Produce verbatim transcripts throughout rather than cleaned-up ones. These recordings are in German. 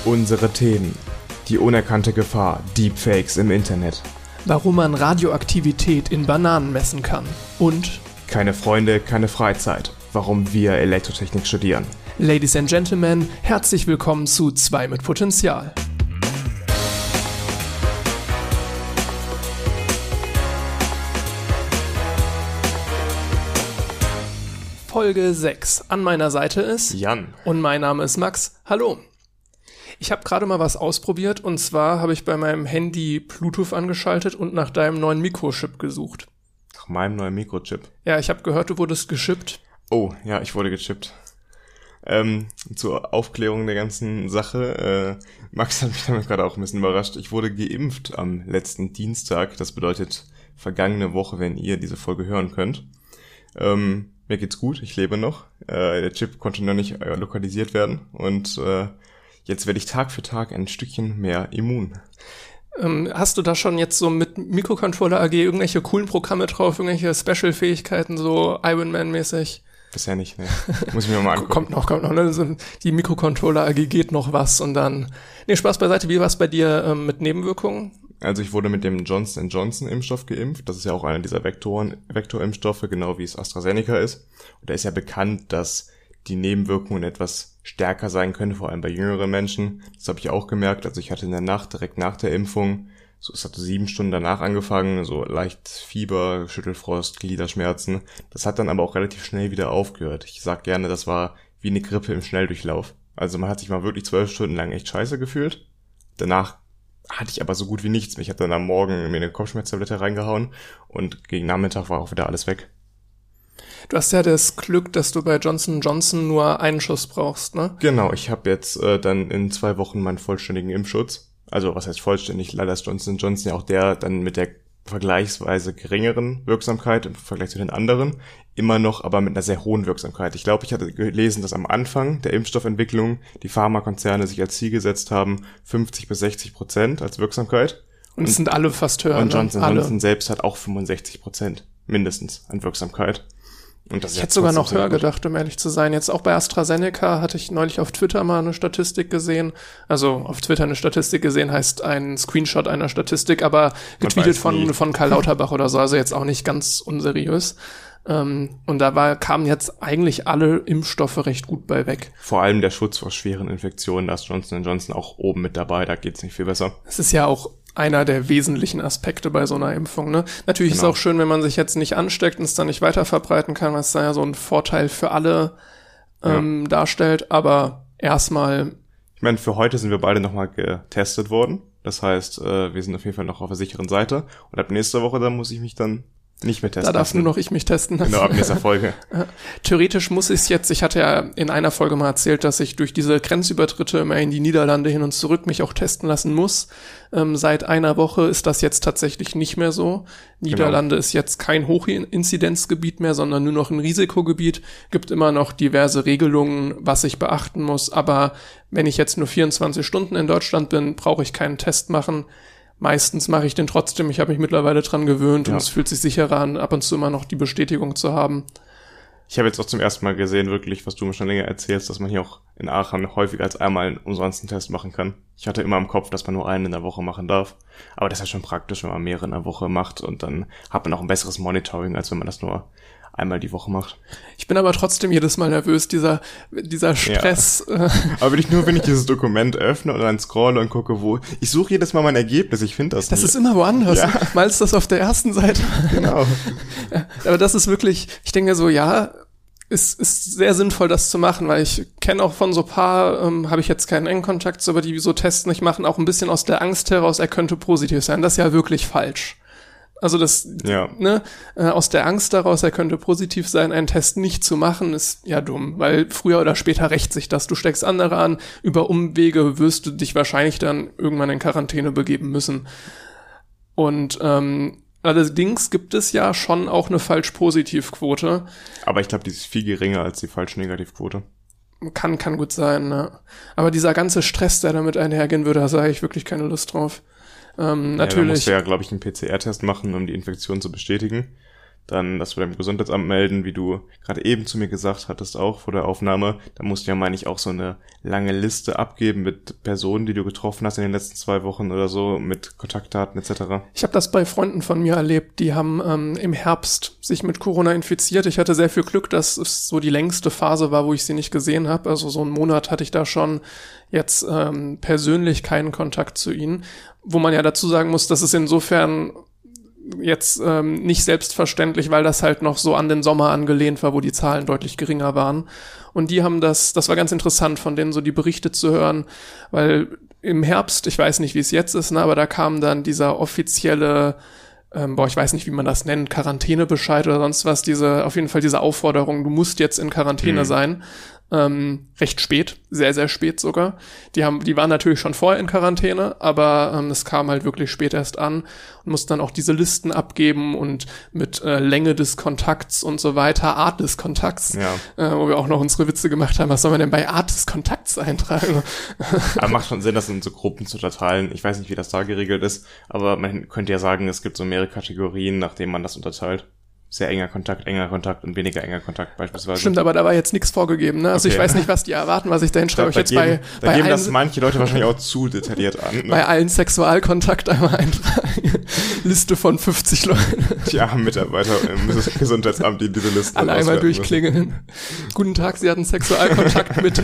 Unsere Themen. Die unerkannte Gefahr, Deepfakes im Internet. Warum man Radioaktivität in Bananen messen kann. Und keine Freunde, keine Freizeit. Warum wir Elektrotechnik studieren. Ladies and Gentlemen, herzlich willkommen zu zwei mit Potenzial. Folge sechs. An meiner Seite ist Jan. Und mein Name ist Max. Hallo. Ich habe gerade mal was ausprobiert und zwar habe ich bei meinem Handy Bluetooth angeschaltet und nach deinem neuen Mikrochip gesucht. Nach meinem neuen Mikrochip? Ja, ich habe gehört, du wurdest gechippt. Oh, ja, ich wurde gechippt. Ähm, zur Aufklärung der ganzen Sache, äh, Max hat mich damit gerade auch ein bisschen überrascht. Ich wurde geimpft am letzten Dienstag, das bedeutet vergangene Woche, wenn ihr diese Folge hören könnt. Ähm, mir geht's gut, ich lebe noch. Äh, der Chip konnte noch nicht äh, lokalisiert werden und äh, jetzt werde ich Tag für Tag ein Stückchen mehr immun. Ähm, hast du da schon jetzt so mit Mikrocontroller A G irgendwelche coolen Programme drauf, irgendwelche Special-Fähigkeiten, so Iron Man-mäßig? Bisher nicht, ne. Muss ich mir mal angucken. Kommt noch, kommt noch, ne? So, die Mikrocontroller A G geht noch was und dann... Nee, Spaß beiseite, wie war es bei dir ähm, mit Nebenwirkungen? Also ich wurde mit dem Johnson and Johnson Impfstoff geimpft. Das ist ja auch einer dieser Vektoren, Vektorimpfstoffe, genau wie es AstraZeneca ist. Und da ist ja bekannt, dass die Nebenwirkungen etwas stärker sein können, vor allem bei jüngeren Menschen. Das habe ich auch gemerkt. Also ich hatte in der Nacht, direkt nach der Impfung, so es hatte sieben Stunden danach angefangen, so leicht Fieber, Schüttelfrost, Gliederschmerzen. Das hat dann aber auch relativ schnell wieder aufgehört. Ich sag gerne, das war wie eine Grippe im Schnelldurchlauf. Also man hat sich mal wirklich zwölf Stunden lang echt scheiße gefühlt. Danach hatte ich aber so gut wie nichts. Ich habe dann am Morgen mir eine Kopfschmerztablette reingehauen und gegen Nachmittag war auch wieder alles weg. Du hast ja das Glück, dass du bei Johnson and Johnson nur einen Schuss brauchst, ne? Genau, ich habe jetzt äh, dann in zwei Wochen meinen vollständigen Impfschutz. Also was heißt vollständig? Leider ist Johnson and Johnson ja auch der dann mit der vergleichsweise geringeren Wirksamkeit im Vergleich zu den anderen. Immer noch aber mit einer sehr hohen Wirksamkeit. Ich glaube, ich hatte gelesen, dass am Anfang der Impfstoffentwicklung die Pharmakonzerne sich als Ziel gesetzt haben, fünfzig bis sechzig Prozent als Wirksamkeit. Und es sind alle fast höher. Und Johnson and ne? Johnson selbst hat auch fünfundsechzig Prozent mindestens an Wirksamkeit. Und das ich hätte sogar noch höher gedacht, um ehrlich zu sein. Jetzt auch bei AstraZeneca hatte ich neulich auf Twitter mal eine Statistik gesehen. Also auf Twitter eine Statistik gesehen heißt ein Screenshot einer Statistik, aber getweetet von von Karl Lauterbach oder so, also jetzt auch nicht ganz unseriös. Um, und da war, kamen jetzt eigentlich alle Impfstoffe recht gut bei weg. Vor allem der Schutz vor schweren Infektionen, da ist Johnson and Johnson auch oben mit dabei, da geht's nicht viel besser. Es ist ja auch einer der wesentlichen Aspekte bei so einer Impfung, ne? Natürlich genau. Ist es auch schön, wenn man sich jetzt nicht ansteckt und es dann nicht weiter verbreiten kann, was da ja so ein Vorteil für alle ähm, ja. darstellt, aber erstmal... Ich meine, für heute sind wir beide nochmal getestet worden, das heißt, äh, wir sind auf jeden Fall noch auf der sicheren Seite und ab nächster Woche, dann muss ich mich dann nicht mehr testen. Da darf nur noch ich mich testen lassen. Genau, ab nächster Folge. Theoretisch muss ich es jetzt, ich hatte ja in einer Folge mal erzählt, dass ich durch diese Grenzübertritte immer in die Niederlande hin und zurück mich auch testen lassen muss. Ähm, seit einer Woche ist das jetzt tatsächlich nicht mehr so. Niederlande genau. ist jetzt kein Hochinzidenzgebiet mehr, sondern nur noch ein Risikogebiet. Gibt immer noch diverse Regelungen, was ich beachten muss. Aber wenn ich jetzt nur vierundzwanzig Stunden in Deutschland bin, brauche ich keinen Test machen. Meistens mache ich den trotzdem. Ich habe mich mittlerweile dran gewöhnt ja. und es fühlt sich sicherer an, ab und zu immer noch die Bestätigung zu haben. Ich habe jetzt auch zum ersten Mal gesehen, wirklich, was du mir schon länger erzählst, dass man hier auch in Aachen häufiger als einmal einen umsonsten Test machen kann. Ich hatte immer im Kopf, dass man nur einen in der Woche machen darf. Aber das ist ja schon praktisch, wenn man mehrere in der Woche macht und dann hat man auch ein besseres Monitoring, als wenn man das nur einmal die Woche macht. Ich bin aber trotzdem jedes Mal nervös, dieser dieser Stress. Ja. Aber wenn ich nur, wenn ich dieses Dokument öffne und dann scrolle und gucke, wo... Ich suche jedes Mal mein Ergebnis, ich finde das Das nicht. ist immer woanders. Ja. Mal ist das auf der ersten Seite. Genau. Ja, aber das ist wirklich, ich denke so, ja, ist ist sehr sinnvoll, das zu machen, weil ich kenne auch von so paar, ähm, habe ich jetzt keinen engen Kontakt zu, aber die so Tests nicht machen, auch ein bisschen aus der Angst heraus, er könnte positiv sein. Das ist ja wirklich falsch. Also das, ja. ne, äh, aus der Angst daraus, er könnte positiv sein, einen Test nicht zu machen, ist ja dumm, weil früher oder später rächt sich das. Du steckst andere an, über Umwege wirst du dich wahrscheinlich dann irgendwann in Quarantäne begeben müssen. Und ähm, allerdings gibt es ja schon auch eine Falsch-Positiv-Quote. Aber ich glaube, die ist viel geringer als die Falsch-Negativ-Quote. Kann, kann gut sein, ne. Aber dieser ganze Stress, der damit einhergehen würde, da habe ich wirklich keine Lust drauf. Ähm, ja, natürlich. Man musste ja, glaube ich, einen P C R-Test machen, um die Infektion zu bestätigen. dann das beim Gesundheitsamt melden, wie du gerade eben zu mir gesagt hattest, auch vor der Aufnahme. Da musst du ja, meine ich, auch so eine lange Liste abgeben mit Personen, die du getroffen hast in den letzten zwei Wochen oder so, mit Kontaktdaten et cetera. Ich habe das bei Freunden von mir erlebt, die haben ähm, im Herbst sich mit Corona infiziert. Ich hatte sehr viel Glück, dass es so die längste Phase war, wo ich sie nicht gesehen habe. Also so einen Monat hatte ich da schon jetzt ähm, persönlich keinen Kontakt zu ihnen. Wo man ja dazu sagen muss, dass es insofern jetzt ähm, nicht selbstverständlich, weil das halt noch so an den Sommer angelehnt war, wo die Zahlen deutlich geringer waren. Und die haben das, das war ganz interessant, von denen so die Berichte zu hören, weil im Herbst, ich weiß nicht, wie es jetzt ist, ne, aber da kam dann dieser offizielle, ähm, boah, ich weiß nicht, wie man das nennt, Quarantänebescheid oder sonst was, diese, auf jeden Fall diese Aufforderung, du musst jetzt in Quarantäne mhm. sein. Ähm, recht spät, sehr, sehr spät sogar. Die haben, die waren natürlich schon vorher in Quarantäne, aber ähm, es kam halt wirklich spät erst an und mussten dann auch diese Listen abgeben und mit äh, Länge des Kontakts und so weiter, Art des Kontakts, ja. äh, wo wir auch noch unsere Witze gemacht haben, was soll man denn bei Art des Kontakts eintragen? Aber macht schon Sinn, das in so Gruppen zu unterteilen. Ich weiß nicht, wie das da geregelt ist, aber man könnte ja sagen, es gibt so mehrere Kategorien, nachdem man das unterteilt. Sehr enger Kontakt, enger Kontakt und weniger enger Kontakt beispielsweise. Stimmt, aber da war jetzt nichts vorgegeben, ne? Also okay. Ich weiß nicht, was die erwarten, was ich da hinschreibe. Ich jetzt geben, bei, da bei geben allen, das manche Leute wahrscheinlich auch zu detailliert an. Ne? Bei allen Sexualkontakt einmal eintragen. Liste von fünfzig Leuten. Die armen Mitarbeiter im Gesundheitsamt, die diese Listen alle einmal durchklingeln. Guten Tag, Sie hatten Sexualkontakt mit.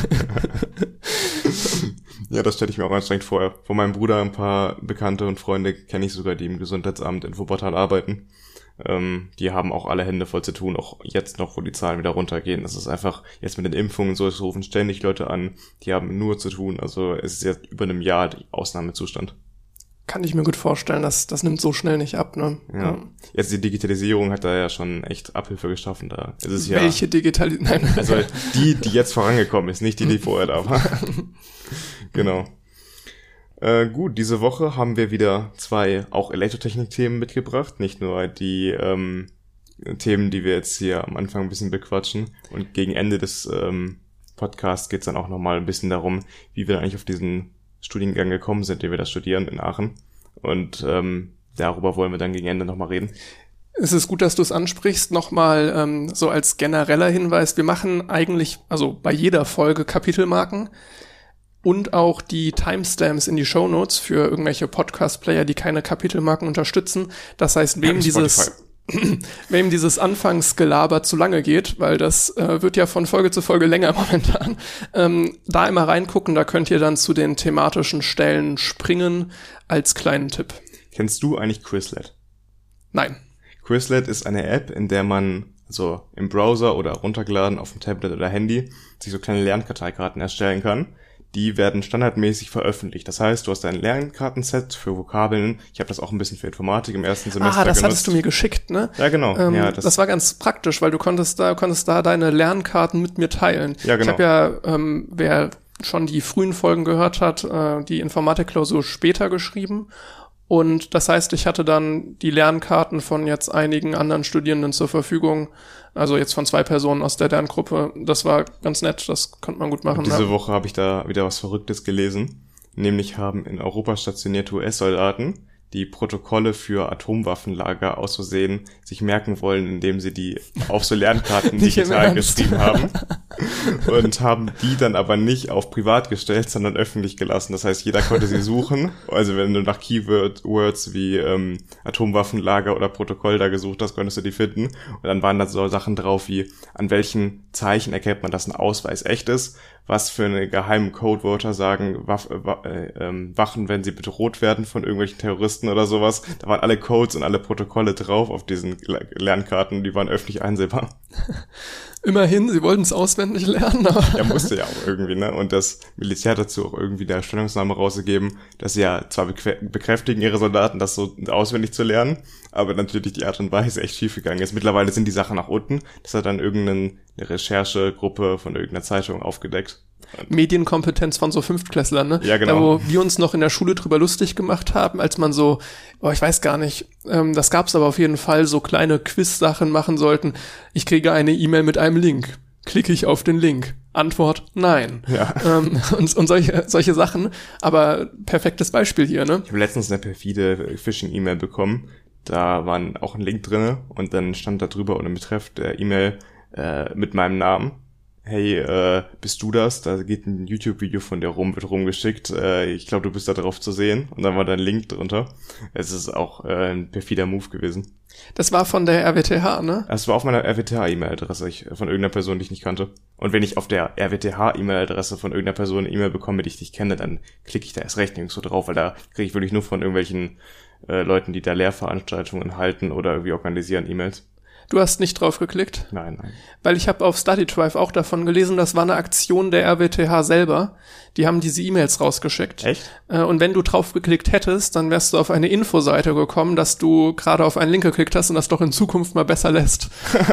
Ja, das stelle ich mir auch anstrengend vor. Von meinem Bruder ein paar Bekannte und Freunde kenne ich sogar, die im Gesundheitsamt in Wuppertal arbeiten. Ähm, die haben auch alle Hände voll zu tun, auch jetzt noch, wo die Zahlen wieder runtergehen. Das ist einfach, jetzt mit den Impfungen so, es rufen ständig Leute an, die haben nur zu tun. Also es ist jetzt über einem Jahr die Ausnahmezustand. Kann ich mir gut vorstellen, das, das nimmt so schnell nicht ab, ne? Ja. ja. Jetzt die Digitalisierung hat da ja schon echt Abhilfe geschaffen. Da ist es ja. Welche Digitalisierung? Nein. Also die, die jetzt vorangekommen ist, nicht die, die vorher da war. Genau. Äh, gut, diese Woche haben wir wieder zwei auch Elektrotechnik-Themen mitgebracht, nicht nur die ähm, Themen, die wir jetzt hier am Anfang ein bisschen bequatschen. Und gegen Ende des ähm, Podcasts geht es dann auch nochmal ein bisschen darum, wie wir eigentlich auf diesen Studiengang gekommen sind, den wir da studieren in Aachen. Und ähm, darüber wollen wir dann gegen Ende nochmal reden. Es ist gut, dass du es ansprichst. Nochmal ähm, so als genereller Hinweis, wir machen eigentlich, also bei jeder Folge Kapitelmarken. Und auch die Timestamps in die Shownotes für irgendwelche Podcast-Player, die keine Kapitelmarken unterstützen. Das heißt, wem dieses, wem dieses Anfangsgelaber zu lange geht, weil das äh, wird ja von Folge zu Folge länger momentan, ähm, da immer reingucken, da könnt ihr dann zu den thematischen Stellen springen, als kleinen Tipp. Kennst du eigentlich Quizlet? Nein. Quizlet ist eine App, in der man so im Browser oder runtergeladen auf dem Tablet oder Handy sich so kleine Lernkarteikarten erstellen kann. Die werden standardmäßig veröffentlicht. Das heißt, du hast ein Lernkartenset für Vokabeln. Ich habe das auch ein bisschen für Informatik im ersten Semester Ah, das genutzt. Hattest du mir geschickt, ne? Ja, genau. Ähm, ja, das, das war ganz praktisch, weil du konntest da konntest da deine Lernkarten mit mir teilen. Ja, genau. Ich habe ja, ähm, wer schon die frühen Folgen gehört hat, äh, die Informatikklausur später geschrieben. Und das heißt, ich hatte dann die Lernkarten von jetzt einigen anderen Studierenden zur Verfügung, also jetzt von zwei Personen aus der Lerngruppe. Das war ganz nett, das konnte man gut machen. Und diese ja. Woche habe ich da wieder was Verrücktes gelesen. Nämlich haben in Europa stationierte U S-Soldaten die Protokolle für Atomwaffenlager aus Versehen sich merken wollen, indem sie die auf so Lernkarten digital geschrieben haben. Und haben die dann aber nicht auf privat gestellt, sondern öffentlich gelassen. Das heißt, jeder konnte sie suchen. Also wenn du nach Keywords wie ähm, Atomwaffenlager oder Protokoll da gesucht hast, konntest du die finden. Und dann waren da so Sachen drauf wie, an welchen Zeichen erkennt man, dass ein Ausweis echt ist, was für eine geheimen Codewörter sagen Waff, äh, äh, Wachen, wenn sie bedroht werden von irgendwelchen Terroristen oder sowas. Da waren alle Codes und alle Protokolle drauf auf diesen Lernkarten, die waren öffentlich einsehbar. Immerhin, sie wollten es auswendig lernen. Aber ja, musste ja auch irgendwie, ne? Und das Militär hat dazu auch irgendwie der Stellungnahme rausgegeben, dass sie ja zwar bekräftigen ihre Soldaten, das so auswendig zu lernen, aber natürlich die Art und Weise echt schief gegangen ist. Mittlerweile sind die Sachen nach unten. Das hat dann irgendeine Recherchegruppe von irgendeiner Zeitung aufgedeckt. Medienkompetenz von so Fünftklässlern, ne? Ja, genau. Da, wo wir uns noch in der Schule drüber lustig gemacht haben, als man so, oh, ich weiß gar nicht, ähm, das gab's aber auf jeden Fall, so kleine Quiz-Sachen machen sollten. Ich kriege eine E-Mail mit einem Link. Klicke ich auf den Link. Antwort, nein. Ja. Ähm, und, und solche, solche Sachen. Aber perfektes Beispiel hier, ne? Ich habe letztens eine perfide Phishing-E-Mail bekommen. Da war auch ein Link drinne und dann stand da drüber und im Betreff der E-Mail äh, mit meinem Namen: Hey, äh, bist du das? Da geht ein YouTube-Video von dir rum, wird rumgeschickt. Äh, ich glaube, du bist da drauf zu sehen. Und dann war da ein Link drunter. Es ist auch äh, ein perfider Move gewesen. Das war von der R W T H, ne? Das war auf meiner R W T H-E-Mail-Adresse ich, von irgendeiner Person, die ich nicht kannte. Und wenn ich auf der R W T H-E-Mail-Adresse von irgendeiner Person eine E-Mail bekomme, die ich nicht kenne, dann klicke ich da erst recht nirgends so drauf, weil da kriege ich wirklich nur von irgendwelchen äh, Leuten, die da Lehrveranstaltungen halten oder irgendwie organisieren, E-Mails. Du hast nicht drauf geklickt? Nein, nein. Weil ich habe auf StudyDrive auch davon gelesen, das war eine Aktion der R W T H selber. Die haben diese E-Mails rausgeschickt. Echt? Und wenn du drauf geklickt hättest, dann wärst du auf eine Infoseite gekommen, dass du gerade auf einen Link geklickt hast und das doch in Zukunft mal besser lässt.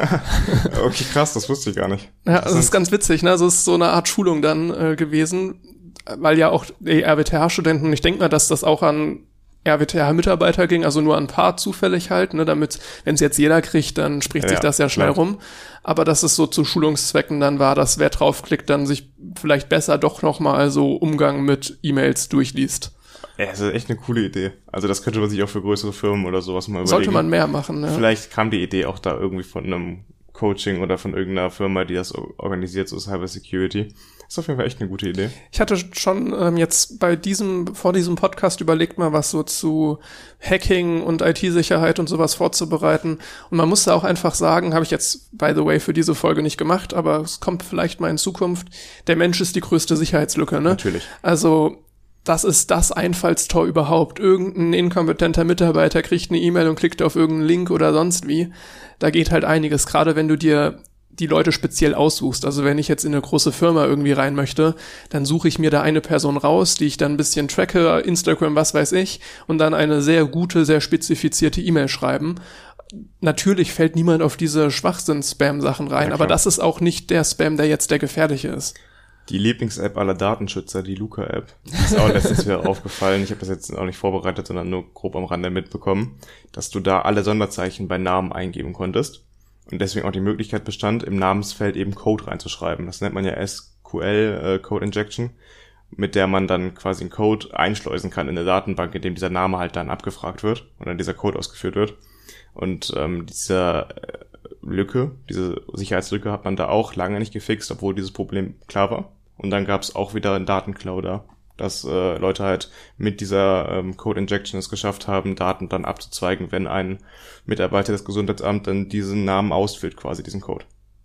Okay, krass, das wusste ich gar nicht. Ja, das ist ganz witzig, ne? Also es ist so eine Art Schulung dann äh, gewesen, weil ja auch die R W T H-Studenten, ich denke mal, dass das auch an R W T H-Mitarbeiter ging, also nur ein paar zufällig halt, ne, damit, wenn es jetzt jeder kriegt, dann spricht ja, sich das ja schnell klar. rum. Aber dass es so zu Schulungszwecken dann war, dass wer draufklickt, dann sich vielleicht besser doch nochmal so Umgang mit E-Mails durchliest. Ja, das ist echt eine coole Idee. Also das könnte man sich auch für größere Firmen oder sowas mal überlegen. Sollte man mehr machen, ja. Vielleicht kam die Idee auch da irgendwie von einem Coaching oder von irgendeiner Firma, die das organisiert, so Cyber Security. Ist auf jeden Fall echt eine gute Idee. Ich hatte schon ähm, jetzt bei diesem, vor diesem Podcast überlegt, mal was so zu Hacking und I T-Sicherheit und sowas vorzubereiten. Und man muss da auch einfach sagen, habe ich jetzt, by the way, für diese Folge nicht gemacht, aber es kommt vielleicht mal in Zukunft, der Mensch ist die größte Sicherheitslücke, ne? Natürlich. Also das ist das Einfallstor überhaupt. Irgendein inkompetenter Mitarbeiter kriegt eine E-Mail und klickt auf irgendeinen Link oder sonst wie. Da geht halt einiges, gerade wenn du dir die Leute speziell aussuchst. Also wenn ich jetzt in eine große Firma irgendwie rein möchte, dann suche ich mir da eine Person raus, die ich dann ein bisschen tracke, Instagram, was weiß ich, und dann eine sehr gute, sehr spezifizierte E-Mail schreiben. Natürlich fällt niemand auf diese Schwachsinns-Spam-Sachen rein, ja, aber das ist auch nicht der Spam, der jetzt der gefährliche ist. Die Lieblings-App aller Datenschützer, die Luca-App, ist auch letztens wieder aufgefallen. Ich habe das jetzt auch nicht vorbereitet, sondern nur grob am Rande mitbekommen, dass du da alle Sonderzeichen bei Namen eingeben konntest. Und deswegen auch die Möglichkeit bestand, im Namensfeld eben Code reinzuschreiben. Das nennt man ja S Q L, äh, Code Injection, mit der man dann quasi einen Code einschleusen kann in eine Datenbank, in dem dieser Name halt dann abgefragt wird und dann dieser Code ausgeführt wird. Und ähm, diese äh, Lücke, diese Sicherheitslücke hat man da auch lange nicht gefixt, obwohl dieses Problem klar war. Und dann gab es auch wieder einen Datenklau da, dass äh, Leute halt mit dieser ähm, Code Injection es geschafft haben, Daten dann abzuzweigen, wenn ein Mitarbeiter des Gesundheitsamts dann diesen Namen ausfüllt, quasi diesen Code.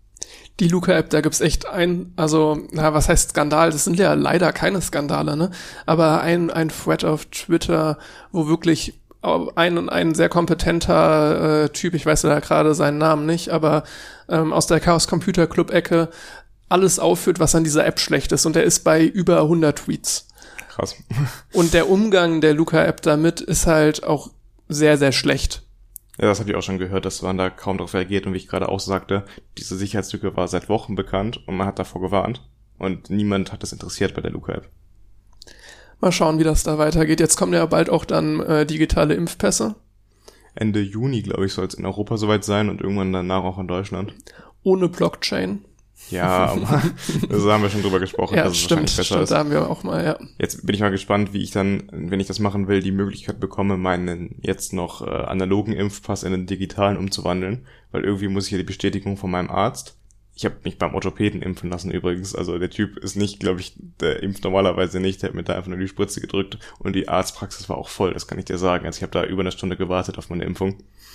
Die Luca-App, da gibt's echt ein, also, na, was heißt Skandal? Das sind ja leider keine Skandale, ne? Aber ein, ein Thread auf Twitter, wo wirklich ein, ein sehr kompetenter äh, Typ, ich weiß ja gerade seinen Namen nicht, aber ähm, aus der Chaos Computer Club Ecke alles aufführt, was an dieser App schlecht ist. Und er ist bei über hundert Tweets. Krass. Und der Umgang der Luca-App damit ist halt auch sehr, sehr schlecht. Ja, das habe ich auch schon gehört, dass man da kaum darauf reagiert. Und wie ich gerade auch sagte, diese Sicherheitslücke war seit Wochen bekannt und man hat davor gewarnt. Und niemand hat das interessiert bei der Luca-App. Mal schauen, wie das da weitergeht. Jetzt kommen ja bald auch dann äh, digitale Impfpässe. Ende Juni, glaube ich, soll es in Europa soweit sein und irgendwann danach auch in Deutschland. Ohne Blockchain. Ja, aber da haben wir schon drüber gesprochen, ja, dass es stimmt, wahrscheinlich besser stimmt, ist. Da haben wir auch mal, ja. Jetzt bin ich mal gespannt, wie ich dann, wenn ich das machen will, die Möglichkeit bekomme, meinen jetzt noch äh, analogen Impfpass in den digitalen umzuwandeln, weil irgendwie muss ich ja die Bestätigung von meinem Arzt. Ich habe mich beim Orthopäden impfen lassen übrigens, also der Typ ist nicht, glaube ich, der impft normalerweise nicht, der hat mir da einfach nur die Spritze gedrückt und die Arztpraxis war auch voll, das kann ich dir sagen. Also ich habe da über eine Stunde gewartet auf meine Impfung.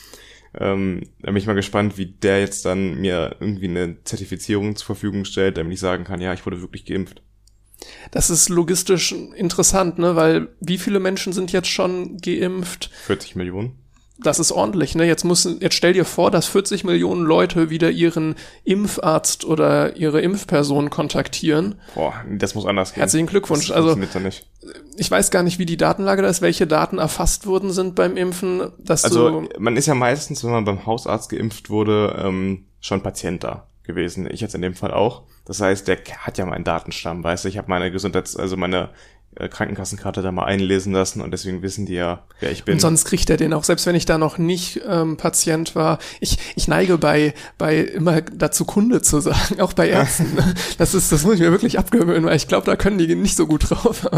Ähm, da bin ich mal gespannt, wie der jetzt dann mir irgendwie eine Zertifizierung zur Verfügung stellt, damit ich sagen kann, ja, ich wurde wirklich geimpft. Das ist logistisch interessant, ne, weil wie viele Menschen sind jetzt schon geimpft? vierzig Millionen. Das ist ordentlich, ne? Jetzt muss, jetzt stell dir vor, dass vierzig Millionen Leute wieder ihren Impfarzt oder ihre Impfperson kontaktieren. Boah, das muss anders gehen. Herzlichen Glückwunsch. Das also, nicht. Ich weiß gar nicht, wie die Datenlage da ist, welche Daten erfasst worden sind beim Impfen, dass Also, du man ist ja meistens, wenn man beim Hausarzt geimpft wurde, ähm, schon Patient da gewesen. Ich jetzt in dem Fall auch. Das heißt, der hat ja meinen Datenstamm, weißt du? Ich habe meine Gesundheits-, also meine äh, Krankenkassenkarte da mal einlesen lassen und deswegen wissen die ja, wer ich bin. Und sonst kriegt er den auch, selbst wenn ich da noch nicht ähm, Patient war. Ich ich neige bei bei immer dazu Kunde zu sagen, auch bei Ärzten. Das ist, das muss ich mir wirklich abgewöhnen, weil ich glaube, da können die nicht so gut drauf.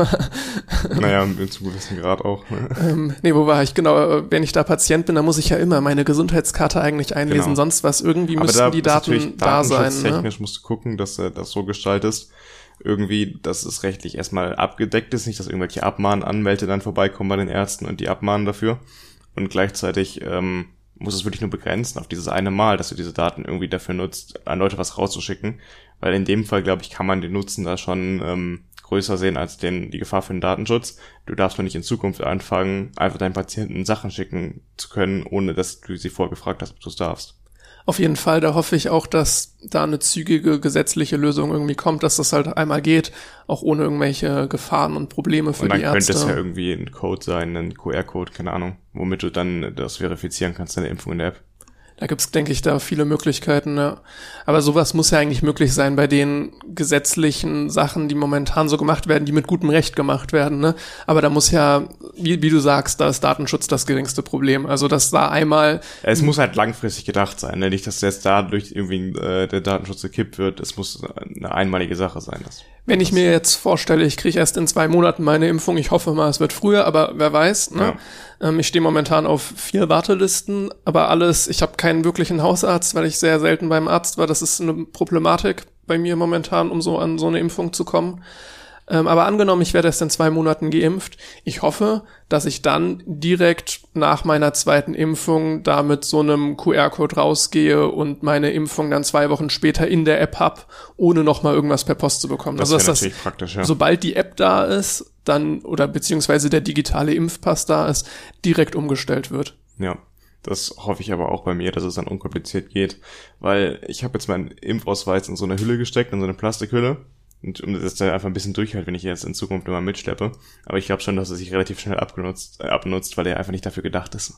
Naja, zu gewissen Grad auch. Ne? Ähm, nee, wo war ich? Genau, wenn ich da Patient bin, dann muss ich ja immer meine Gesundheitskarte eigentlich einlesen, genau. Sonst was. Irgendwie aber müssten da die Daten da sein. Technisch ne? musst du gucken, dass du das so gestaltest, irgendwie, dass es rechtlich erstmal abgedeckt ist, nicht, dass irgendwelche Abmahnanwälte dann vorbeikommen bei den Ärzten und die abmahnen dafür. Und gleichzeitig ähm, muss es wirklich nur begrenzen auf dieses eine Mal, dass du diese Daten irgendwie dafür nutzt, an Leute was rauszuschicken. Weil in dem Fall, glaube ich, kann man den Nutzen da schon ähm, größer sehen als den die Gefahr für den Datenschutz. Du darfst nur nicht in Zukunft anfangen, einfach deinen Patienten Sachen schicken zu können, ohne dass du sie vorher gefragt hast, ob du es darfst. Auf jeden Fall, da hoffe ich auch, dass da eine zügige gesetzliche Lösung irgendwie kommt, dass das halt einmal geht, auch ohne irgendwelche Gefahren und Probleme für die Ärzte. Und dann könnte es ja irgendwie ein Code sein, ein Q R-Code, keine Ahnung, womit du dann das verifizieren kannst, deine Impfung in der App. Da gibt's, denke ich, da viele Möglichkeiten, ja. Aber sowas muss ja eigentlich möglich sein bei den gesetzlichen Sachen, die momentan so gemacht werden, die mit gutem Recht gemacht werden, ne? Aber da muss ja, wie, wie du sagst, da ist Datenschutz das geringste Problem. Also das da einmal... Es muss halt langfristig gedacht sein, ne? Nicht, dass jetzt dadurch irgendwie äh, der Datenschutz gekippt wird. Es muss eine einmalige Sache sein. Das Wenn ich mir jetzt vorstelle, ich kriege erst in zwei Monaten meine Impfung, ich hoffe mal, es wird früher, aber wer weiß, ne? Ja. Ähm, ich stehe momentan auf vier Wartelisten, aber alles, ich habe keinen wirklichen Hausarzt, weil ich sehr selten beim Arzt war. Das ist eine Problematik bei mir momentan, um so an so eine Impfung zu kommen. Ähm, aber angenommen, ich werde erst in zwei Monaten geimpft. Ich hoffe, dass ich dann direkt nach meiner zweiten Impfung da mit so einem Q R-Code rausgehe und meine Impfung dann zwei Wochen später in der App hab, ohne nochmal irgendwas per Post zu bekommen. Das also, dass natürlich das, praktisch, ja. Sobald die App da ist, dann, oder beziehungsweise der digitale Impfpass da ist, direkt umgestellt wird. Ja. Das hoffe ich aber auch bei mir, dass es dann unkompliziert geht, weil ich habe jetzt meinen Impfausweis in so eine Hülle gesteckt, in so eine Plastikhülle. Und um das dann einfach ein bisschen durchhält, wenn ich jetzt in Zukunft immer mitschleppe. Aber ich glaube schon, dass er sich relativ schnell abgenutzt, äh, abnutzt, weil er einfach nicht dafür gedacht ist.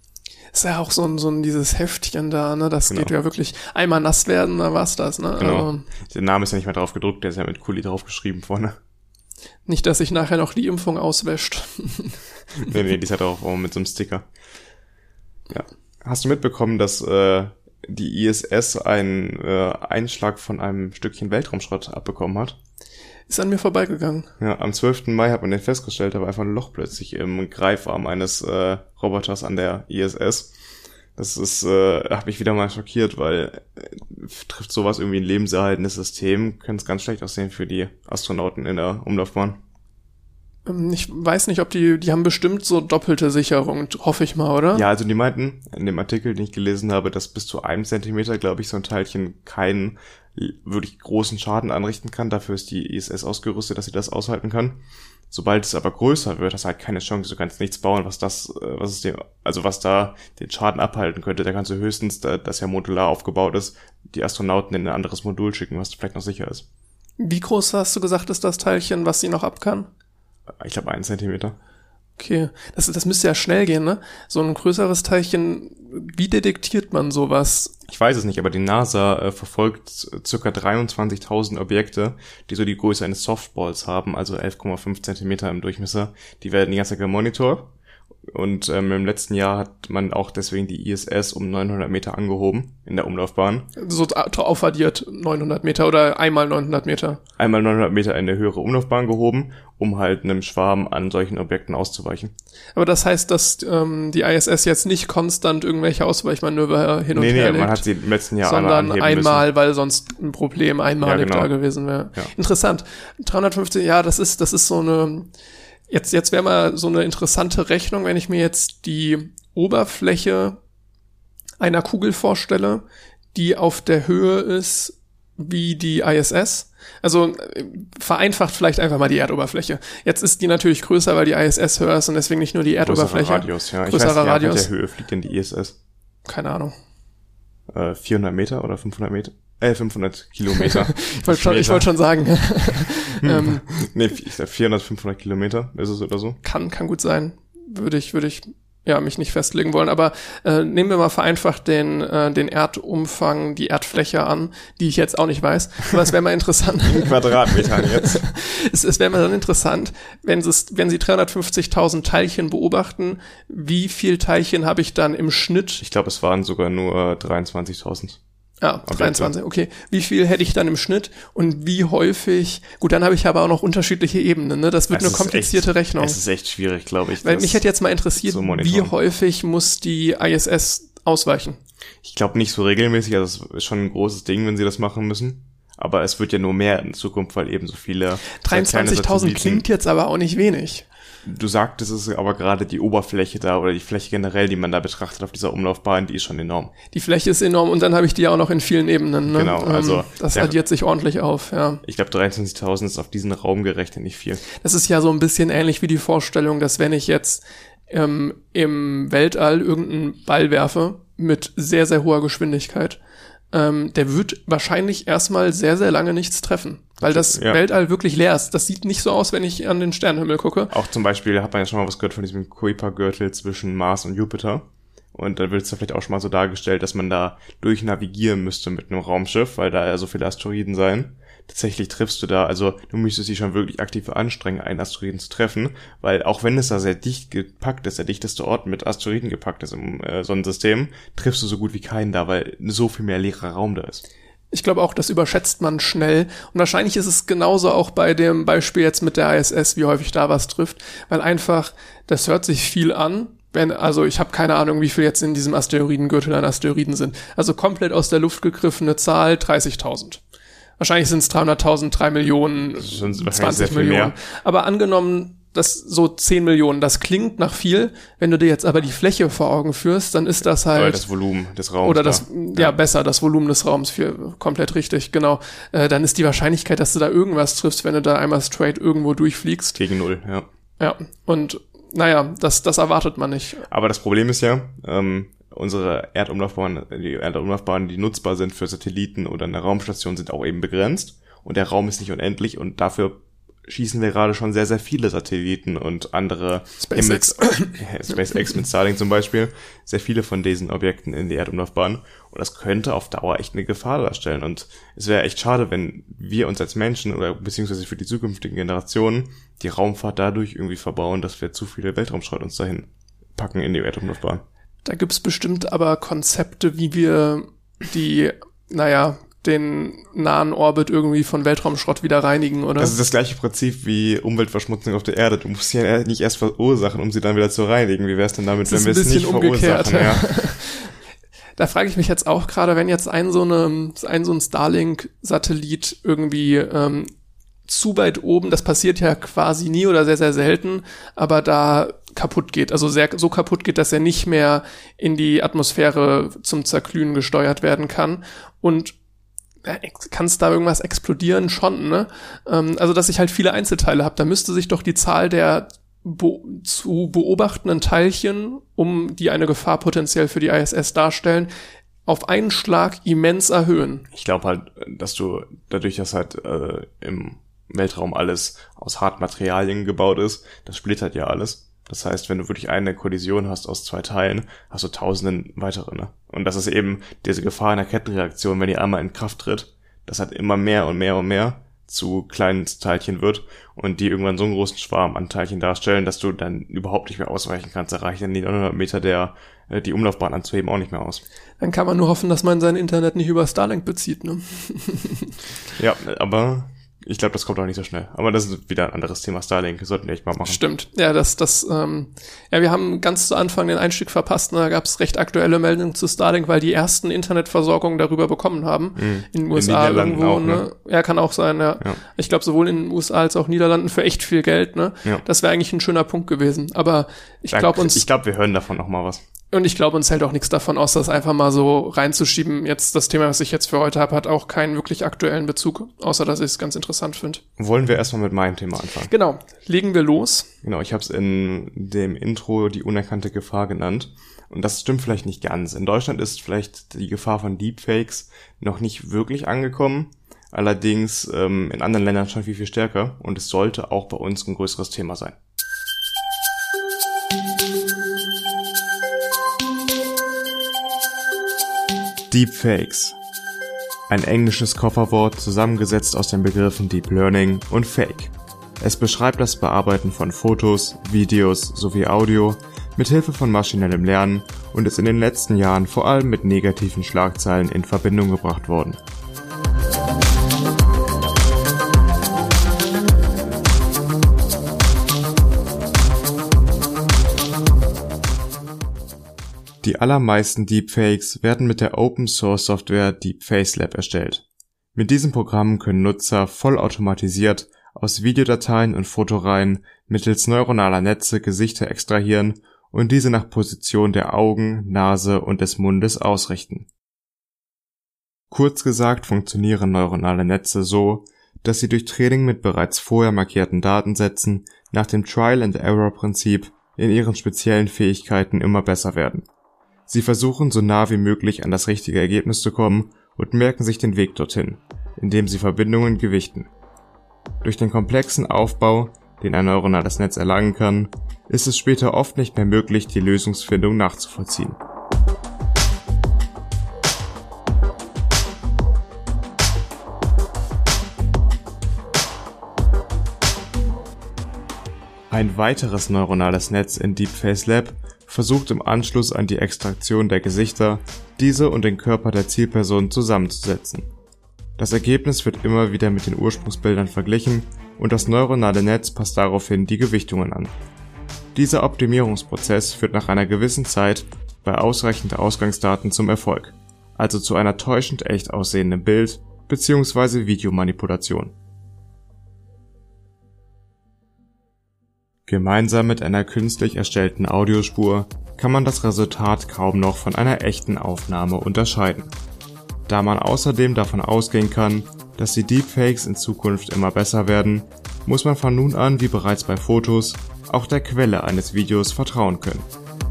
Ist ja auch so ein, so ein, dieses Heftchen da, ne, das genau. Geht ja wirklich einmal nass werden, dann war's das, ne. Genau. Also, der Name ist ja nicht mehr drauf gedruckt, der ist ja mit Kuli draufgeschrieben vorne. Nicht, dass sich nachher noch die Impfung auswäscht. nee, nee, die ist ja drauf, auch mit so einem Sticker. Ja. Hast du mitbekommen, dass, äh, die I S S einen äh, Einschlag von einem Stückchen Weltraumschrott abbekommen hat? Ist an mir vorbeigegangen. Ja, am zwölften Mai hat man den festgestellt, da war einfach ein Loch plötzlich im Greifarm eines äh, Roboters an der I S S. Das ist, äh, hat mich wieder mal schockiert, weil äh, trifft sowas irgendwie ein lebenserhaltendes System, könnte es ganz schlecht aussehen für die Astronauten in der Umlaufbahn. Ich weiß nicht, ob die, die haben bestimmt so doppelte Sicherung, hoffe ich mal, oder? Ja, also die meinten in dem Artikel, den ich gelesen habe, dass bis zu einem Zentimeter, glaube ich, so ein Teilchen keinen wirklich großen Schaden anrichten kann. Dafür ist die I S S ausgerüstet, dass sie das aushalten kann. Sobald es aber größer wird, hast du halt keine Chance, du kannst nichts bauen, was das, was es dem, also was da den Schaden abhalten könnte. Da kannst du höchstens, da das ja modular aufgebaut ist, die Astronauten in ein anderes Modul schicken, was vielleicht noch sicher ist. Wie groß hast du gesagt, ist das Teilchen, was sie noch ab kann? Ich glaube, einen Zentimeter. Okay, das, das müsste ja schnell gehen, ne? So ein größeres Teilchen, wie detektiert man sowas? Ich weiß es nicht, aber die NASA äh, verfolgt circa dreiundzwanzigtausend Objekte, die so die Größe eines Softballs haben, also elf Komma fünf Zentimeter im Durchmesser. Die werden die ganze Zeit gemonitort. Und ähm, im letzten Jahr hat man auch deswegen die I S S um neunhundert Meter angehoben in der Umlaufbahn. So aufaddiert neunhundert Meter oder einmal neunhundert Meter? Einmal neunhundert Meter in eine höhere Umlaufbahn gehoben, um halt einem Schwarm an solchen Objekten auszuweichen. Aber das heißt, dass ähm, die I S S jetzt nicht konstant irgendwelche Ausweichmanöver hin und nee, her Nee, legt, man hat sie im letzten Jahr sondern alle einmal, müssen. Weil sonst ein Problem einmalig ja, genau. da gewesen wäre. Ja. Interessant. dreihundertfünfzig, ja, das ist, das ist so eine... Jetzt, jetzt wäre mal so eine interessante Rechnung, wenn ich mir jetzt die Oberfläche einer Kugel vorstelle, die auf der Höhe ist wie die I S S. Also vereinfacht vielleicht einfach mal die Erdoberfläche. Jetzt ist die natürlich größer, weil die I S S höher ist und deswegen nicht nur die Erdoberfläche. Größerer Radius, ja. Ich Größerer weiß nicht, Radius. Mit der Höhe fliegt denn die I S S? Keine Ahnung. Äh, vierhundert Meter oder fünfhundert Meter? Äh, fünfhundert Kilometer. ich wollte schon, ich wollte schon sagen. ähm, nee, ich sag vierhundert, fünfhundert Kilometer ist es oder so. Kann, kann gut sein. Würde ich, würde ich ja, mich nicht festlegen wollen, aber äh, nehmen wir mal vereinfacht den äh, den Erdumfang, die Erdfläche an, die ich jetzt auch nicht weiß, aber es wäre mal interessant. In Quadratmetern jetzt. es es wäre mal dann interessant, wenn es wenn Sie dreihundertfünfzigtausend Teilchen beobachten, wie viel Teilchen habe ich dann im Schnitt? Ich glaube, es waren sogar nur dreiundzwanzigtausend. Ja, dreiundzwanzig, okay. Wie viel hätte ich dann im Schnitt und wie häufig? Gut, dann habe ich aber auch noch unterschiedliche Ebenen, ne? Das wird es eine komplizierte echt, Rechnung. Es ist echt schwierig, glaube ich. Weil mich hätte jetzt mal interessiert, wie häufig muss die I S S ausweichen? Ich glaube nicht so regelmäßig, also es ist schon ein großes Ding, wenn sie das machen müssen. Aber es wird ja nur mehr in Zukunft, weil eben so viele... dreiundzwanzigtausend klingt jetzt aber auch nicht wenig. Du sagtest es aber gerade, die Oberfläche da oder die Fläche generell, die man da betrachtet auf dieser Umlaufbahn, die ist schon enorm. Die Fläche ist enorm und dann habe ich die ja auch noch in vielen Ebenen. Ne? Genau, also... Ähm, das der, addiert sich ordentlich auf, ja. Ich glaube, dreiundzwanzigtausend ist auf diesen Raum gerechnet nicht viel. Das ist ja so ein bisschen ähnlich wie die Vorstellung, dass wenn ich jetzt ähm, im Weltall irgendeinen Ball werfe mit sehr, sehr hoher Geschwindigkeit, ähm, der wird wahrscheinlich erstmal sehr, sehr lange nichts treffen. Weil das ja. Weltall wirklich leer ist. Das sieht nicht so aus, wenn ich an den Sternenhimmel gucke. Auch zum Beispiel hat man ja schon mal was gehört von diesem Kuiper-Gürtel zwischen Mars und Jupiter. Und dann wird es da vielleicht auch schon mal so dargestellt, dass man da durchnavigieren müsste mit einem Raumschiff, weil da ja so viele Asteroiden seien. Tatsächlich triffst du da, also du müsstest dich schon wirklich aktiv anstrengen, einen Asteroiden zu treffen, weil auch wenn es da sehr dicht gepackt ist, der dichteste Ort mit Asteroiden gepackt ist im äh, Sonnensystem, triffst du so gut wie keinen da, weil so viel mehr leerer Raum da ist. Ich glaube auch, das überschätzt man schnell. Und wahrscheinlich ist es genauso auch bei dem Beispiel jetzt mit der I S S, wie häufig da was trifft, weil einfach, das hört sich viel an. Wenn, also ich habe keine Ahnung, wie viel jetzt in diesem Asteroidengürtel an Asteroiden sind. Also komplett aus der Luft gegriffene Zahl, dreißigtausend. Wahrscheinlich sind es dreihunderttausend, drei Millionen, zwanzig Millionen. Aber angenommen, das so zehn Millionen, das klingt nach viel. Wenn du dir jetzt aber die Fläche vor Augen führst, dann ist das halt... Oder das Volumen des Raums. Oder das, ja, ja, besser, das Volumen des Raums, für, komplett richtig, genau. Äh, dann ist die Wahrscheinlichkeit, dass du da irgendwas triffst, wenn du da einmal straight irgendwo durchfliegst. Gegen null, ja. Ja, und naja, das, das erwartet man nicht. Aber das Problem ist ja, ähm, unsere Erdumlaufbahnen, die Erdumlaufbahnen, die nutzbar sind für Satelliten oder eine Raumstation, sind auch eben begrenzt. Und der Raum ist nicht unendlich und dafür schießen wir gerade schon sehr, sehr viele Satelliten und andere SpaceX. Himmels, SpaceX mit Starlink zum Beispiel, sehr viele von diesen Objekten in die Erdumlaufbahn. Und das könnte auf Dauer echt eine Gefahr darstellen. Und es wäre echt schade, wenn wir uns als Menschen oder beziehungsweise für die zukünftigen Generationen die Raumfahrt dadurch irgendwie verbauen, dass wir zu viele Weltraumschrott uns dahin packen in die Erdumlaufbahn. Da gibt's bestimmt aber Konzepte, wie wir die, naja, den nahen Orbit irgendwie von Weltraumschrott wieder reinigen, oder? Das ist das gleiche Prinzip wie Umweltverschmutzung auf der Erde. Du musst sie ja nicht erst verursachen, um sie dann wieder zu reinigen. Wie wär's denn damit, wenn wir es nicht verursachen? Ja. Da frage ich mich jetzt auch gerade, wenn jetzt ein so eine, ein so ein Starlink-Satellit irgendwie ähm, zu weit oben, das passiert ja quasi nie oder sehr, sehr selten, aber da kaputt geht, also sehr, so kaputt geht, dass er nicht mehr in die Atmosphäre zum Zerglühen gesteuert werden kann und kann es da irgendwas explodieren? Schon, ne? Ähm, also, dass ich halt viele Einzelteile habe, da müsste sich doch die Zahl der be- zu beobachtenden Teilchen, um die eine Gefahr potenziell für die I S S darstellen, auf einen Schlag immens erhöhen. Ich glaube halt, dass du dadurch, dass halt äh, im Weltraum alles aus Hartmaterialien gebaut ist, das splittert ja alles. Das heißt, wenn du wirklich eine Kollision hast aus zwei Teilen, hast du tausende weitere, ne? Und das ist eben diese Gefahr einer Kettenreaktion, wenn die einmal in Kraft tritt, das hat immer mehr und mehr und mehr zu kleinen Teilchen wird und die irgendwann so einen großen Schwarm an Teilchen darstellen, dass du dann überhaupt nicht mehr ausweichen kannst. Da reicht dann die neunhundert Meter der, die Umlaufbahn anzuheben auch nicht mehr aus. Dann kann man nur hoffen, dass man sein Internet nicht über Starlink bezieht, ne? Ja, aber ich glaube, das kommt auch nicht so schnell. Aber das ist wieder ein anderes Thema. Starlink sollten wir echt mal machen. Stimmt. Ja, das, das, ähm, ja, wir haben ganz zu Anfang den Einstieg verpasst. Ne? Da gab es recht aktuelle Meldungen zu Starlink, weil die ersten Internetversorgungen darüber bekommen haben. Mhm. In den U S A in irgendwo, auch, ne? ne? Ja, kann auch sein, ja. ja. Ich glaube, sowohl in den U S A als auch Niederlanden für echt viel Geld, ne? Ja. Das wäre eigentlich ein schöner Punkt gewesen. Aber ich glaube uns. Ich glaube, wir hören davon noch mal was. Und ich glaube, uns hält auch nichts davon aus, das einfach mal so reinzuschieben. Jetzt das Thema, was ich jetzt für heute habe, hat auch keinen wirklich aktuellen Bezug, außer dass ich es ganz interessant finde. Wollen wir erstmal mit meinem Thema anfangen? Genau, legen wir los. Genau, ich habe es in dem Intro die unerkannte Gefahr genannt. Und das stimmt vielleicht nicht ganz. In Deutschland ist vielleicht die Gefahr von Deepfakes noch nicht wirklich angekommen. Allerdings ähm, in anderen Ländern schon viel, viel stärker. Und es sollte auch bei uns ein größeres Thema sein. Deepfakes. Ein englisches Kofferwort, zusammengesetzt aus den Begriffen Deep Learning und Fake. Es beschreibt das Bearbeiten von Fotos, Videos sowie Audio mit Hilfe von maschinellem Lernen und ist in den letzten Jahren vor allem mit negativen Schlagzeilen in Verbindung gebracht worden. Die allermeisten Deepfakes werden mit der Open-Source-Software DeepFaceLab erstellt. Mit diesem Programm können Nutzer vollautomatisiert aus Videodateien und Fotoreihen mittels neuronaler Netze Gesichter extrahieren und diese nach Position der Augen, Nase und des Mundes ausrichten. Kurz gesagt funktionieren neuronale Netze so, dass sie durch Training mit bereits vorher markierten Datensätzen nach dem Trial-and-Error-Prinzip in ihren speziellen Fähigkeiten immer besser werden. Sie versuchen so nah wie möglich an das richtige Ergebnis zu kommen und merken sich den Weg dorthin, indem sie Verbindungen gewichten. Durch den komplexen Aufbau, den ein neuronales Netz erlangen kann, ist es später oft nicht mehr möglich, die Lösungsfindung nachzuvollziehen. Ein weiteres neuronales Netz in DeepFaceLab versucht im Anschluss an die Extraktion der Gesichter, diese und den Körper der Zielperson zusammenzusetzen. Das Ergebnis wird immer wieder mit den Ursprungsbildern verglichen und das neuronale Netz passt daraufhin die Gewichtungen an. Dieser Optimierungsprozess führt nach einer gewissen Zeit bei ausreichend Ausgangsdaten zum Erfolg, also zu einer täuschend echt aussehenden Bild- bzw. Videomanipulation. Gemeinsam mit einer künstlich erstellten Audiospur kann man das Resultat kaum noch von einer echten Aufnahme unterscheiden. Da man außerdem davon ausgehen kann, dass die Deepfakes in Zukunft immer besser werden, muss man von nun an, wie bereits bei Fotos, auch der Quelle eines Videos vertrauen können.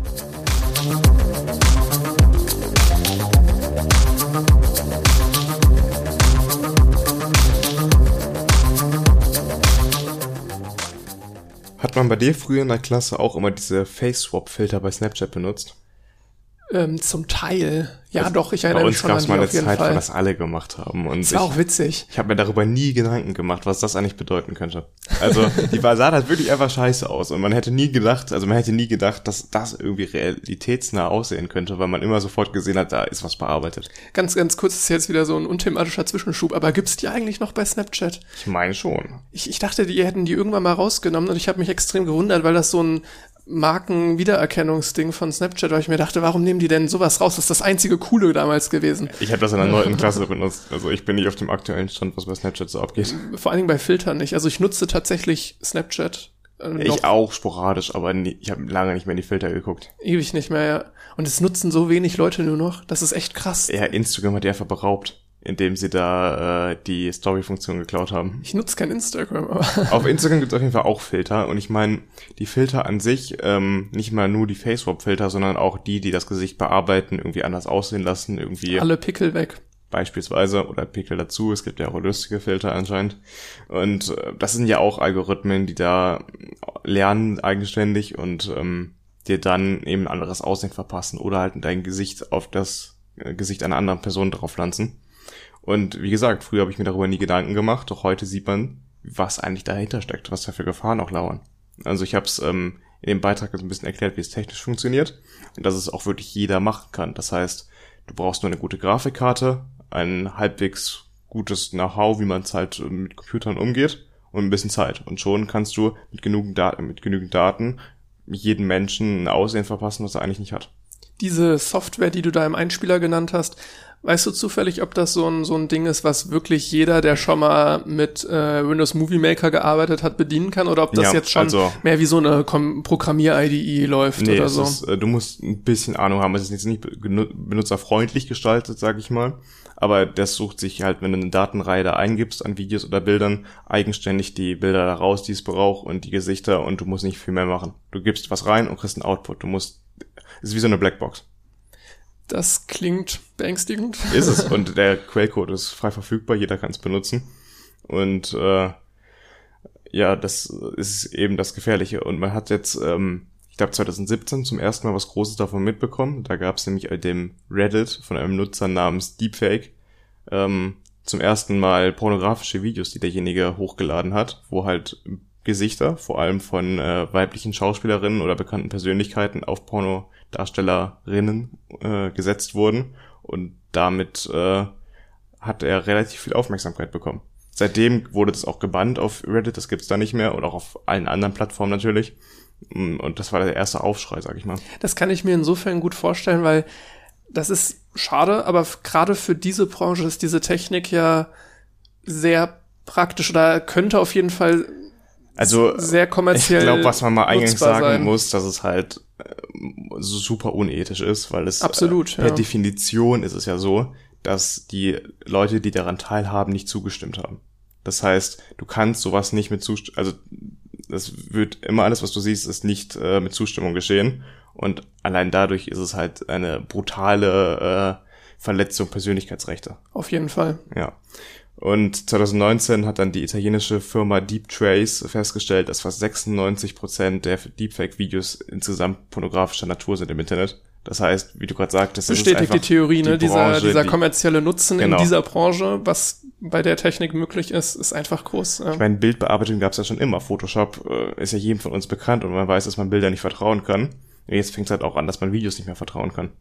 Hat man bei dir früher in der Klasse auch immer diese Face-Swap-Filter bei Snapchat benutzt? Ähm, zum Teil. Ja, also doch, ich erinnere mich schon an die mal eine auf jeden Zeit, Fall. wo das alle gemacht haben. Und das war ich, auch witzig. Ich habe mir darüber nie Gedanken gemacht, was das eigentlich bedeuten könnte. Also die sah halt wirklich einfach scheiße aus und man hätte nie gedacht, also man hätte nie gedacht, dass das irgendwie realitätsnah aussehen könnte, weil man immer sofort gesehen hat, da ist was bearbeitet. Ganz, ganz kurz, das ist jetzt wieder so ein unthematischer Zwischenschub, aber gibt's die eigentlich noch bei Snapchat? Ich meine schon. Ich, ich dachte, die hätten die irgendwann mal rausgenommen und ich habe mich extrem gewundert, weil das so ein Markenwiedererkennungsding von Snapchat, weil ich mir dachte, warum nehmen die denn sowas raus? Das ist das einzige Coole damals gewesen. Ich habe das in der neunten Klasse benutzt, also ich bin nicht auf dem aktuellen Stand, was bei Snapchat so abgeht. Vor allen Dingen bei Filtern nicht. Also ich nutze tatsächlich Snapchat. Äh, ich auch sporadisch, aber nie, ich habe lange nicht mehr in die Filter geguckt. Ewig nicht mehr, ja. Und es nutzen so wenig Leute nur noch. Das ist echt krass. Ja, Instagram hat die einfach beraubt, indem sie da äh, die Story-Funktion geklaut haben. Ich nutze kein Instagram, aber auf Instagram gibt es auf jeden Fall auch Filter und ich meine, die Filter an sich, ähm, nicht mal nur die Face-Swap-Filter, sondern auch die, die das Gesicht bearbeiten, irgendwie anders aussehen lassen, irgendwie alle Pickel weg. Beispielsweise, oder Pickel dazu, es gibt ja auch lustige Filter anscheinend. Und äh, das sind ja auch Algorithmen, die da lernen eigenständig und ähm, dir dann eben ein anderes Aussehen verpassen oder halt dein Gesicht auf das äh, Gesicht einer anderen Person draufpflanzen. Und wie gesagt, früher habe ich mir darüber nie Gedanken gemacht, doch heute sieht man, was eigentlich dahinter steckt, was da für Gefahren auch lauern. Also ich habe es ähm, in dem Beitrag so ein bisschen erklärt, wie es technisch funktioniert und dass es auch wirklich jeder machen kann. Das heißt, du brauchst nur eine gute Grafikkarte, ein halbwegs gutes Know-how, wie man es halt mit Computern umgeht und ein bisschen Zeit. Und schon kannst du mit genügend Daten, mit genügend Daten jedem Menschen ein Aussehen verpassen, was er eigentlich nicht hat. Diese Software, die du da im Einspieler genannt hast, weißt du zufällig, ob das so ein so ein Ding ist, was wirklich jeder, der schon mal mit äh, Windows Movie Maker gearbeitet hat, bedienen kann? Oder ob das ja, jetzt schon also, mehr wie so eine Programmier-I D E läuft nee, oder es so? Ist, äh, du musst ein bisschen Ahnung haben. Es ist jetzt nicht benutzerfreundlich gestaltet, sag ich mal. Aber das sucht sich halt, wenn du eine Datenreihe da eingibst an Videos oder Bildern, eigenständig die Bilder da raus, die es braucht und die Gesichter und du musst nicht viel mehr machen. Du gibst was rein und kriegst einen Output. Du musst, es ist wie so eine Blackbox. Das klingt beängstigend. Ist es. Und der Quellcode ist frei verfügbar, jeder kann es benutzen. Und äh, ja, das ist eben das Gefährliche. Und man hat jetzt, ähm, ich glaube zwanzig siebzehn zum ersten Mal was Großes davon mitbekommen. Da gab es nämlich dem Reddit von einem Nutzer namens Deepfake ähm, zum ersten Mal pornografische Videos, die derjenige hochgeladen hat, wo halt Gesichter, vor allem von äh, weiblichen Schauspielerinnen oder bekannten Persönlichkeiten auf Pornodarstellerinnen äh, gesetzt wurden. Und damit äh, hat er relativ viel Aufmerksamkeit bekommen. Seitdem wurde das auch gebannt auf Reddit, das gibt's da nicht mehr, und auch auf allen anderen Plattformen natürlich. Und das war der erste Aufschrei, sag ich mal. Das kann ich mir insofern gut vorstellen, weil das ist schade, aber gerade für diese Branche ist diese Technik ja sehr praktisch oder könnte auf jeden Fall also, sehr kommerziell ich glaube, was man mal eingangs sagen sein. muss, dass es halt so super unethisch ist, weil es Absolut, äh, per ja. Definition ist es ja so, dass die Leute, die daran teilhaben, nicht zugestimmt haben. Das heißt, du kannst sowas nicht mit Zustimmung, also das wird immer alles, was du siehst, ist nicht äh, mit Zustimmung geschehen. Und allein dadurch ist es halt eine brutale äh, Verletzung Persönlichkeitsrechte. Auf jeden Fall. Ja. Und zwanzig neunzehn hat dann die italienische Firma Deep Trace festgestellt, dass fast sechsundneunzig Prozent der Deepfake-Videos insgesamt pornografischer Natur sind im Internet. Das heißt, wie du gerade sagtest, bestätigt die Theorie, ne? Die dieser, Branche, dieser die, kommerzielle Nutzen genau. in dieser Branche, was bei der Technik möglich ist, ist einfach groß. Ja. Ich meine, Bildbearbeitung gab es ja schon immer. Photoshop äh, ist ja jedem von uns bekannt und man weiß, dass man Bilder nicht vertrauen kann. Und jetzt fängt es halt auch an, dass man Videos nicht mehr vertrauen kann.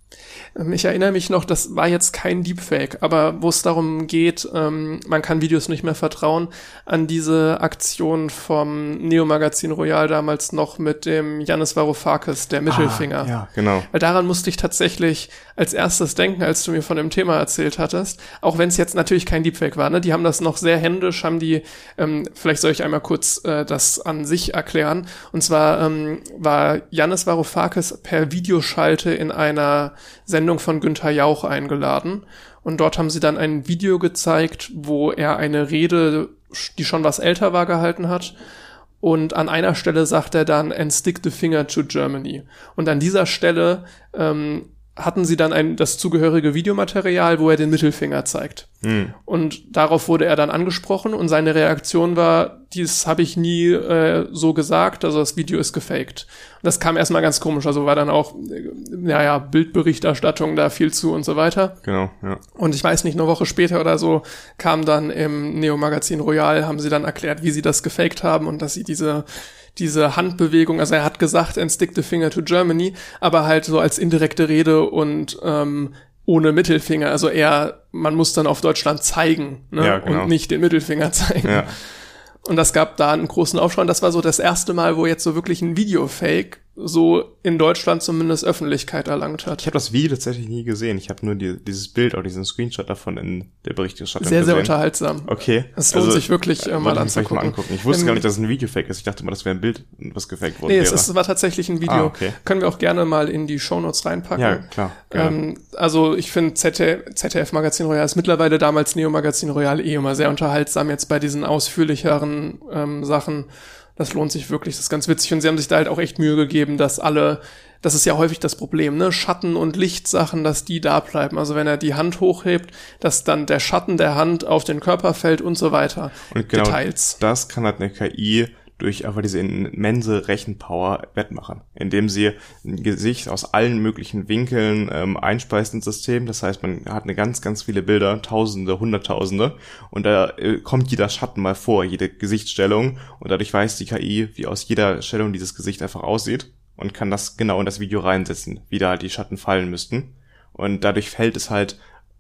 Ich erinnere mich noch, das war jetzt kein Deepfake, aber wo es darum geht, ähm, man kann Videos nicht mehr vertrauen, an diese Aktion vom Neo-Magazin Royal damals noch mit dem Yannis Varoufakis, der Mittelfinger. Ah, ja, genau. Weil daran musste ich tatsächlich als erstes denken, als du mir von dem Thema erzählt hattest, auch wenn es jetzt natürlich kein Deepfake war, ne? Die haben das noch sehr händisch, haben die, ähm, vielleicht soll ich einmal kurz äh, das an sich erklären, und zwar ähm, war Yannis Varoufakis per Videoschalte in einer Sendung von Günther Jauch eingeladen und dort haben sie dann ein Video gezeigt, wo er eine Rede, die schon was älter war, gehalten hat und an einer Stelle sagt er dann "and stick the finger to Germany" und an dieser Stelle ähm, hatten sie dann ein das zugehörige Videomaterial, wo er den Mittelfinger zeigt. Hm. Und darauf wurde er dann angesprochen und seine Reaktion war, dies habe ich nie äh, so gesagt, also das Video ist gefaked. Und das kam erstmal ganz komisch, also war dann auch, äh, naja, Bildberichterstattung da viel zu und so weiter. Genau, ja. Und ich weiß nicht, eine Woche später oder so kam dann im Neo-Magazin Royal, haben sie dann erklärt, wie sie das gefaked haben und dass sie diese diese Handbewegung, also er hat gesagt, and stick the finger to Germany, aber halt so als indirekte Rede und ähm, ohne Mittelfinger, also eher, man muss dann auf Deutschland zeigen, ne? Ja, genau. Und nicht den Mittelfinger zeigen. Ja. Und das gab da einen großen Aufschrei. Und das war so das erste Mal, wo jetzt so wirklich ein Videofake so in Deutschland zumindest Öffentlichkeit erlangt hat. Ich habe das Video tatsächlich nie gesehen. Ich habe nur die, dieses Bild, auch diesen Screenshot davon in der Berichterstattung sehr, gesehen. Sehr unterhaltsam. Okay. Es lohnt also, sich wirklich äh, mal anzugucken. Mal angucken. Ich wusste ähm, gar nicht, dass es ein Videofake ist. Ich dachte mal, das wäre ein Bild, was gefaked wurde. Nee, wäre. es ist, war tatsächlich ein Video. Ah, okay. Können wir auch gerne mal in die Shownotes reinpacken. Ja, klar. Ähm, also ich finde Z D F-Magazin Royal ist mittlerweile damals Neo-Magazin Royal eh immer sehr unterhaltsam, jetzt bei diesen ausführlicheren ähm, Sachen. Das lohnt sich wirklich, das ist ganz witzig. Und sie haben sich da halt auch echt Mühe gegeben, dass alle, das ist ja häufig das Problem, ne, Schatten- und Lichtsachen, dass die da bleiben. Also wenn er die Hand hochhebt, dass dann der Schatten der Hand auf den Körper fällt und so weiter. Und genau Details. Das kann halt eine K I durch einfach diese immense Rechenpower wettmachen, indem sie ein Gesicht aus allen möglichen Winkeln ähm, einspeist ins System. Das heißt, man hat eine ganz, ganz viele Bilder, Tausende, Hunderttausende, und da äh, kommt jeder Schatten mal vor, jede Gesichtsstellung, und dadurch weiß die K I, wie aus jeder Stellung dieses Gesicht einfach aussieht und kann das genau in das Video reinsetzen, wie da halt die Schatten fallen müssten. Und dadurch fällt es halt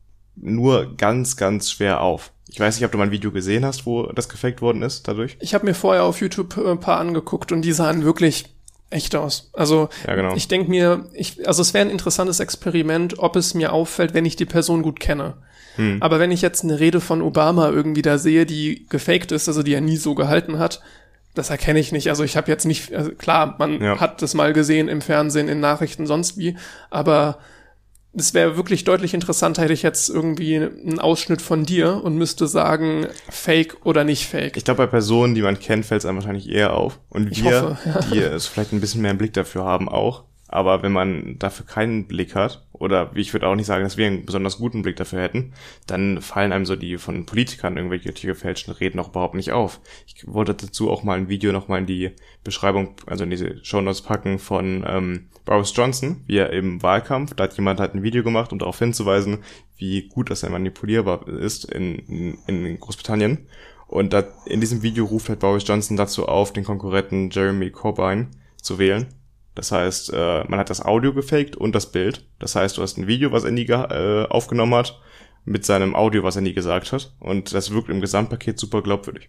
nur ganz, ganz schwer auf. Ich weiß nicht, ob du mal ein Video gesehen hast, wo das gefaked worden ist dadurch. Ich habe mir vorher auf YouTube ein paar angeguckt und die sahen wirklich echt aus. Also ja, genau. Ich denke mir, ich, also es wäre ein interessantes Experiment, ob es mir auffällt, wenn ich die Person gut kenne. Hm. Aber wenn ich jetzt eine Rede von Obama irgendwie da sehe, die gefaked ist, also die er nie so gehalten hat, das erkenne ich nicht. Also ich habe jetzt nicht, also klar, man ja. hat das mal gesehen im Fernsehen, in Nachrichten, sonst wie, aber es wäre wirklich deutlich interessanter, hätte ich jetzt irgendwie einen Ausschnitt von dir und müsste sagen, fake oder nicht fake. Ich glaube, bei Personen, die man kennt, fällt es einem wahrscheinlich eher auf. Und ich wir, hoffe, ja. die es vielleicht ein bisschen mehr einen Blick dafür haben auch, Aber wenn man dafür keinen Blick hat, oder ich würde auch nicht sagen, dass wir einen besonders guten Blick dafür hätten, dann fallen einem so die von Politikern irgendwelche gefälschten Reden auch überhaupt nicht auf. Ich wollte dazu auch mal ein Video nochmal in die Beschreibung, also in diese Shownotes packen von ähm, Boris Johnson, wie er im Wahlkampf, da hat jemand halt ein Video gemacht, um darauf hinzuweisen, wie gut das er manipulierbar ist in, in, in Großbritannien. Und da, in diesem Video ruft halt Boris Johnson dazu auf, den Konkurrenten Jeremy Corbyn zu wählen. Das heißt, äh, man hat das Audio gefaked und das Bild. Das heißt, du hast ein Video, was er nie äh, aufgenommen hat, mit seinem Audio, was er nie gesagt hat. Und das wirkt im Gesamtpaket super glaubwürdig.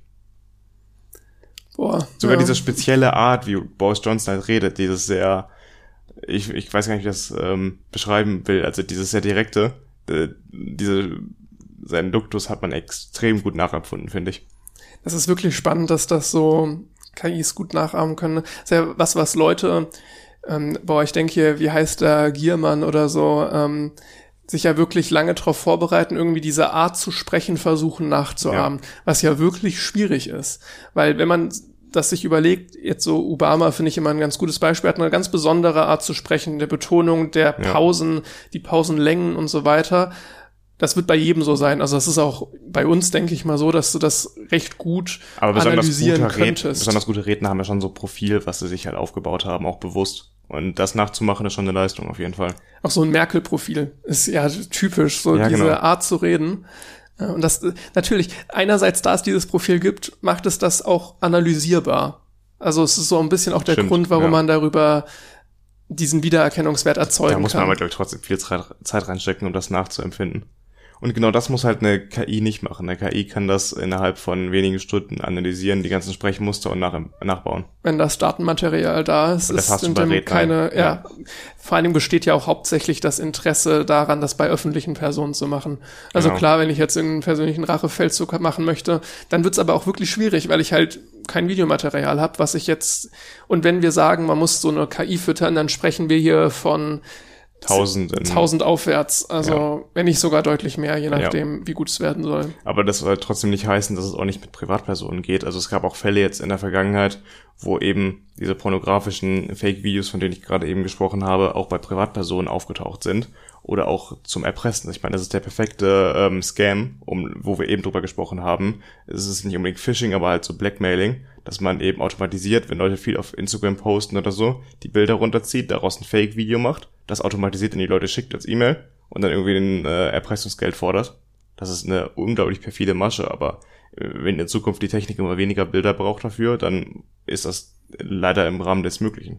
Boah, Sogar ja. diese spezielle Art, wie Boris Johnson halt redet, dieses sehr, ich ich weiß gar nicht, wie ich das ähm, beschreiben will, also dieses sehr direkte, äh, diese, seinen Duktus hat man extrem gut nachempfunden, finde ich. Das ist wirklich spannend, dass das so K Is gut nachahmen können. Das ist ja was, was Leute, ähm, boah, ich denke hier, wie heißt der, Giermann oder so, ähm, sich ja wirklich lange darauf vorbereiten, irgendwie diese Art zu sprechen versuchen nachzuahmen, ja. Was ja wirklich schwierig ist. Weil wenn man das sich überlegt, jetzt so Obama finde ich immer ein ganz gutes Beispiel, hat eine ganz besondere Art zu sprechen, der Betonung der Pausen, ja. Die Pausenlängen und so weiter. Das wird bei jedem so sein. Also das ist auch bei uns, denke ich mal, so, dass du das recht gut Aber besonders analysieren gute könntest. Red, besonders gute Redner haben ja schon so Profil, was sie sich halt aufgebaut haben, auch bewusst. Und das nachzumachen ist schon eine Leistung auf jeden Fall. Auch so ein Merkel-Profil ist ja typisch, so ja, diese genau. Art zu reden. Und das natürlich, einerseits, da es dieses Profil gibt, macht es das auch analysierbar. Also es ist so ein bisschen auch der Stimmt, Grund, warum ja. man darüber diesen Wiedererkennungswert erzeugen kann. Da muss man kann. aber, glaube ich, trotzdem viel Zeit reinstecken, um das nachzuempfinden. Und genau das muss halt eine K I nicht machen. Eine K I kann das innerhalb von wenigen Stunden analysieren, die ganzen Sprechmuster und nach, nachbauen. Wenn das Datenmaterial da ist, ist sind dem keine, ja, ja. Vor allem besteht ja auch hauptsächlich das Interesse daran, das bei öffentlichen Personen zu machen. Also genau. Klar, wenn ich jetzt einen persönlichen Rachefeldzug machen möchte, dann wird's aber auch wirklich schwierig, weil ich halt kein Videomaterial habe, was ich jetzt, und wenn wir sagen, man muss so eine K I füttern, dann sprechen wir hier von Tausenden. Tausend aufwärts, also ja. Wenn nicht sogar deutlich mehr, je nachdem, ja. Wie gut es werden soll. Aber das soll trotzdem nicht heißen, dass es auch nicht mit Privatpersonen geht. Also es gab auch Fälle jetzt in der Vergangenheit, wo eben diese pornografischen Fake-Videos, von denen ich gerade eben gesprochen habe, auch bei Privatpersonen aufgetaucht sind oder auch zum Erpressen. Ich meine, das ist der perfekte ähm, Scam, um wo wir eben drüber gesprochen haben. Es ist nicht unbedingt Phishing, aber halt so Blackmailing, dass man eben automatisiert, wenn Leute viel auf Instagram posten oder so, die Bilder runterzieht, daraus ein Fake-Video macht, das automatisiert in die Leute schickt als E-Mail und dann irgendwie ein äh, Erpressungsgeld fordert. Das ist eine unglaublich perfide Masche, aber äh, wenn in Zukunft die Technik immer weniger Bilder braucht dafür, dann ist das leider im Rahmen des Möglichen.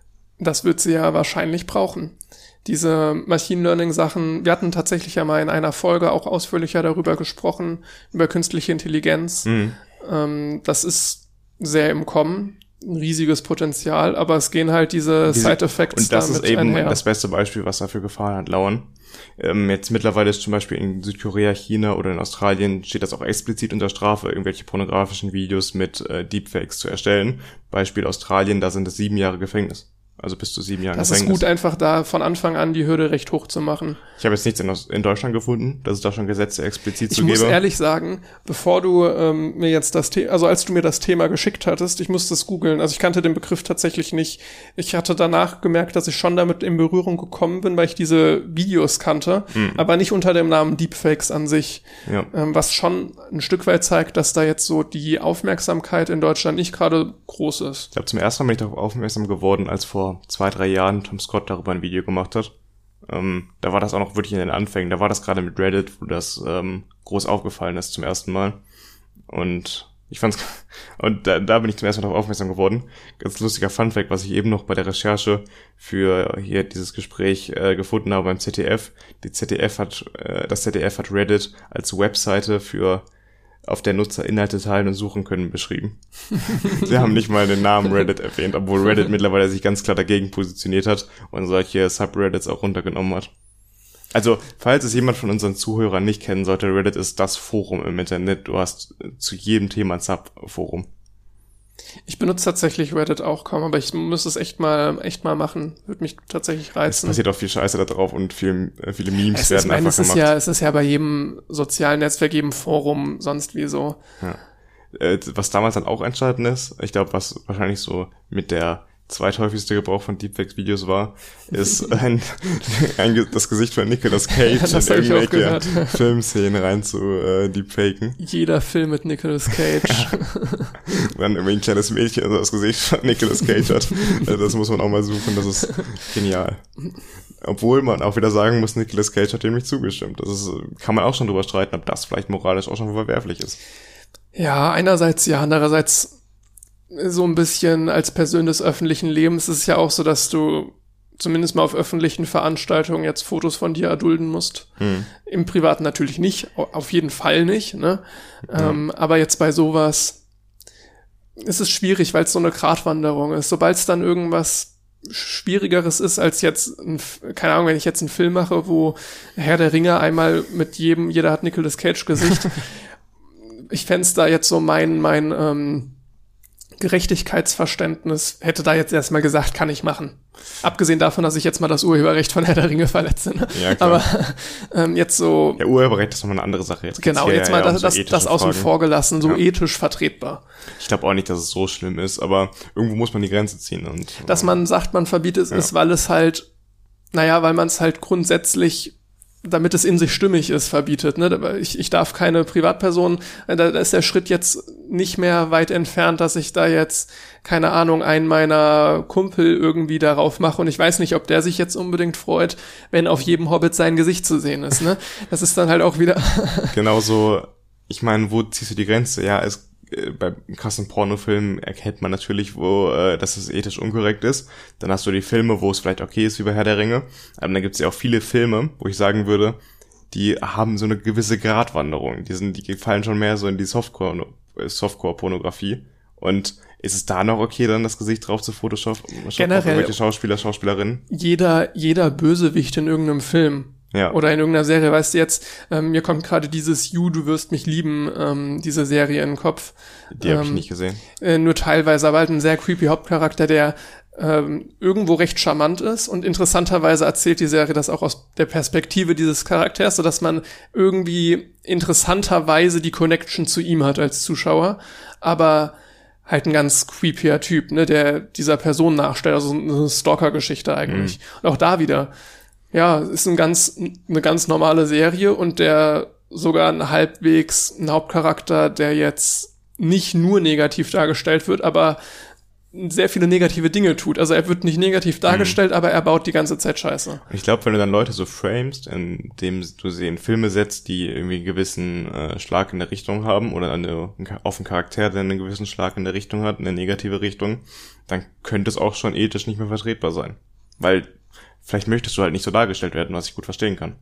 Das wird sie ja wahrscheinlich brauchen. Diese Machine Learning Sachen, wir hatten tatsächlich ja mal in einer Folge auch ausführlicher darüber gesprochen, über künstliche Intelligenz. Mhm. Ähm, das ist sehr im Kommen, ein riesiges Potenzial, aber es gehen halt diese, diese Side-Effects und das damit ist eben einher. Das beste Beispiel, was dafür Gefahren hat, lauern. Ähm, jetzt mittlerweile ist zum Beispiel in Südkorea, China oder in Australien steht das auch explizit unter Strafe, irgendwelche pornografischen Videos mit äh, Deepfakes zu erstellen. Beispiel Australien, da sind es sieben Jahre Gefängnis. Also bis zu sieben Jahren das Gefängnis. Das ist gut, einfach da von Anfang an die Hürde recht hoch zu machen. Ich habe jetzt nichts in, in Deutschland gefunden, dass es da schon Gesetze explizit zu gebe. Ich muss gebe. ehrlich sagen, bevor du ähm, mir jetzt das Thema, also als du mir das Thema geschickt hattest, ich musste es googeln. Also ich kannte den Begriff tatsächlich nicht. Ich hatte danach gemerkt, dass ich schon damit in Berührung gekommen bin, weil ich diese Videos kannte, mhm. aber nicht unter dem Namen Deepfakes an sich. Ja. Ähm, was schon ein Stück weit zeigt, dass da jetzt so die Aufmerksamkeit in Deutschland nicht gerade groß ist. Ich glaube, zum ersten Mal bin ich darauf aufmerksam geworden, als vor zwei, drei Jahren Tom Scott darüber ein Video gemacht hat. Ähm, da war das auch noch wirklich in den Anfängen. Da war das gerade mit Reddit, wo das ähm, groß aufgefallen ist zum ersten Mal. Und ich fand's, und da, da bin ich zum ersten Mal darauf aufmerksam geworden. Ganz lustiger Funfact, was ich eben noch bei der Recherche für hier dieses Gespräch äh, gefunden habe beim Z D F. Die Z D F hat, äh, das Z D F hat Reddit als Webseite für auf der Nutzer Inhalte teilen und suchen können beschrieben. Sie haben nicht mal den Namen Reddit erwähnt, obwohl Reddit mittlerweile sich ganz klar dagegen positioniert hat und solche Subreddits auch runtergenommen hat. Also, falls es jemand von unseren Zuhörern nicht kennen sollte, Reddit ist das Forum im Internet. Du hast zu jedem Thema ein Subforum. Ich benutze tatsächlich Reddit auch kaum, aber ich muss es echt mal echt mal machen. Würde mich tatsächlich reizen. Es passiert auch viel Scheiße da drauf und viel, viele Memes es werden ist, meine, einfach es ist gemacht. Ja, es ist ja bei jedem sozialen Netzwerk, jedem Forum, sonst wie so. Ja. Was damals dann auch entscheidend ist, ich glaube, was wahrscheinlich so mit der zweithäufigste Gebrauch von Deepfake-Videos war, ist ein, ein das Gesicht von Nicolas Cage das in irgendwelche Filmszenen rein zu äh, deepfaken. Jeder Film mit Nicolas Cage. Wenn irgendwie ein kleines Mädchen also das Gesicht von Nicolas Cage hat. Also das muss man auch mal suchen, das ist genial. Obwohl man auch wieder sagen muss, Nicolas Cage hat dem nicht zugestimmt. Das ist, kann man auch schon drüber streiten, ob das vielleicht moralisch auch schon verwerflich ist. Ja, einerseits ja, andererseits so ein bisschen als Person des öffentlichen Lebens ist es ja auch so, dass du zumindest mal auf öffentlichen Veranstaltungen jetzt Fotos von dir erdulden musst. Hm. Im Privaten natürlich nicht, auf jeden Fall nicht, ne? Ja. Ähm, aber jetzt bei sowas ist es schwierig, weil es so eine Gratwanderung ist. Sobald es dann irgendwas Schwierigeres ist als jetzt, ein, keine Ahnung, wenn ich jetzt einen Film mache, wo Herr der Ringe einmal mit jedem, jeder hat Nicolas Cage Gesicht. Ich fänd's da jetzt so mein, mein, ähm, Gerechtigkeitsverständnis hätte da jetzt erstmal gesagt, kann ich machen. Abgesehen davon, dass ich jetzt mal das Urheberrecht von Herr der Ringe verletze. Ne? Ja, klar. Aber ähm, jetzt so... Ja, Urheberrecht ist nochmal eine andere Sache. Jetzt genau, jetzt ja, mal ja, das, um so das, das außen vor gelassen, so ja. ethisch vertretbar. Ich glaube auch nicht, dass es so schlimm ist, aber irgendwo muss man die Grenze ziehen. Und dass man sagt, man verbietet es, ja. ist, weil es halt, naja, weil man es halt grundsätzlich, damit es in sich stimmig ist, verbietet. Ne? Ich, ich darf keine Privatperson, da, da ist der Schritt jetzt nicht mehr weit entfernt, dass ich da jetzt, keine Ahnung, einen meiner Kumpel irgendwie darauf mache und ich weiß nicht, ob der sich jetzt unbedingt freut, wenn auf jedem Hobbit sein Gesicht zu sehen ist. Ne? Das ist dann halt auch wieder... Genauso, ich meine, wo ziehst du die Grenze? Ja, es bei krassen Pornofilmen erkennt man natürlich, wo äh, dass es ethisch unkorrekt ist. Dann hast du die Filme, wo es vielleicht okay ist, wie bei Herr der Ringe. Aber dann gibt es ja auch viele Filme, wo ich sagen würde, die haben so eine gewisse Gratwanderung. Die sind, die fallen schon mehr so in die Softcore, Softcore-Pornografie. Und ist es da noch okay, dann das Gesicht drauf zu photoshoppen? Generell. Welche Schauspieler, Schauspielerinnen? Jeder, jeder Bösewicht in irgendeinem Film. Ja. Oder in irgendeiner Serie, weißt du jetzt, ähm, mir kommt gerade dieses You, du wirst mich lieben, ähm, diese Serie in den Kopf. Die habe ähm, ich nicht gesehen. Äh, nur teilweise, aber halt ein sehr creepy Hauptcharakter, der ähm, irgendwo recht charmant ist und interessanterweise erzählt die Serie das auch aus der Perspektive dieses Charakters, sodass man irgendwie interessanterweise die Connection zu ihm hat als Zuschauer, aber halt ein ganz creepier Typ, ne, der dieser Person nachstellt, also eine Stalker-Geschichte eigentlich. Mhm. Und auch da wieder, ja, ist ein ganz, eine ganz normale Serie und der sogar ein halbwegs ein Hauptcharakter, der jetzt nicht nur negativ dargestellt wird, aber sehr viele negative Dinge tut. Also er wird nicht negativ dargestellt, mhm. aber er baut die ganze Zeit Scheiße. Ich glaube, wenn du dann Leute so framest, indem du sie in Filme setzt, die irgendwie einen gewissen äh, Schlag in der Richtung haben oder eine, auf einen Charakter, der einen gewissen Schlag in der Richtung hat, eine negative Richtung, dann könnte es auch schon ethisch nicht mehr vertretbar sein. Weil vielleicht möchtest du halt nicht so dargestellt werden, was ich gut verstehen kann.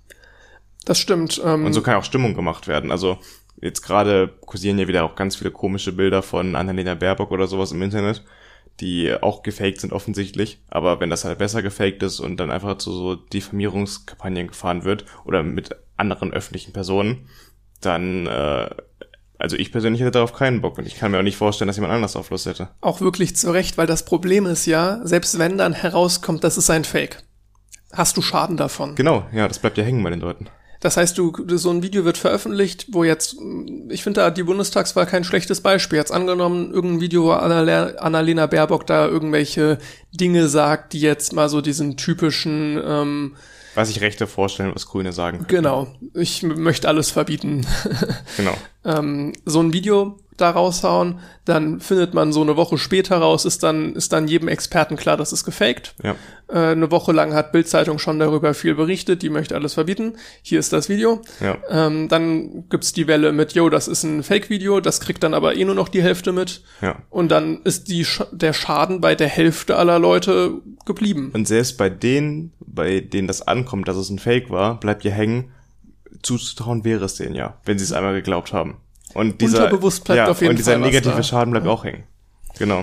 Das stimmt. Ähm, Und so kann auch Stimmung gemacht werden. Also jetzt gerade kursieren ja wieder auch ganz viele komische Bilder von Annalena Baerbock oder sowas im Internet, die auch gefaked sind offensichtlich. Aber wenn das halt besser gefaked ist und dann einfach zu so Diffamierungskampagnen gefahren wird oder mit anderen öffentlichen Personen, dann... äh Also ich persönlich hätte darauf keinen Bock und ich kann mir auch nicht vorstellen, dass jemand anders darauf Lust hätte. Auch wirklich zu Recht, weil das Problem ist ja, selbst wenn dann herauskommt, das ist ein Fake, hast du Schaden davon. Genau, ja, das bleibt ja hängen bei den Leuten. Das heißt, du, so ein Video wird veröffentlicht, wo jetzt, ich finde da die Bundestagswahl kein schlechtes Beispiel. Jetzt angenommen, irgendein Video, wo Annalena Baerbock da irgendwelche Dinge sagt, die jetzt mal so diesen typischen... ähm, was sich Rechte vorstellen, was Grüne sagen können. Genau. Ich möchte alles verbieten. Genau. ähm, so ein Video da raushauen, dann findet man so eine Woche später raus, ist dann ist dann jedem Experten klar, das ist gefaked. Ja. Äh, eine Woche lang hat Bild-Zeitung schon darüber viel berichtet, die möchte alles verbieten. Hier ist das Video. Ja. Ähm, dann gibt's die Welle mit, yo, das ist ein Fake-Video, das kriegt dann aber eh nur noch die Hälfte mit. Ja. Und dann ist die Sch- der Schaden bei der Hälfte aller Leute geblieben. Und selbst bei denen, bei denen das ankommt, dass es ein Fake war, bleibt ja hängen, zuzutrauen wäre es denen ja, wenn sie es einmal geglaubt haben. Und dieser, Unterbewusst bleibt ja, auf jeden und dieser Fall was negative da. Schaden bleibt ja. auch hängen. Genau.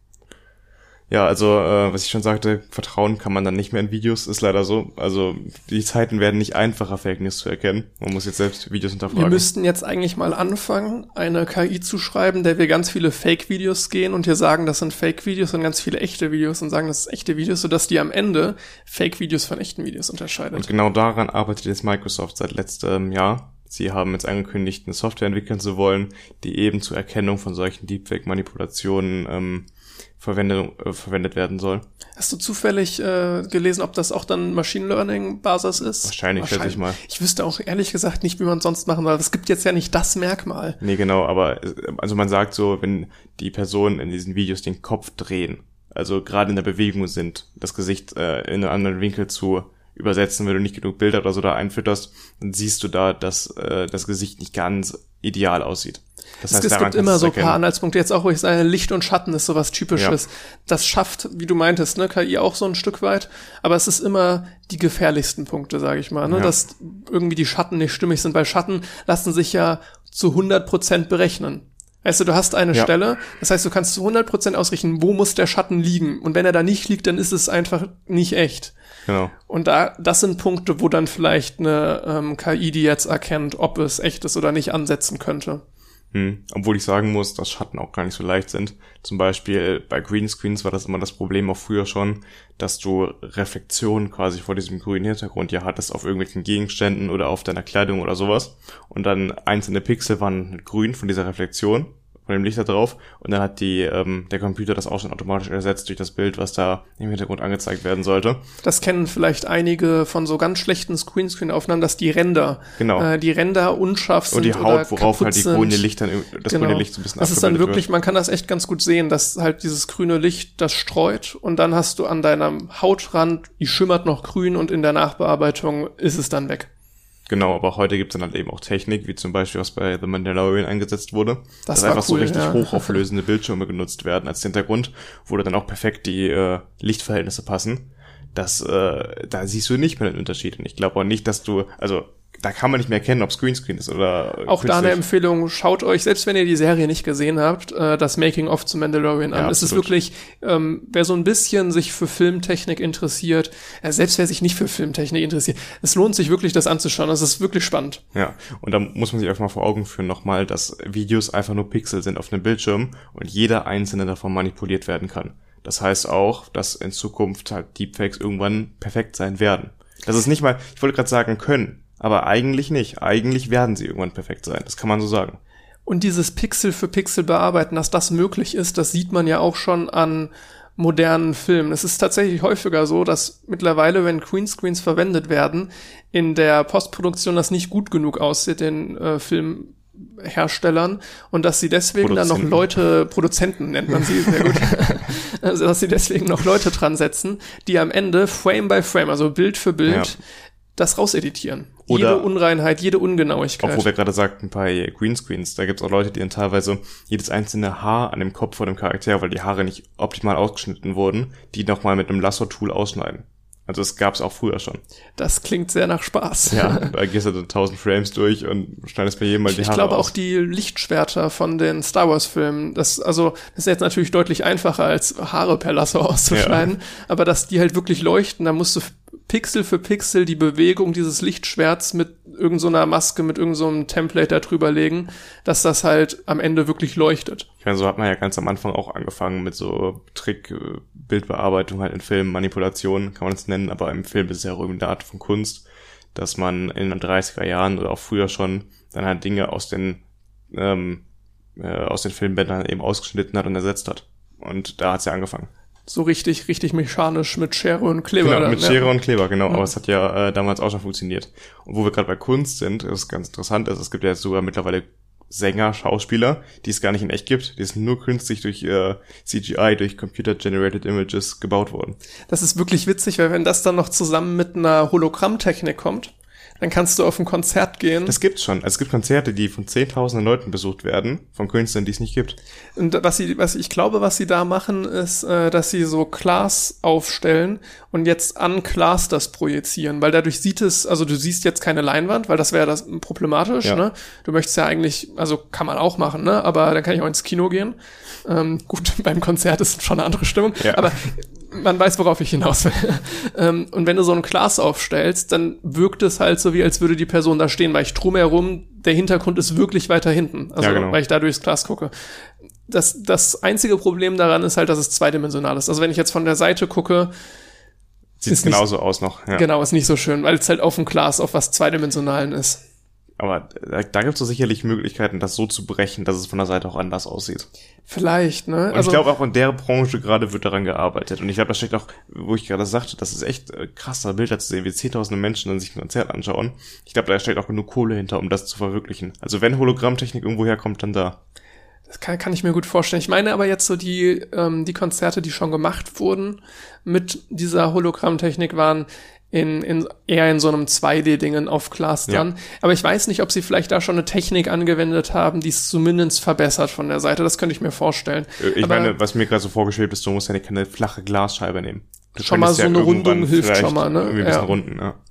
Ja, also, äh, was ich schon sagte, Vertrauen kann man dann nicht mehr in Videos, ist leider so. Also, die Zeiten werden nicht einfacher, Fake News zu erkennen. Man muss jetzt selbst Videos hinterfragen. Wir müssten jetzt eigentlich mal anfangen, eine K I zu schreiben, der wir ganz viele Fake-Videos gehen und hier sagen, das sind Fake-Videos und ganz viele echte Videos und sagen, das sind echte Videos, sodass die am Ende Fake-Videos von echten Videos unterscheidet. Und genau daran arbeitet jetzt Microsoft seit letztem Jahr. Sie haben jetzt angekündigt, eine Software entwickeln zu wollen, die eben zur Erkennung von solchen Deepfake-Manipulationen ähm, verwendet, äh, verwendet werden soll. Hast du zufällig äh, gelesen, ob das auch dann Machine Learning Basis ist? Wahrscheinlich, schätze ich mal. Ich wüsste auch ehrlich gesagt nicht, wie man es sonst machen soll. Es gibt jetzt ja nicht das Merkmal. Nee, genau, aber also man sagt so, wenn die Personen in diesen Videos den Kopf drehen, also gerade in der Bewegung sind, das Gesicht äh, in einen anderen Winkel zu übersetzen, wenn du nicht genug Bilder oder so da einfütterst, dann siehst du da, dass äh, das Gesicht nicht ganz ideal aussieht. Das heißt, es gibt immer so ein paar Anhaltspunkte, jetzt auch, wo ich sage, Licht und Schatten ist sowas Typisches. Ja. Das schafft, wie du meintest, ne, K I auch so ein Stück weit, aber es ist immer die gefährlichsten Punkte, sage ich mal, ne, ja. dass irgendwie die Schatten nicht stimmig sind, weil Schatten lassen sich ja zu hundert Prozent berechnen. Weißt du, du hast eine ja. Stelle, das heißt, du kannst zu hundert Prozent ausrichten, wo muss der Schatten liegen. Und wenn er da nicht liegt, dann ist es einfach nicht echt. Genau. Und da, das sind Punkte, wo dann vielleicht eine ähm, K I, die jetzt erkennt, ob es echt ist oder nicht, ansetzen könnte. Hm. Obwohl ich sagen muss, dass Schatten auch gar nicht so leicht sind. Zum Beispiel bei Greenscreens war das immer das Problem auch früher schon, dass du Reflexion quasi vor diesem grünen Hintergrund ja hattest auf irgendwelchen Gegenständen oder auf deiner Kleidung oder sowas. Und dann einzelne Pixel waren grün von dieser Reflexion, von dem Licht da drauf. Und dann hat die ähm, der Computer das auch schon automatisch ersetzt durch das Bild, was da im Hintergrund angezeigt werden sollte. Das kennen vielleicht einige von so ganz schlechten Screenscreen-Aufnahmen, dass die Ränder, genau. äh, die Ränder unscharf sind. Und die Haut, worauf halt die grüne Licht dann, das genau. grüne Licht so ein bisschen das ist dann wirklich, wird. Man kann das echt ganz gut sehen, dass halt dieses grüne Licht das streut und dann hast du an deinem Hautrand, die schimmert noch grün und in der Nachbearbeitung ist es dann weg. Genau, aber heute gibt's dann halt eben auch Technik, wie zum Beispiel, was bei The Mandalorian eingesetzt wurde. Das dass war einfach cool, so richtig ja. hochauflösende Bildschirme genutzt werden als Hintergrund, wo dann auch perfekt die äh, Lichtverhältnisse passen. Das, äh, da siehst du nicht mehr den Unterschied. Und ich glaube auch nicht, dass du, also da kann man nicht mehr erkennen, ob es Greenscreen ist oder auch künstlich. Da eine Empfehlung, schaut euch, selbst wenn ihr die Serie nicht gesehen habt, äh, das Making-of zu Mandalorian an. Ja, es ist wirklich, ähm, wer so ein bisschen sich für Filmtechnik interessiert, äh, selbst wer sich nicht für Filmtechnik interessiert, es lohnt sich wirklich, das anzuschauen. Es ist wirklich spannend. Ja, und da muss man sich einfach mal vor Augen führen nochmal, dass Videos einfach nur Pixel sind auf einem Bildschirm und jeder einzelne davon manipuliert werden kann. Das heißt auch, dass in Zukunft halt Deepfakes irgendwann perfekt sein werden. Das ist nicht mal, ich wollte gerade sagen, können. Aber eigentlich nicht. Eigentlich werden sie irgendwann perfekt sein. Das kann man so sagen. Und dieses Pixel für Pixel bearbeiten, dass das möglich ist, das sieht man ja auch schon an modernen Filmen. Es ist tatsächlich häufiger so, dass mittlerweile, wenn Greenscreens verwendet werden, in der Postproduktion das nicht gut genug aussieht, den äh, Filmherstellern, und dass sie deswegen dann noch Leute, Produzenten nennt man sie, sehr gut, also dass sie deswegen noch Leute dran setzen, die am Ende Frame by Frame, also Bild für Bild, ja. das rauseditieren. Oder jede Unreinheit, jede Ungenauigkeit. Auch wo wir gerade sagten, bei Greenscreens, da gibt's auch Leute, die dann teilweise jedes einzelne Haar an dem Kopf von dem Charakter, weil die Haare nicht optimal ausgeschnitten wurden, die nochmal mit einem Lasso-Tool ausschneiden. Also das gab's auch früher schon. Das klingt sehr nach Spaß. Ja, da gehst du dann tausend Frames durch und schneidest bei jedem mal die Haare Ich glaube aus. auch die Lichtschwerter von den Star Wars Filmen, das, also, das ist jetzt natürlich deutlich einfacher als Haare per Lasso auszuschneiden, ja. aber dass die halt wirklich leuchten, da musst du Pixel für Pixel die Bewegung dieses Lichtschwerts mit irgend so einer Maske, mit irgend so einem Template da drüber legen, dass das halt am Ende wirklich leuchtet. Ich meine, so hat man ja ganz am Anfang auch angefangen mit so Trick, Bildbearbeitung halt in Filmen, Manipulation kann man es nennen, aber im Film ist es ja auch irgendeine Art von Kunst, dass man in den dreißiger Jahren oder auch früher schon dann halt Dinge aus den ähm, äh, aus den Filmbändern eben ausgeschnitten hat und ersetzt hat. Und da hat's ja angefangen. So richtig, richtig mechanisch mit Schere und Kleber. Genau, dann, mit ja. Schere und Kleber, genau. Ja. Aber es hat ja äh, damals auch schon funktioniert. Und wo wir gerade bei Kunst sind, ist ganz interessant, ist, es gibt ja jetzt sogar mittlerweile Sänger, Schauspieler, die es gar nicht in echt gibt. Die sind nur künstlich durch äh, C G I, durch Computer-Generated Images gebaut worden. Das ist wirklich witzig, weil wenn das dann noch zusammen mit einer Hologrammtechnik kommt, dann kannst du auf ein Konzert gehen. Das gibt's schon. Also es gibt Konzerte, die von zehntausenden Leuten besucht werden, von Künstlern, die es nicht gibt. Und was sie, was ich glaube, was sie da machen, ist, äh, dass sie so Glas aufstellen und jetzt an Glas das projizieren, weil dadurch sieht es, also du siehst jetzt keine Leinwand, weil das wäre das problematisch, ja. ne? Du möchtest ja eigentlich, also kann man auch machen, ne? Aber dann kann ich auch ins Kino gehen. Ähm, gut, beim Konzert ist schon eine andere Stimmung, ja. aber man weiß, worauf ich hinaus will. Und wenn du so ein Glas aufstellst, dann wirkt es halt so, wie als würde die Person da stehen, weil ich drumherum, der Hintergrund ist wirklich weiter hinten. Also, ja, genau. Weil ich da durchs Glas gucke. Das, das einzige Problem daran ist halt, dass es zweidimensional ist. Also wenn ich jetzt von der Seite gucke, sieht es genauso aus noch. Ja. Genau, ist nicht so schön, weil es halt auf dem Glas auf was Zweidimensionalen ist. Aber da, da gibt es sicherlich Möglichkeiten, das so zu brechen, dass es von der Seite auch anders aussieht. Vielleicht, ne? Und also, ich glaube, auch in der Branche gerade wird daran gearbeitet. Und ich glaube, das steckt auch, wo ich gerade sagte, das ist echt äh, krass, da Bilder zu sehen, wie zehntausende Menschen dann sich ein Konzert anschauen. Ich glaube, da steckt auch genug Kohle hinter, um das zu verwirklichen. Also wenn Hologrammtechnik irgendwo herkommt, dann da. Das kann, kann ich mir gut vorstellen. Ich meine aber jetzt so die, ähm, die Konzerte, die schon gemacht wurden mit dieser Hologrammtechnik, waren in, in eher in so einem zwei D-Dingen auf Glas dann. Ja. Aber ich weiß nicht, ob sie vielleicht da schon eine Technik angewendet haben, die es zumindest verbessert von der Seite. Das könnte ich mir vorstellen. Ich aber meine, was mir gerade so vorgeschwebt ist, du musst ja keine flache Glasscheibe nehmen. Du schon mal so ja eine Rundung hilft schon mal, ne? Irgendwie ein bisschen ja. runden, ja.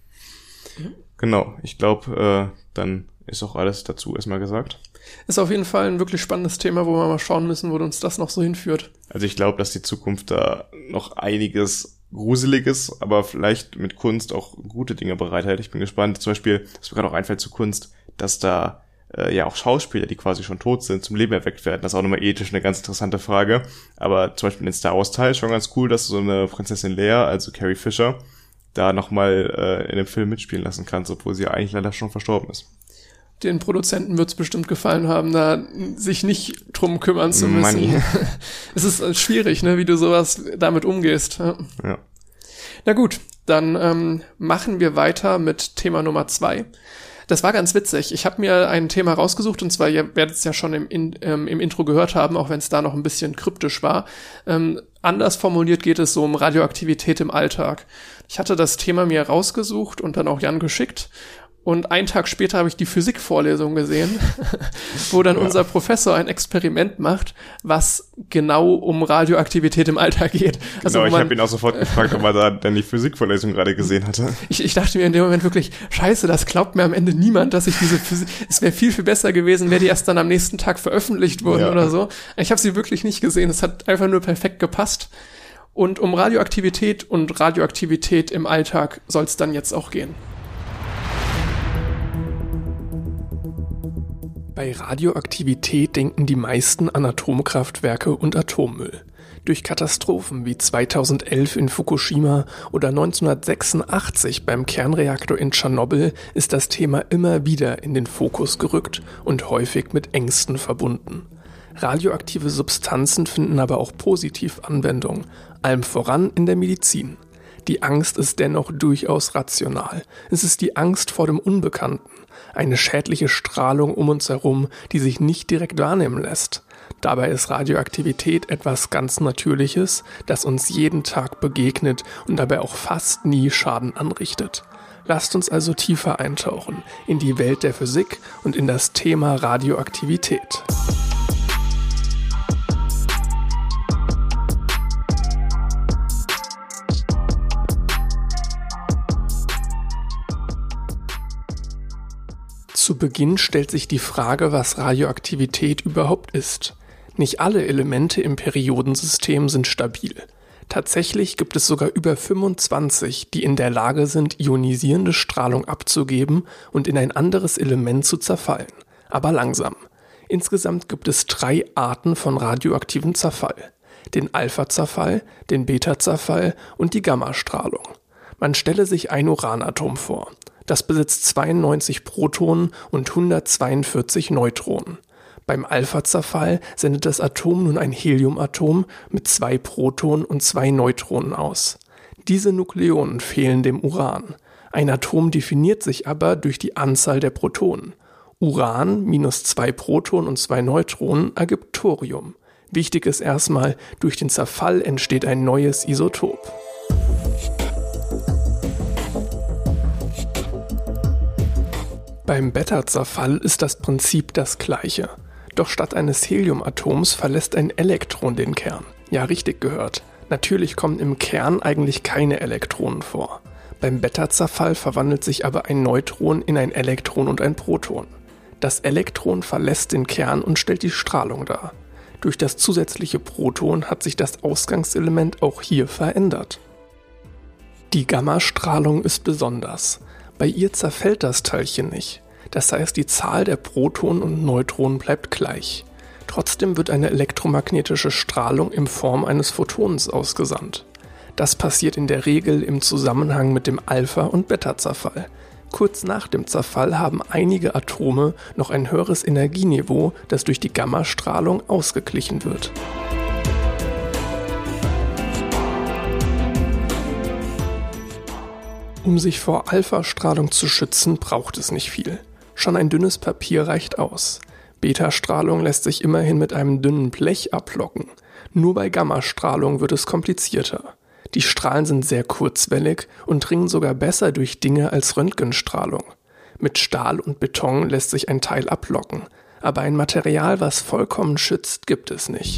Genau. Ich glaube, äh, dann ist auch alles dazu erstmal gesagt. Ist auf jeden Fall ein wirklich spannendes Thema, wo wir mal schauen müssen, wo uns das noch so hinführt. Also ich glaube, dass die Zukunft da noch einiges Gruseliges, aber vielleicht mit Kunst auch gute Dinge bereithält. Ich bin gespannt. Zum Beispiel, was mir gerade auch einfällt zu Kunst, dass da äh, ja auch Schauspieler, die quasi schon tot sind, zum Leben erweckt werden. Das ist auch nochmal ethisch eine ganz interessante Frage. Aber zum Beispiel in den Star Wars Teil schon ganz cool, dass so eine Prinzessin Leia, also Carrie Fisher, da nochmal äh, in dem Film mitspielen lassen kann, obwohl sie eigentlich leider schon verstorben ist. Den Produzenten wird es bestimmt gefallen haben, da sich nicht drum kümmern zu müssen. Money. Es ist schwierig, ne, wie du sowas damit umgehst. Ja. Ja. Na gut, dann ähm, machen wir weiter mit Thema Nummer zwei. Das war ganz witzig. Ich habe mir ein Thema rausgesucht, und zwar, ihr werdet es ja schon im, in, ähm, im Intro gehört haben, auch wenn es da noch ein bisschen kryptisch war. Ähm, anders formuliert geht es so um Radioaktivität im Alltag. Ich hatte das Thema mir rausgesucht und dann auch Jan geschickt. Und einen Tag später habe ich die Physikvorlesung gesehen, wo dann ja. unser Professor ein Experiment macht, was genau um Radioaktivität im Alltag geht. Also genau, ich habe ihn auch sofort gefragt, ob er da denn die Physikvorlesung gerade gesehen hatte. Ich, ich dachte mir in dem Moment wirklich, scheiße, das glaubt mir am Ende niemand, dass ich diese Physik... Es wäre viel, viel besser gewesen, wäre die erst dann am nächsten Tag veröffentlicht worden ja. oder so. Ich habe sie wirklich nicht gesehen, es hat einfach nur perfekt gepasst. Und um Radioaktivität und Radioaktivität im Alltag soll es dann jetzt auch gehen. Bei Radioaktivität denken die meisten an Atomkraftwerke und Atommüll. Durch Katastrophen wie zweitausendelf in Fukushima oder neunzehnhundertsechsundachtzig beim Kernreaktor in Tschernobyl ist das Thema immer wieder in den Fokus gerückt und häufig mit Ängsten verbunden. Radioaktive Substanzen finden aber auch positiv Anwendung, allem voran in der Medizin. Die Angst ist dennoch durchaus rational. Es ist die Angst vor dem Unbekannten, eine schädliche Strahlung um uns herum, die sich nicht direkt wahrnehmen lässt. Dabei ist Radioaktivität etwas ganz Natürliches, das uns jeden Tag begegnet und dabei auch fast nie Schaden anrichtet. Lasst uns also tiefer eintauchen in die Welt der Physik und in das Thema Radioaktivität. Zu Beginn stellt sich die Frage, was Radioaktivität überhaupt ist. Nicht alle Elemente im Periodensystem sind stabil. Tatsächlich gibt es sogar über fünfundzwanzig, die in der Lage sind, ionisierende Strahlung abzugeben und in ein anderes Element zu zerfallen. Aber langsam. Insgesamt gibt es drei Arten von radioaktivem Zerfall. Den Alpha-Zerfall, den Beta-Zerfall und die Gammastrahlung. Man stelle sich ein Uranatom vor. Das besitzt zweiundneunzig Protonen und hundertzweiundvierzig Neutronen. Beim Alpha-Zerfall sendet das Atom nun ein Heliumatom mit zwei Protonen und zwei Neutronen aus. Diese Nukleonen fehlen dem Uran. Ein Atom definiert sich aber durch die Anzahl der Protonen. Uran minus zwei Protonen und zwei Neutronen ergibt Thorium. Wichtig ist erstmal, durch den Zerfall entsteht ein neues Isotop. Beim Beta-Zerfall ist das Prinzip das gleiche. Doch statt eines Heliumatoms verlässt ein Elektron den Kern. Ja, richtig gehört. Natürlich kommen im Kern eigentlich keine Elektronen vor. Beim Beta-Zerfall verwandelt sich aber ein Neutron in ein Elektron und ein Proton. Das Elektron verlässt den Kern und stellt die Strahlung dar. Durch das zusätzliche Proton hat sich das Ausgangselement auch hier verändert. Die Gammastrahlung ist besonders. Bei ihr zerfällt das Teilchen nicht. Das heißt, die Zahl der Protonen und Neutronen bleibt gleich. Trotzdem wird eine elektromagnetische Strahlung in Form eines Photons ausgesandt. Das passiert in der Regel im Zusammenhang mit dem Alpha- und Beta-Zerfall. Kurz nach dem Zerfall haben einige Atome noch ein höheres Energieniveau, das durch die Gammastrahlung ausgeglichen wird. Um sich vor Alphastrahlung zu schützen, braucht es nicht viel. Schon ein dünnes Papier reicht aus. Betastrahlung lässt sich immerhin mit einem dünnen Blech ablocken. Nur bei Gammastrahlung wird es komplizierter. Die Strahlen sind sehr kurzwellig und dringen sogar besser durch Dinge als Röntgenstrahlung. Mit Stahl und Beton lässt sich ein Teil ablocken, aber ein Material, was vollkommen schützt, gibt es nicht.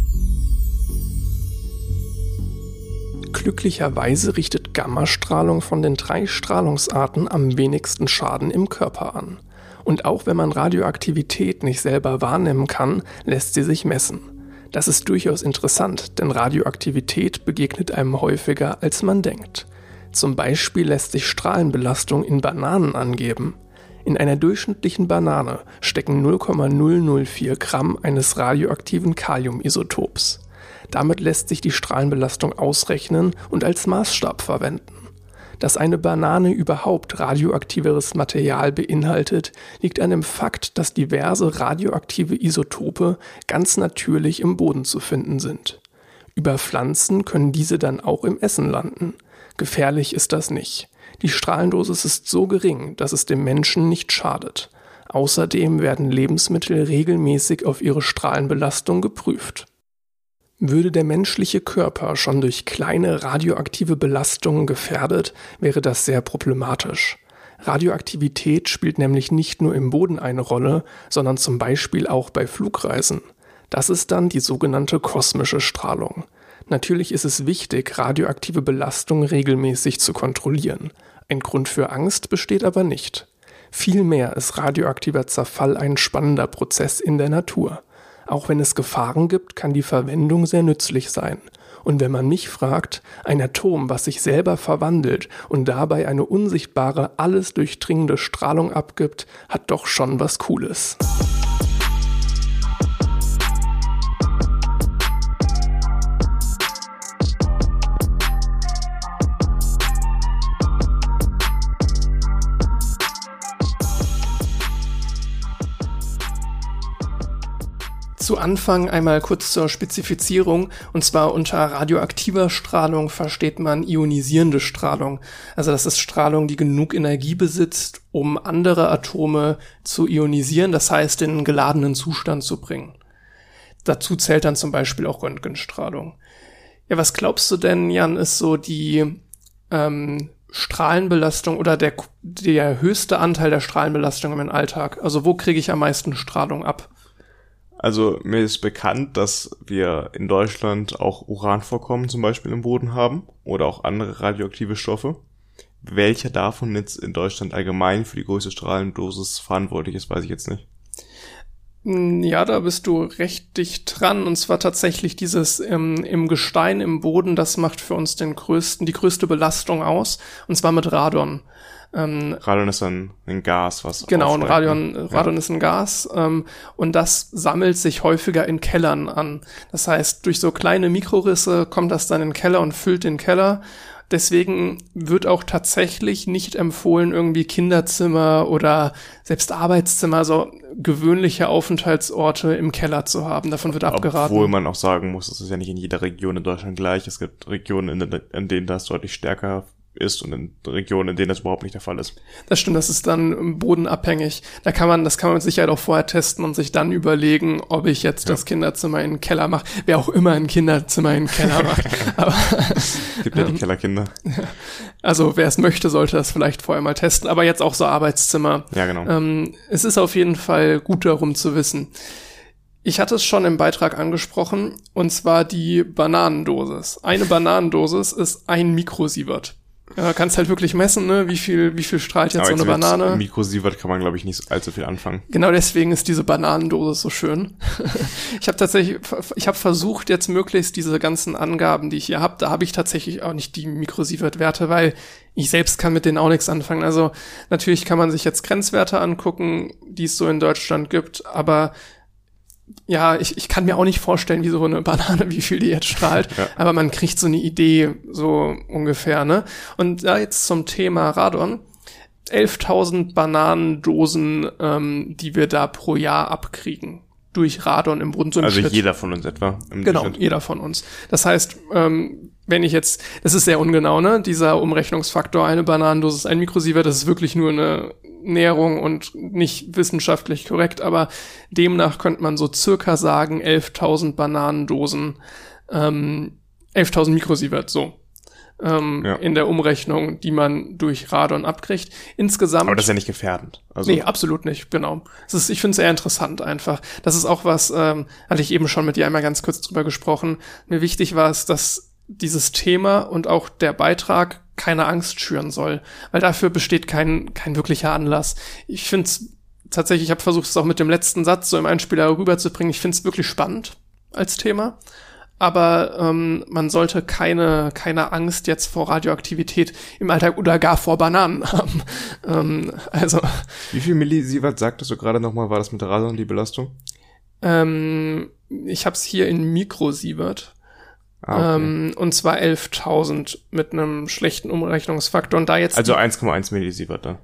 Glücklicherweise richtet Gammastrahlung von den drei Strahlungsarten am wenigsten Schaden im Körper an. Und auch wenn man Radioaktivität nicht selber wahrnehmen kann, lässt sie sich messen. Das ist durchaus interessant, denn Radioaktivität begegnet einem häufiger, als man denkt. Zum Beispiel lässt sich Strahlenbelastung in Bananen angeben. In einer durchschnittlichen Banane stecken null Komma null null vier Gramm eines radioaktiven Kaliumisotops. Damit lässt sich die Strahlenbelastung ausrechnen und als Maßstab verwenden. Dass eine Banane überhaupt radioaktiveres Material beinhaltet, liegt an dem Fakt, dass diverse radioaktive Isotope ganz natürlich im Boden zu finden sind. Über Pflanzen können diese dann auch im Essen landen. Gefährlich ist das nicht. Die Strahlendosis ist so gering, dass es dem Menschen nicht schadet. Außerdem werden Lebensmittel regelmäßig auf ihre Strahlenbelastung geprüft. Würde der menschliche Körper schon durch kleine radioaktive Belastungen gefährdet, wäre das sehr problematisch. Radioaktivität spielt nämlich nicht nur im Boden eine Rolle, sondern zum Beispiel auch bei Flugreisen. Das ist dann die sogenannte kosmische Strahlung. Natürlich ist es wichtig, radioaktive Belastung regelmäßig zu kontrollieren. Ein Grund für Angst besteht aber nicht. Vielmehr ist radioaktiver Zerfall ein spannender Prozess in der Natur. Auch wenn es Gefahren gibt, kann die Verwendung sehr nützlich sein. Und wenn man mich fragt, ein Atom, was sich selber verwandelt und dabei eine unsichtbare, alles durchdringende Strahlung abgibt, hat doch schon was Cooles. Zu Anfang einmal kurz zur Spezifizierung, und zwar unter radioaktiver Strahlung versteht man ionisierende Strahlung. Also das ist Strahlung, die genug Energie besitzt, um andere Atome zu ionisieren, das heißt in einen geladenen Zustand zu bringen. Dazu zählt dann zum Beispiel auch Röntgenstrahlung. Ja, was glaubst du denn, Jan, ist so die ähm, Strahlenbelastung oder der, der höchste Anteil der Strahlenbelastung im Alltag? Also wo kriege ich am meisten Strahlung ab? Also mir ist bekannt, dass wir in Deutschland auch Uranvorkommen zum Beispiel im Boden haben oder auch andere radioaktive Stoffe. Welcher davon jetzt in Deutschland allgemein für die größte Strahlendosis verantwortlich ist, weiß ich jetzt nicht. Ja, da bist du recht dicht dran, und zwar tatsächlich dieses ähm, im Gestein, im Boden, das macht für uns den größten, die größte Belastung aus, und zwar mit Radon. Ähm, Radon ist ein, ein Gas, was Genau, ein Radon, ne? Radon ja. ist ein Gas, ähm, und das sammelt sich häufiger in Kellern an. Das heißt, durch so kleine Mikrorisse kommt das dann in den Keller und füllt den Keller. Deswegen wird auch tatsächlich nicht empfohlen, irgendwie Kinderzimmer oder selbst Arbeitszimmer, so gewöhnliche Aufenthaltsorte im Keller zu haben. Davon wird abgeraten. Obwohl man auch sagen muss, es ist ja nicht in jeder Region in Deutschland gleich. Es gibt Regionen, in, in denen das deutlich stärker ist und in Regionen, in denen das überhaupt nicht der Fall ist. Das stimmt, das ist dann bodenabhängig. Da kann man, das kann man mit Sicherheit auch vorher testen und sich dann überlegen, ob ich jetzt ja. das Kinderzimmer in den Keller mache. Wer auch immer ein Kinderzimmer in den Keller macht. Aber es gibt ja die Kellerkinder. Also wer es möchte, sollte das vielleicht vorher mal testen. Aber jetzt auch so Arbeitszimmer. Ja, genau. Ähm, es ist auf jeden Fall gut darum zu wissen. Ich hatte es schon im Beitrag angesprochen, und zwar die Bananendosis. Eine Bananendosis ist ein Mikrosievert. Ja, kannst halt wirklich messen, ne, wie viel, wie viel strahlt jetzt Aber so eine jetzt Banane. Mikrosievert kann man, glaube ich, nicht allzu viel anfangen. Genau deswegen ist diese Bananendosis so schön. Ich habe tatsächlich, ich habe versucht, jetzt möglichst diese ganzen Angaben, die ich hier habe, da habe ich tatsächlich auch nicht die Mikrosievert-Werte, weil ich selbst kann mit denen auch nichts anfangen. Also natürlich kann man sich jetzt Grenzwerte angucken, die es so in Deutschland gibt, aber ja, ich, ich kann mir auch nicht vorstellen, wie so eine Banane, wie viel die jetzt strahlt, ja. Aber man kriegt so eine Idee, so ungefähr, ne? Und da jetzt zum Thema Radon. elftausend Bananendosen, ähm, die wir da pro Jahr abkriegen. Durch Radon im Boden. So im also Schritt. Jeder von uns etwa. Im genau, Durchschnitt. Jeder von uns. Das heißt, ähm, wenn ich jetzt, das ist sehr ungenau, ne? Dieser Umrechnungsfaktor, eine Bananendose ist ein Mikrosievert, das ist wirklich nur eine Näherung und nicht wissenschaftlich korrekt, aber demnach könnte man so circa sagen, elftausend Bananendosen, ähm, elftausend Mikrosievert, so. Ähm, ja. In der Umrechnung, die man durch Radon abkriegt. Insgesamt. Aber das ist ja nicht gefährdend. Also nee, absolut nicht, genau. Das ist, ich finde es sehr interessant einfach. Das ist auch was, ähm, hatte ich eben schon mit dir einmal ganz kurz drüber gesprochen. Mir wichtig war es, dass dieses Thema und auch der Beitrag keine Angst schüren soll, weil dafür besteht kein kein wirklicher Anlass. Ich finde es tatsächlich, ich habe versucht, es auch mit dem letzten Satz so im Einspieler rüberzubringen. Ich finde es wirklich spannend als Thema. Aber ähm, man sollte keine keine Angst jetzt vor Radioaktivität im Alltag oder gar vor Bananen haben. ähm, also wie viel Millisievert sagtest du gerade nochmal, war das mit der Radon die Belastung? Ähm, ich habe es hier in Mikrosievert. Ah, okay. ähm, und zwar elftausend mit einem schlechten Umrechnungsfaktor. Und da jetzt also eins Komma eins Millisievert dann?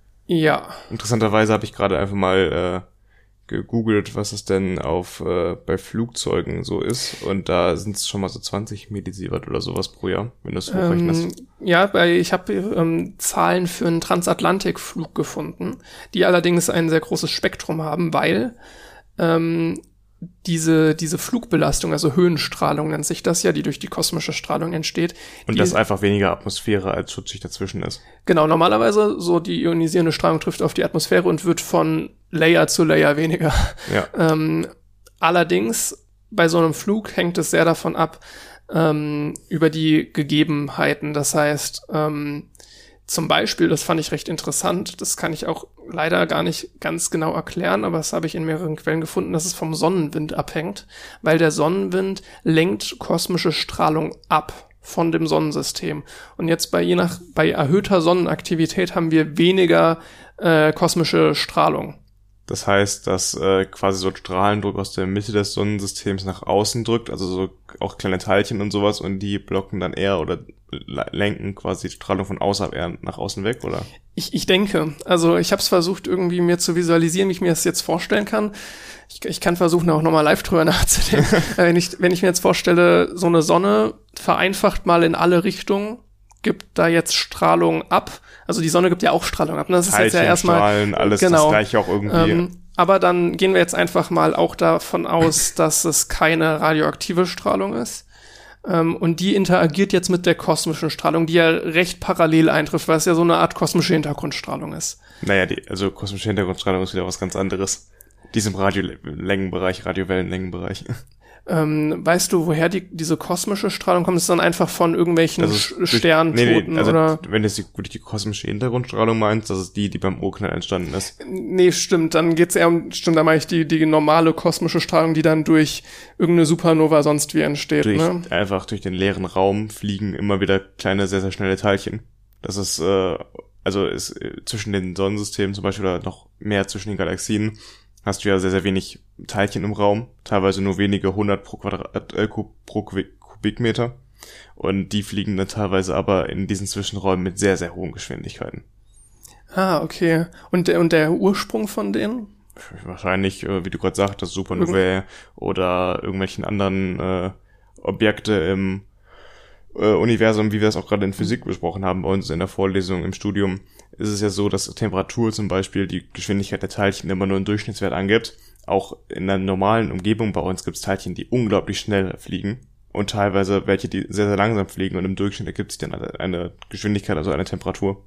Ja. Interessanterweise habe ich gerade einfach mal äh, gegoogelt, was es denn auf äh, bei Flugzeugen so ist, und da sind es schon mal so zwanzig Millisievert oder sowas pro Jahr, wenn du es hochrechnest. Ähm, ja, bei, ich habe ähm, Zahlen für einen Transatlantikflug gefunden, die allerdings ein sehr großes Spektrum haben, weil ähm, diese diese Flugbelastung, also Höhenstrahlung nennt sich das ja, die durch die kosmische Strahlung entsteht. Und dass einfach weniger Atmosphäre als Schutzschicht dazwischen ist. Genau, normalerweise so die ionisierende Strahlung trifft auf die Atmosphäre und wird von Layer zu Layer weniger. Ja. Ähm, allerdings, bei so einem Flug hängt es sehr davon ab, ähm, über die Gegebenheiten. Das heißt, ähm, zum Beispiel, das fand ich recht interessant, das kann ich auch leider gar nicht ganz genau erklären, aber das habe ich in mehreren Quellen gefunden, dass es vom Sonnenwind abhängt, weil der Sonnenwind lenkt kosmische Strahlung ab von dem Sonnensystem. Und jetzt bei je nach bei erhöhter Sonnenaktivität haben wir weniger äh, kosmische Strahlung. Das heißt, dass äh, quasi so Strahlendruck aus der Mitte des Sonnensystems nach außen drückt, also so auch kleine Teilchen und sowas, und die blocken dann eher oder lenken quasi die Strahlung von außerhalb eher nach außen weg, oder? Ich, ich denke, also ich habe es versucht irgendwie mir zu visualisieren, wie ich mir das jetzt vorstellen kann. Ich, ich kann versuchen, auch nochmal live drüber nachzudenken. wenn ich wenn ich mir jetzt vorstelle, so eine Sonne vereinfacht mal in alle Richtungen, gibt da jetzt Strahlung ab. Also die Sonne gibt ja auch Strahlung ab. Das ist jetzt ja erstmal alles genau, das gleiche auch irgendwie. Ähm, aber dann gehen wir jetzt einfach mal auch davon aus, dass es keine radioaktive Strahlung ist. Ähm, und die interagiert jetzt mit der kosmischen Strahlung, die ja recht parallel eintrifft, weil es ja so eine Art kosmische Hintergrundstrahlung ist. Naja, die, also kosmische Hintergrundstrahlung ist wieder was ganz anderes. Die ist im Radiolängenbereich, Radiowellenlängenbereich. Ähm, weißt du, woher die, diese kosmische Strahlung kommt? Ist dann einfach von irgendwelchen Sch- Sterntoten? Nee, nee, also oder? Wenn du jetzt die, die kosmische Hintergrundstrahlung meinst, das ist die, die beim Urknall entstanden ist. Nee, stimmt. Dann geht's eher um, stimmt, da meine ich die, die normale kosmische Strahlung, die dann durch irgendeine Supernova sonst wie entsteht, durch, ne? Einfach durch den leeren Raum fliegen immer wieder kleine, sehr, sehr schnelle Teilchen. Das ist, äh, also ist äh, zwischen den Sonnensystemen zum Beispiel oder noch mehr zwischen den Galaxien hast du ja sehr, sehr wenig Teilchen im Raum, teilweise nur wenige hundert pro Quadrat, äh, pro Kubikmeter, und die fliegen dann teilweise aber in diesen Zwischenräumen mit sehr, sehr hohen Geschwindigkeiten. Ah, okay. Und der, und der Ursprung von denen? Wahrscheinlich, äh, wie du gerade sagtest, Supernovae oder irgendwelchen anderen äh, Objekte im äh, Universum, wie wir es auch gerade in Physik besprochen haben, bei uns in der Vorlesung im Studium, ist es ja so, dass Temperatur zum Beispiel die Geschwindigkeit der Teilchen immer nur einen Durchschnittswert angibt. Auch in der normalen Umgebung bei uns gibt es Teilchen, die unglaublich schnell fliegen und teilweise welche, die sehr, sehr langsam fliegen, und im Durchschnitt ergibt sich dann eine Geschwindigkeit, also eine Temperatur.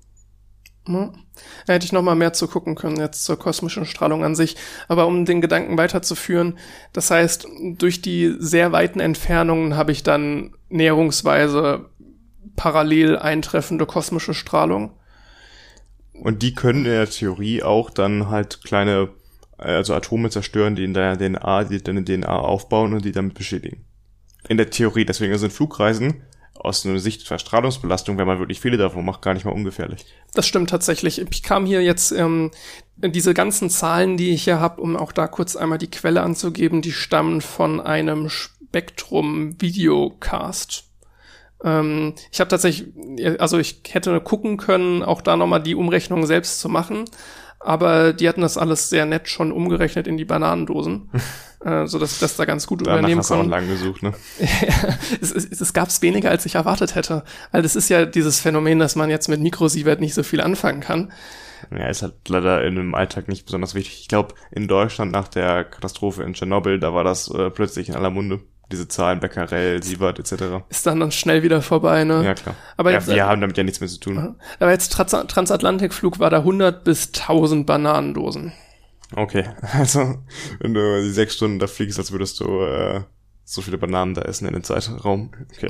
Hm. Da hätte ich noch mal mehr zu gucken können jetzt zur kosmischen Strahlung an sich. Aber um den Gedanken weiterzuführen, das heißt, durch die sehr weiten Entfernungen habe ich dann näherungsweise parallel eintreffende kosmische Strahlung. Und die können in der Theorie auch dann halt kleine, also Atome zerstören, die in deiner D N A, die deine D N A aufbauen und die damit beschädigen. In der Theorie. Deswegen sind Flugreisen aus einer Sicht der Strahlungsbelastung, wenn man wirklich viele davon macht, gar nicht mal ungefährlich. Das stimmt tatsächlich. Ich kam hier jetzt, ähm, diese ganzen Zahlen, die ich hier habe, um auch da kurz einmal die Quelle anzugeben, die stammen von einem Spektrum Videocast. Ähm, ich habe tatsächlich, also ich hätte gucken können, auch da nochmal die Umrechnung selbst zu machen, aber die hatten das alles sehr nett schon umgerechnet in die Bananendosen, äh, so dass ich das da ganz gut Danach übernehmen hast du auch konnte. lang gesucht, ne? es, es, es gab es weniger, als ich erwartet hätte, weil das ist ja dieses Phänomen, dass man jetzt mit Mikrosievert nicht so viel anfangen kann. Ja, ist halt leider in dem Alltag nicht besonders wichtig. Ich glaube, in Deutschland nach der Katastrophe in Tschernobyl, da war das äh, plötzlich in aller Munde. Diese Zahlen, Becquerel, Sievert et cetera. Ist dann dann schnell wieder vorbei, ne? Ja, klar. Aber ja, jetzt, wir haben damit ja nichts mehr zu tun. Aber jetzt Trans- Transatlantikflug war da hundert bis tausend Bananendosen. Okay, also wenn du die sechs Stunden da fliegst, als würdest du äh, so viele Bananen da essen in dem Zeitraum. Okay.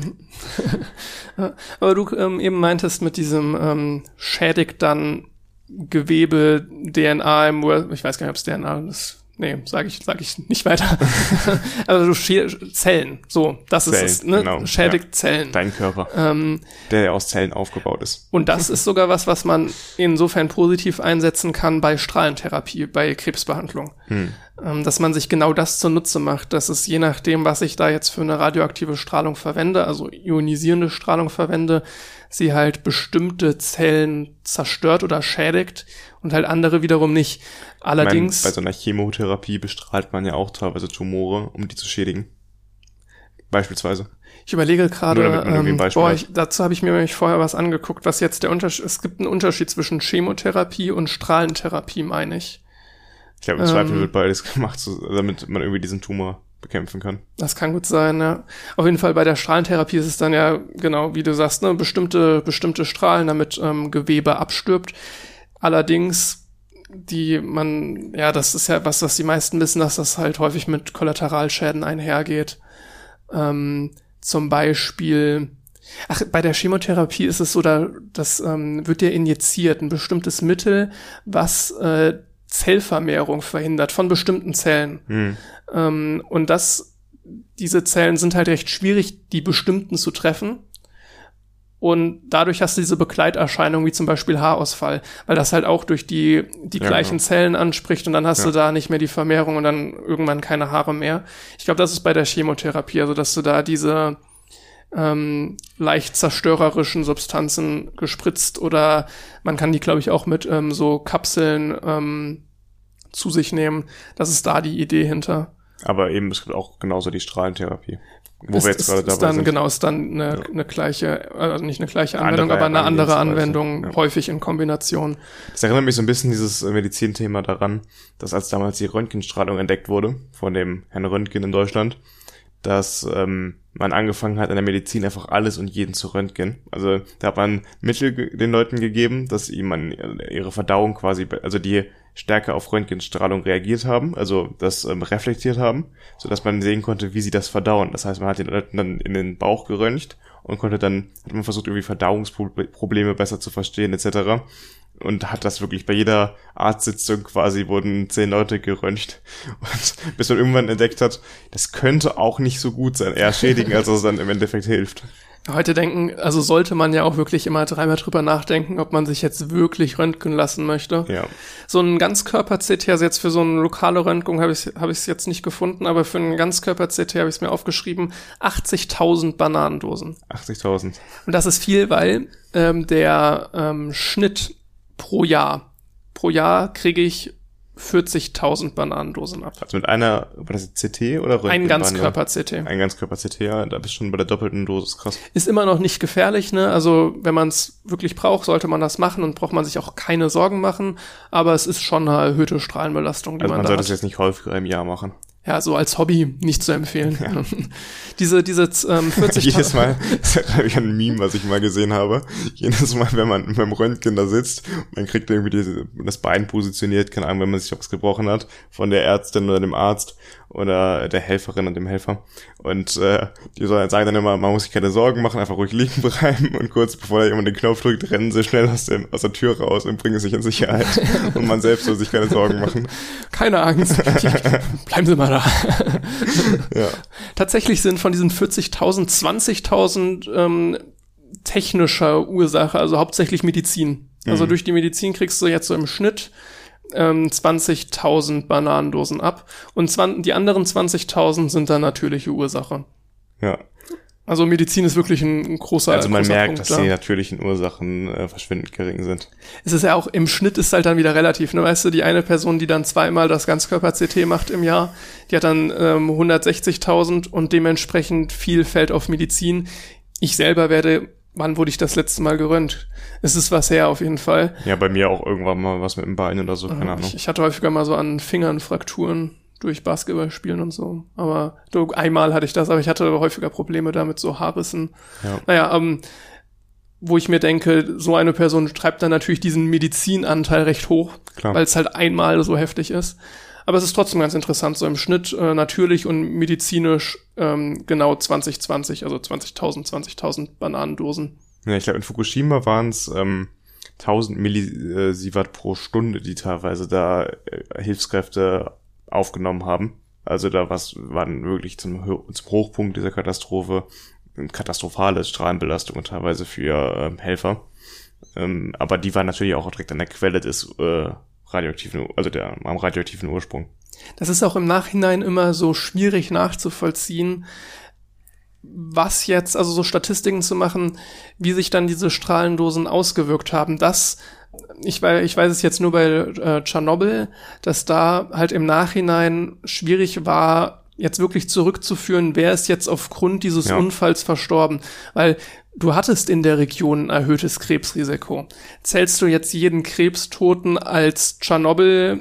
Aber du ähm, eben meintest mit diesem ähm, schädigt dann Gewebe, D N A im Ur- ich weiß gar nicht, ob es D N A ist. Nee, sage ich, sag ich nicht weiter. Also du schä- Zellen, so, das Zellen, ist es, ne? genau, Schädigt ja. Zellen. Dein Körper, Ähm, der ja aus Zellen aufgebaut ist. und das ist sogar was, was man insofern positiv einsetzen kann bei Strahlentherapie, bei Krebsbehandlung. Hm. Ähm, dass man sich genau das zunutze macht, dass es je nachdem, was ich da jetzt für eine radioaktive Strahlung verwende, also ionisierende Strahlung verwende, sie halt bestimmte Zellen zerstört oder schädigt und halt andere wiederum nicht. Allerdings... Ich meine, bei so einer Chemotherapie bestrahlt man ja auch teilweise Tumore, um die zu schädigen. Beispielsweise. Ich überlege gerade, ähm, boah, hat. ich, dazu habe ich mir nämlich vorher was angeguckt, was jetzt der Unterschied, es gibt einen Unterschied zwischen Chemotherapie und Strahlentherapie, meine ich. Ich glaube, im ähm, Zweifel wird beides gemacht, so, damit man irgendwie diesen Tumor bekämpfen kann. Das kann gut sein, ja. Auf jeden Fall bei der Strahlentherapie ist es dann ja, genau, wie du sagst, ne, bestimmte, bestimmte Strahlen, damit ähm, Gewebe abstirbt. Allerdings, die man, ja, das ist ja was, was die meisten wissen, dass das halt häufig mit Kollateralschäden einhergeht. Ähm, zum Beispiel, ach, bei der Chemotherapie ist es so, da, das ähm, wird ja injiziert, ein bestimmtes Mittel, was äh, Zellvermehrung verhindert von bestimmten Zellen. Hm. Ähm, und das, diese Zellen sind halt recht schwierig, die bestimmten zu treffen. Und dadurch hast du diese Begleiterscheinungen wie zum Beispiel Haarausfall, weil das halt auch durch die die ja, gleichen genau. Zellen anspricht und dann hast ja. du da nicht mehr die Vermehrung und dann irgendwann keine Haare mehr. Ich glaube, das ist bei der Chemotherapie, also dass du da diese ähm, leicht zerstörerischen Substanzen gespritzt oder man kann die, glaube ich, auch mit ähm, so Kapseln ähm, zu sich nehmen. Das ist da die Idee hinter. Aber eben, es gibt auch genauso die Strahlentherapie. Wo ist, wir jetzt gerade dabei dann, sind. Genau, ist dann eine, ja. eine gleiche, also nicht eine gleiche Anwendung, andere aber eine andere Anwendung, ja. häufig in Kombination. Das erinnert mich so ein bisschen, dieses Medizinthema daran, dass als damals die Röntgenstrahlung entdeckt wurde, von dem Herrn Röntgen in Deutschland, dass ähm, man angefangen hat, in der Medizin einfach alles und jeden zu röntgen. Also da hat man Mittel ge- den Leuten gegeben, dass ihm man ihre Verdauung quasi, also die stärker auf Röntgenstrahlung reagiert haben, also das ähm, reflektiert haben, so dass man sehen konnte, wie sie das verdauen. Das heißt, man hat den Leuten dann in den Bauch geröntgt und konnte dann, hat man versucht, irgendwie Verdauungsprobleme besser zu verstehen et cetera. Und hat das wirklich bei jeder Arztsitzung quasi wurden zehn Leute geröntgt. Und bis man irgendwann entdeckt hat, das könnte auch nicht so gut sein, eher schädigen, als es dann im Endeffekt hilft. Heute denken, also sollte man ja auch wirklich immer dreimal drüber nachdenken, ob man sich jetzt wirklich röntgen lassen möchte. Ja. So ein Ganzkörper-C T, also jetzt für so eine lokale Röntgung habe ich habe ich es jetzt nicht gefunden, aber für einen Ganzkörper-C T habe ich es mir aufgeschrieben, achtzigtausend Bananendosen. achtzigtausend. Und das ist viel, weil ähm, der ähm, Schnitt pro Jahr, pro Jahr kriege ich vierzigtausend Bananendosen ab. Also mit einer, war das C T oder Röntgen? Ein Ganzkörper-C T. Ein Ganzkörper-C T, ja, da bist du schon bei der doppelten Dosis, krass. Ist immer noch nicht gefährlich, ne, also wenn man es wirklich braucht, sollte man das machen und braucht man sich auch keine Sorgen machen, aber es ist schon eine erhöhte Strahlenbelastung, die also man, man da sollte hat. es jetzt nicht häufiger im Jahr machen. Ja, so als Hobby nicht zu empfehlen. Ja. diese diese ähm, vierzig Jedes Mal, das ist glaube ich ein Meme, was ich mal gesehen habe. Jedes Mal, wenn man beim Röntgen da sitzt, man kriegt irgendwie diese, das Bein positioniert, keine Ahnung, wenn man sich was gebrochen hat, von der Ärztin oder dem Arzt oder der Helferin und dem Helfer. Und äh, die sollen sagen dann immer, man muss sich keine Sorgen machen, einfach ruhig liegen bleiben und kurz bevor da jemand den Knopf drückt, rennen sie schnell aus, dem, aus der Tür raus und bringen sich in Sicherheit. Und man selbst soll sich keine Sorgen machen. Keine Angst. Bleiben Sie mal da. Ja. Tatsächlich sind von diesen vierzigtausend zwanzigtausend ähm, technischer Ursache, also hauptsächlich Medizin. Also mhm. durch die Medizin kriegst du jetzt so im Schnitt ähm, zwanzigtausend Bananendosen ab und zwanzig, die anderen zwanzigtausend sind dann natürliche Ursache. Ja. Also Medizin ist wirklich ein, ein großer Also man großer merkt, Punkt, dass da. die natürlichen Ursachen äh, verschwindend gering sind. Es ist ja auch, im Schnitt ist halt dann wieder relativ, ne? Weißt du, die eine Person, die dann zweimal das Ganzkörper-C T macht im Jahr, die hat dann ähm, hundertsechzigtausend und dementsprechend viel fällt auf Medizin. Ich selber werde, wann wurde ich das letzte Mal gerönt? Es ist was her auf jeden Fall. Ja, bei mir auch irgendwann mal was mit dem Bein oder so, keine Ahnung. Ich, ich hatte häufiger mal so an Fingern Frakturen durch Basketballspielen und so. Aber du, einmal hatte ich das, aber ich hatte häufiger Probleme damit, so Haarrissen. Ja. Naja, ähm, wo ich mir denke, so eine Person treibt dann natürlich diesen Medizinanteil recht hoch, Klar. weil es halt einmal so heftig ist. Aber es ist trotzdem ganz interessant, so im Schnitt äh, natürlich und medizinisch ähm, genau zwanzig zwanzig, also zwanzigtausend, zwanzigtausend Bananendosen. Ja, ich glaube, in Fukushima waren es ähm, tausend Millisievert pro Stunde, die teilweise da äh, Hilfskräfte aufgenommen haben. Also da was waren wirklich zum, zum Hochpunkt dieser Katastrophe katastrophale Strahlenbelastungen teilweise für ähm, Helfer. Ähm, aber die waren natürlich auch direkt an der Quelle des äh, radioaktiven, also der am radioaktiven Ursprung. Das ist auch im Nachhinein immer so schwierig nachzuvollziehen, was jetzt, also so Statistiken zu machen, wie sich dann diese Strahlendosen ausgewirkt haben. Das, ich weiß, ich weiß es jetzt nur bei äh, Tschernobyl, dass da halt im Nachhinein schwierig war, jetzt wirklich zurückzuführen, wer ist jetzt aufgrund dieses ja. Unfalls verstorben. Weil du hattest in der Region ein erhöhtes Krebsrisiko. Zählst du jetzt jeden Krebstoten als Tschernobyl?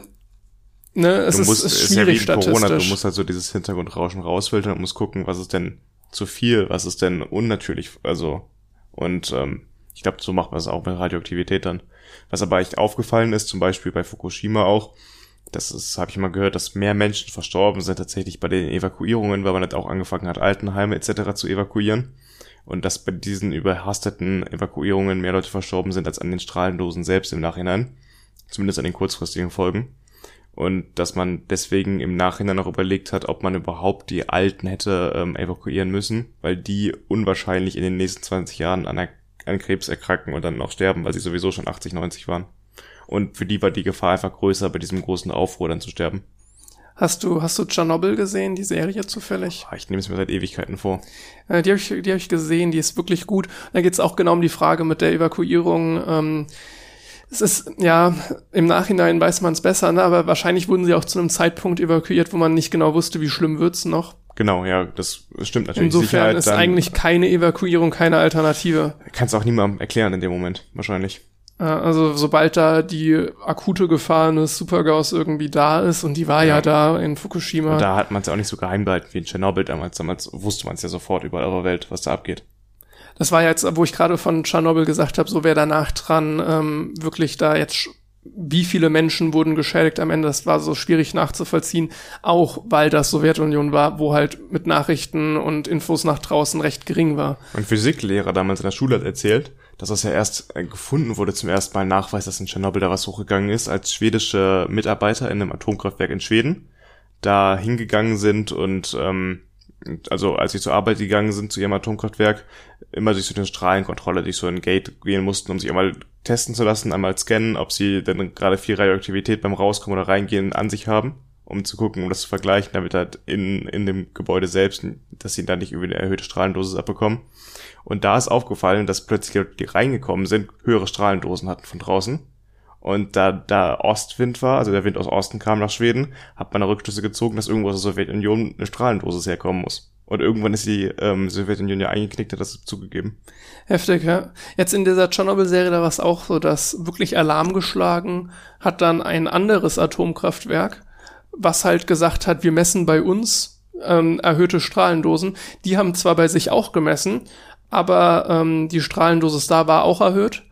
Ne, es du ist, musst, ist ist ja schwierig wie statistisch. Corona, du musst halt so dieses Hintergrundrauschen rausfiltern und musst gucken, was ist denn zu viel, was ist denn unnatürlich, also und ähm, ich glaube, so macht man es auch bei Radioaktivität dann. Was aber echt aufgefallen ist, zum Beispiel bei Fukushima auch, das ist, habe ich mal gehört, dass mehr Menschen verstorben sind tatsächlich bei den Evakuierungen, weil man halt auch angefangen hat, Altenheime et cetera zu evakuieren. Und dass bei diesen überhasteten Evakuierungen mehr Leute verstorben sind als an den Strahlendosen selbst im Nachhinein. Zumindest an den kurzfristigen Folgen. Und dass man deswegen im Nachhinein noch überlegt hat, ob man überhaupt die Alten hätte ähm, evakuieren müssen, weil die unwahrscheinlich in den nächsten zwanzig Jahren an, an Krebs erkranken und dann noch sterben, weil sie sowieso schon achtzig, neunzig waren. Und für die war die Gefahr einfach größer, bei diesem großen Aufruhr dann zu sterben. Hast du, hast du Tschernobyl gesehen, die Serie zufällig? Ich nehme es mir seit Ewigkeiten vor. Äh, die habe ich, die hab ich gesehen, die ist wirklich gut. Da geht es auch genau um die Frage mit der Evakuierung. Ähm, es ist, ja, im Nachhinein weiß man es besser, ne? Aber wahrscheinlich wurden sie auch zu einem Zeitpunkt evakuiert, wo man nicht genau wusste, wie schlimm wird's noch. Genau, ja, das stimmt natürlich. Insofern Sicherheit ist dann, eigentlich keine Evakuierung keine Alternative. Kannst auch niemandem erklären in dem Moment, wahrscheinlich. Also sobald da die akute Gefahr eines Supergaus irgendwie da ist, und die war ja, ja da in Fukushima. Und da hat man es ja auch nicht so geheim gehalten wie in Tschernobyl damals. Damals wusste man es ja sofort überall auf der Welt, was da abgeht. Das war jetzt, wo ich gerade von Tschernobyl gesagt habe, so wer danach dran ähm, wirklich da jetzt, wie viele Menschen wurden geschädigt am Ende, das war so schwierig nachzuvollziehen, auch weil das Sowjetunion war, wo halt mit Nachrichten und Infos nach draußen recht gering war. Mein Physiklehrer damals in der Schule hat erzählt, dass das ja erst gefunden wurde, zum ersten Mal Nachweis, dass in Tschernobyl da was hochgegangen ist, als schwedische Mitarbeiter in einem Atomkraftwerk in Schweden da hingegangen sind und ähm, also als sie zur Arbeit gegangen sind, zu ihrem Atomkraftwerk, immer durch so eine Strahlenkontrolle, durch so ein Gate gehen mussten, um sich einmal testen zu lassen, einmal scannen, ob sie denn gerade viel Radioaktivität beim Rauskommen oder Reingehen an sich haben, um zu gucken, um das zu vergleichen, damit halt in in dem Gebäude selbst, dass sie da nicht über eine erhöhte Strahlendosis abbekommen. Und da ist aufgefallen, dass plötzlich die reingekommen sind, höhere Strahlendosen hatten von draußen. Und da da Ostwind war, also der Wind aus Osten kam nach Schweden, hat man Rückschlüsse gezogen, dass irgendwo aus der Sowjetunion eine Strahlendosis herkommen muss. Und irgendwann ist die ähm, Sowjetunion ja eingeknickt, hat das zugegeben. Heftig, ja. Jetzt in dieser Tschernobyl-Serie, da war es auch so, dass wirklich Alarm geschlagen hat dann ein anderes Atomkraftwerk, was halt gesagt hat, wir messen bei uns ähm, erhöhte Strahlendosen. Die haben zwar bei sich auch gemessen, aber ähm, die Strahlendosis da war auch erhöht.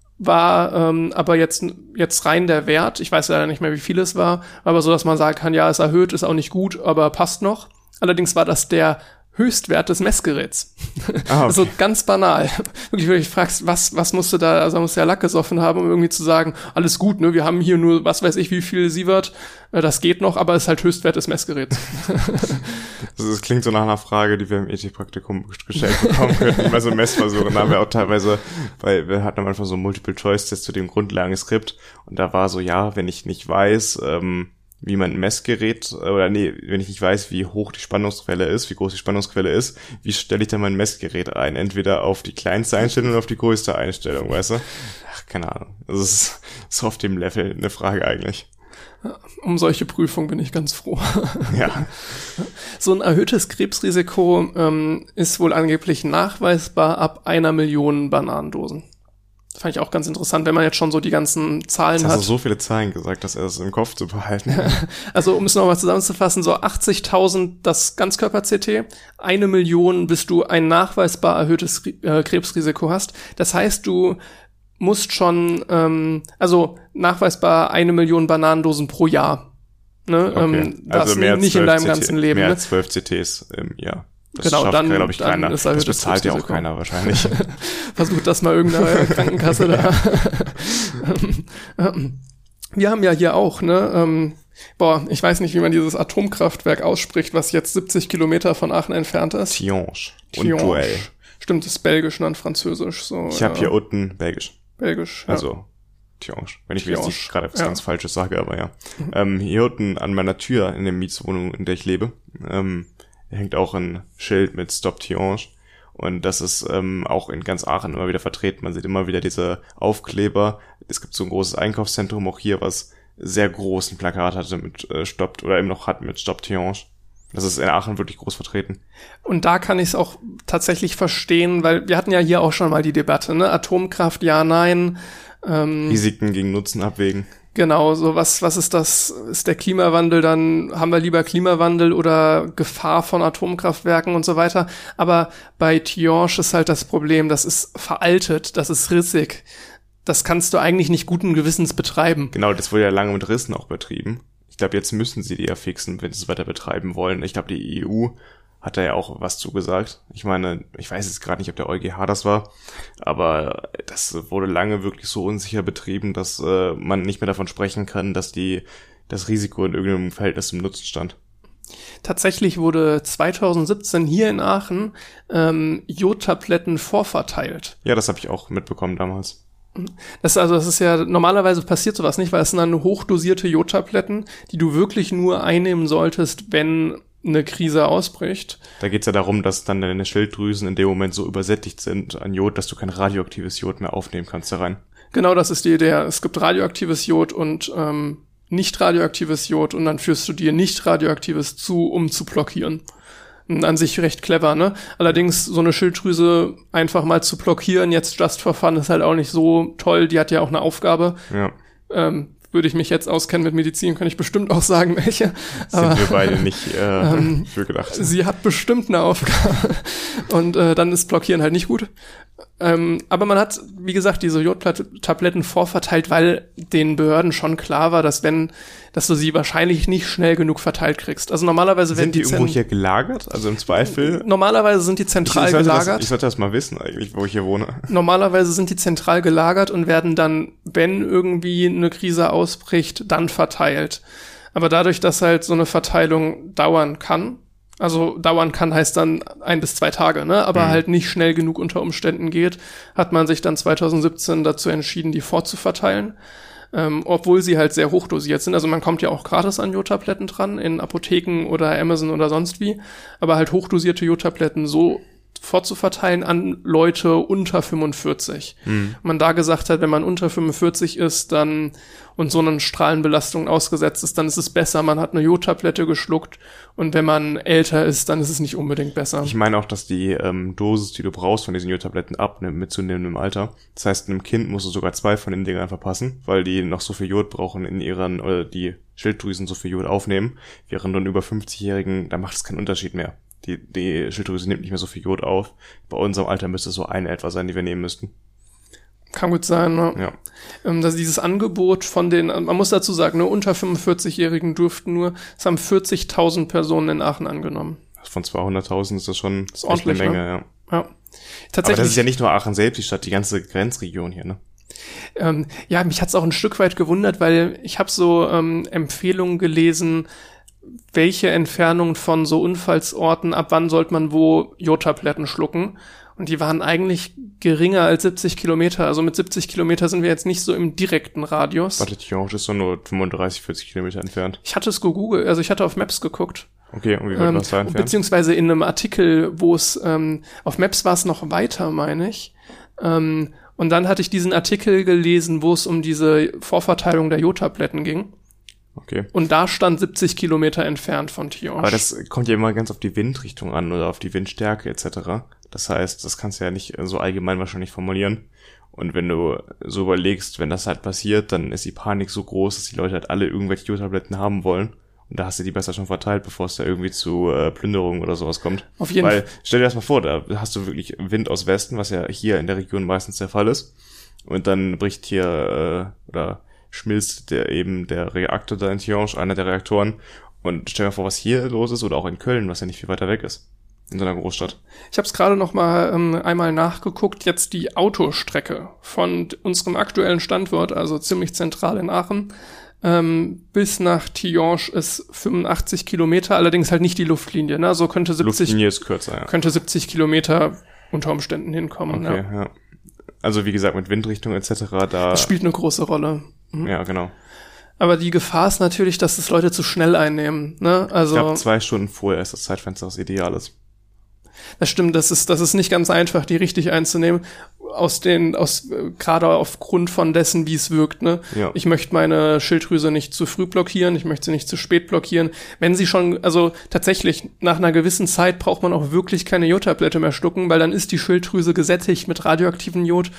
War ähm, aber jetzt jetzt rein der Wert, ich weiß leider nicht mehr, wie viel es war, aber so, dass man sagen kann, ja, ist erhöht, ist auch nicht gut, aber passt noch. Allerdings war das der Höchstwert des Messgeräts. Ah, okay. Also ganz banal. Wirklich, wenn du dich fragst, was was musste da, also musste ja Lack gesoffen haben, um irgendwie zu sagen, alles gut, ne, wir haben hier nur, was weiß ich, wie viel Sievert, äh, das geht noch, aber es ist halt Höchstwert des Messgeräts. Also das klingt so nach einer Frage, die wir im Ethikpraktikum gestellt bekommen könnten, bei so Messversuchen. Da haben wir auch teilweise, weil wir hatten am Anfang so Multiple-Choice-Test zu dem Grundlagenskript und da war so, ja, wenn ich nicht weiß, ähm, wie man ein Messgerät, oder nee, wenn ich nicht weiß, wie hoch die Spannungsquelle ist, wie groß die Spannungsquelle ist, wie stelle ich dann mein Messgerät ein? Entweder auf die kleinste Einstellung oder auf die größte Einstellung, weißt du? Ach, keine Ahnung. Das ist so auf dem Level eine Frage eigentlich. Um solche Prüfungen bin ich ganz froh. Ja. So ein erhöhtes Krebsrisiko ähm, ist wohl angeblich nachweisbar ab einer Million Bananendosen. Fand ich auch ganz interessant, wenn man jetzt schon so die ganzen Zahlen Jetzt hat. hast du so viele Zahlen gesagt, dass er es im Kopf zu behalten. Also um es nochmal zusammenzufassen, so achtzigtausend das Ganzkörper-C T, eine Million, bis du ein nachweisbar erhöhtes äh, Krebsrisiko hast. Das heißt, du musst schon, ähm, also nachweisbar eine Million Bananendosen pro Jahr. Ne? Okay. Ähm, das also mehr als nicht in deinem C T, ganzen Leben. Mehr ne? als zwölf C Ts im Jahr. Das Genau, schafft, dann, glaube ich, dann keiner. ist Das erhöhtes bezahlt ja auch Krebsrisiko. keiner wahrscheinlich. Versucht das mal irgendeine Krankenkasse da. Wir haben ja hier auch, ne, ähm, boah, ich weiß nicht, wie man dieses Atomkraftwerk ausspricht, was jetzt siebzig Kilometer von Aachen entfernt ist. Tihange und Tihange. Duell. Stimmt, das ist belgisch, ne, und französisch. So, Ich habe ja, hier unten Belgisch. belgisch. Ja. Also Tihange. Wenn ich jetzt Tihange. nicht gerade etwas Ja. ganz Falsches sage, aber ja. Mhm. Ähm, hier unten an meiner Tür in der Mietswohnung, in der ich lebe, ähm, hängt auch ein Schild mit Stop Tihange. Und das ist ähm, auch in ganz Aachen immer wieder vertreten. Man sieht immer wieder diese Aufkleber. Es gibt so ein großes Einkaufszentrum auch hier, was sehr großen Plakat hatte mit äh, Stoppt oder eben noch hat mit Stop Tihange. Das ist in Aachen wirklich groß vertreten. Und da kann ich es auch tatsächlich verstehen, weil wir hatten ja hier auch schon mal die Debatte, ne? Atomkraft, ja, nein. Ähm, Risiken gegen Nutzen abwägen. Genau, so was, was ist das? Ist der Klimawandel, dann haben wir lieber Klimawandel oder Gefahr von Atomkraftwerken und so weiter. Aber bei Tihange ist halt das Problem, das ist veraltet, das ist rissig. Das kannst du eigentlich nicht guten Gewissens betreiben. Genau, das wurde ja lange mit Rissen auch betrieben. Ich glaube, jetzt müssen sie die ja fixen, wenn sie es weiter betreiben wollen. Ich glaube, die E U hat da ja auch was zugesagt. Ich meine, ich weiß jetzt gerade nicht, ob der EuGH das war, aber das wurde lange wirklich so unsicher betrieben, dass äh, man nicht mehr davon sprechen kann, dass die das Risiko in irgendeinem Verhältnis zum Nutzen stand. Tatsächlich wurde zweitausendsiebzehn hier in Aachen ähm, Jodtabletten vorverteilt. Ja, das habe ich auch mitbekommen damals. Das ist also, das ist ja, normalerweise passiert sowas nicht, weil es sind dann hochdosierte Jodtabletten, die du wirklich nur einnehmen solltest, wenn eine Krise ausbricht. Da geht's ja darum, dass dann deine Schilddrüsen in dem Moment so übersättigt sind an Jod, dass du kein radioaktives Jod mehr aufnehmen kannst da rein. Genau, das ist die Idee. Es gibt radioaktives Jod und ähm, nicht radioaktives Jod und dann führst du dir nicht radioaktives zu, um zu blockieren. An sich recht clever, ne? Allerdings so eine Schilddrüse einfach mal zu blockieren, jetzt just for fun, ist halt auch nicht so toll. Die hat ja auch eine Aufgabe. Ja. Ähm, würde ich mich jetzt auskennen mit Medizin, kann ich bestimmt auch sagen, welche. Sind Aber, wir beide nicht äh, ähm, für gedacht. Sie hat bestimmt eine Aufgabe. Und äh, dann ist Blockieren halt nicht gut. Ähm, aber man hat, wie gesagt, diese Jodtabletten vorverteilt, weil den Behörden schon klar war, dass wenn, dass du sie wahrscheinlich nicht schnell genug verteilt kriegst. Also normalerweise werden Sind die die irgendwo Zen- hier gelagert? Also im Zweifel? Normalerweise sind die zentral ich, sollte gelagert. Das, ich sollte das mal wissen eigentlich, wo ich hier wohne. Normalerweise sind die zentral gelagert und werden dann, wenn irgendwie eine Krise ausbricht, dann verteilt. Aber dadurch, dass halt so eine Verteilung dauern kann, also dauern kann heißt dann ein bis zwei Tage, ne? Aber Mhm. halt nicht schnell genug unter Umständen geht, hat man sich dann zweitausendsiebzehn dazu entschieden, die vorzuverteilen. Ähm, obwohl sie halt sehr hochdosiert sind. Also man kommt ja auch gratis an Jodtabletten dran, in Apotheken oder Amazon oder sonst wie. Aber halt hochdosierte Jodtabletten so vorzuverteilen an Leute unter fünfundvierzig. Mhm. Man da gesagt hat, wenn man unter fünfundvierzig ist, dann und so einer Strahlenbelastung ausgesetzt ist, dann ist es besser, man hat eine Jodtablette geschluckt und wenn man älter ist, dann ist es nicht unbedingt besser. Ich meine auch, dass die ähm, Dosis, die du brauchst von diesen Jodtabletten abnimmt mit zunehmendem Alter. Das heißt, einem Kind musst du sogar zwei von den Dingern verpassen, weil die noch so viel Jod brauchen in ihren, oder die Schilddrüsen so viel Jod aufnehmen, während dann über fünfzigjährigen, da macht es keinen Unterschied mehr. Die, die Schilddrüse nimmt nicht mehr so viel Jod auf. Bei unserem Alter müsste es so eine etwa sein, die wir nehmen müssten. Kann gut sein, ne? Ja. Ähm, dass dieses Angebot von den, man muss dazu sagen, ne, unter fünfundvierzig-Jährigen durften nur, es haben vierzigtausend Personen in Aachen angenommen. Von zweihunderttausend ist das schon Das ist ordentlich, eine Menge, ne? ja. Ja. Aber Tatsächlich. das ist ja nicht nur Aachen selbst, die Stadt, die ganze Grenzregion hier, ne? Ähm, ja, mich hat's auch ein Stück weit gewundert, weil ich habe so ähm, Empfehlungen gelesen, welche Entfernung von so Unfallsorten, ab wann sollte man wo Jodtabletten schlucken. Und die waren eigentlich geringer als siebzig Kilometer. Also mit siebzig Kilometer sind wir jetzt nicht so im direkten Radius. Warte, Tihange ist so nur fünfunddreißig, vierzig Kilometer entfernt. Ich hatte es gegoogelt, also ich hatte auf Maps geguckt. Okay, und wie weit ähm, war es da entfernt? Beziehungsweise in einem Artikel, wo es, ähm, auf Maps war es noch weiter, meine ich. Ähm, und dann hatte ich diesen Artikel gelesen, wo es um diese Vorverteilung der Jodtabletten ging. Okay. Und da stand siebzig Kilometer entfernt von Tihange. Aber das kommt ja immer ganz auf die Windrichtung an oder auf die Windstärke et cetera. Das heißt, das kannst du ja nicht so allgemein wahrscheinlich formulieren. Und wenn du so überlegst, wenn das halt passiert, dann ist die Panik so groß, dass die Leute halt alle irgendwelche Jodtabletten haben wollen. Und da hast du die besser schon verteilt, bevor es da irgendwie zu äh, Plünderungen oder sowas kommt. Auf jeden Fall. Weil, stell dir das mal vor, da hast du wirklich Wind aus Westen, was ja hier in der Region meistens der Fall ist. Und dann bricht hier, äh, oder schmilzt der eben der Reaktor da in Tihange, einer der Reaktoren. Und stell dir mal vor, was hier los ist, oder auch in Köln, was ja nicht viel weiter weg ist. In so einer Großstadt. Ich habe es gerade noch mal ähm, einmal nachgeguckt. Jetzt die Autostrecke von unserem aktuellen Standort, also ziemlich zentral in Aachen, ähm, bis nach Tihange ist fünfundachtzig Kilometer, allerdings halt nicht die Luftlinie. Ne? So könnte siebzig, Luftlinie ist kürzer, ja. Könnte siebzig Kilometer unter Umständen hinkommen. Okay, ja. ja. Also wie gesagt, mit Windrichtung et cetera, da... Das spielt eine große Rolle. Mhm. Ja, genau. Aber die Gefahr ist natürlich, dass es Leute zu schnell einnehmen. Ne? Also, ich glaube, zwei Stunden vorher ist das Zeitfenster, das ideal ist. Das stimmt, das ist, das ist nicht ganz einfach, die richtig einzunehmen, aus den, aus, äh, gerade aufgrund von dessen, wie es wirkt, ne? Ja. Ich möchte meine Schilddrüse nicht zu früh blockieren, ich möchte sie nicht zu spät blockieren. Wenn sie schon, also tatsächlich, nach einer gewissen Zeit braucht man auch wirklich keine Jodtablette mehr schlucken, weil dann ist die Schilddrüse gesättigt mit radioaktivem Jod.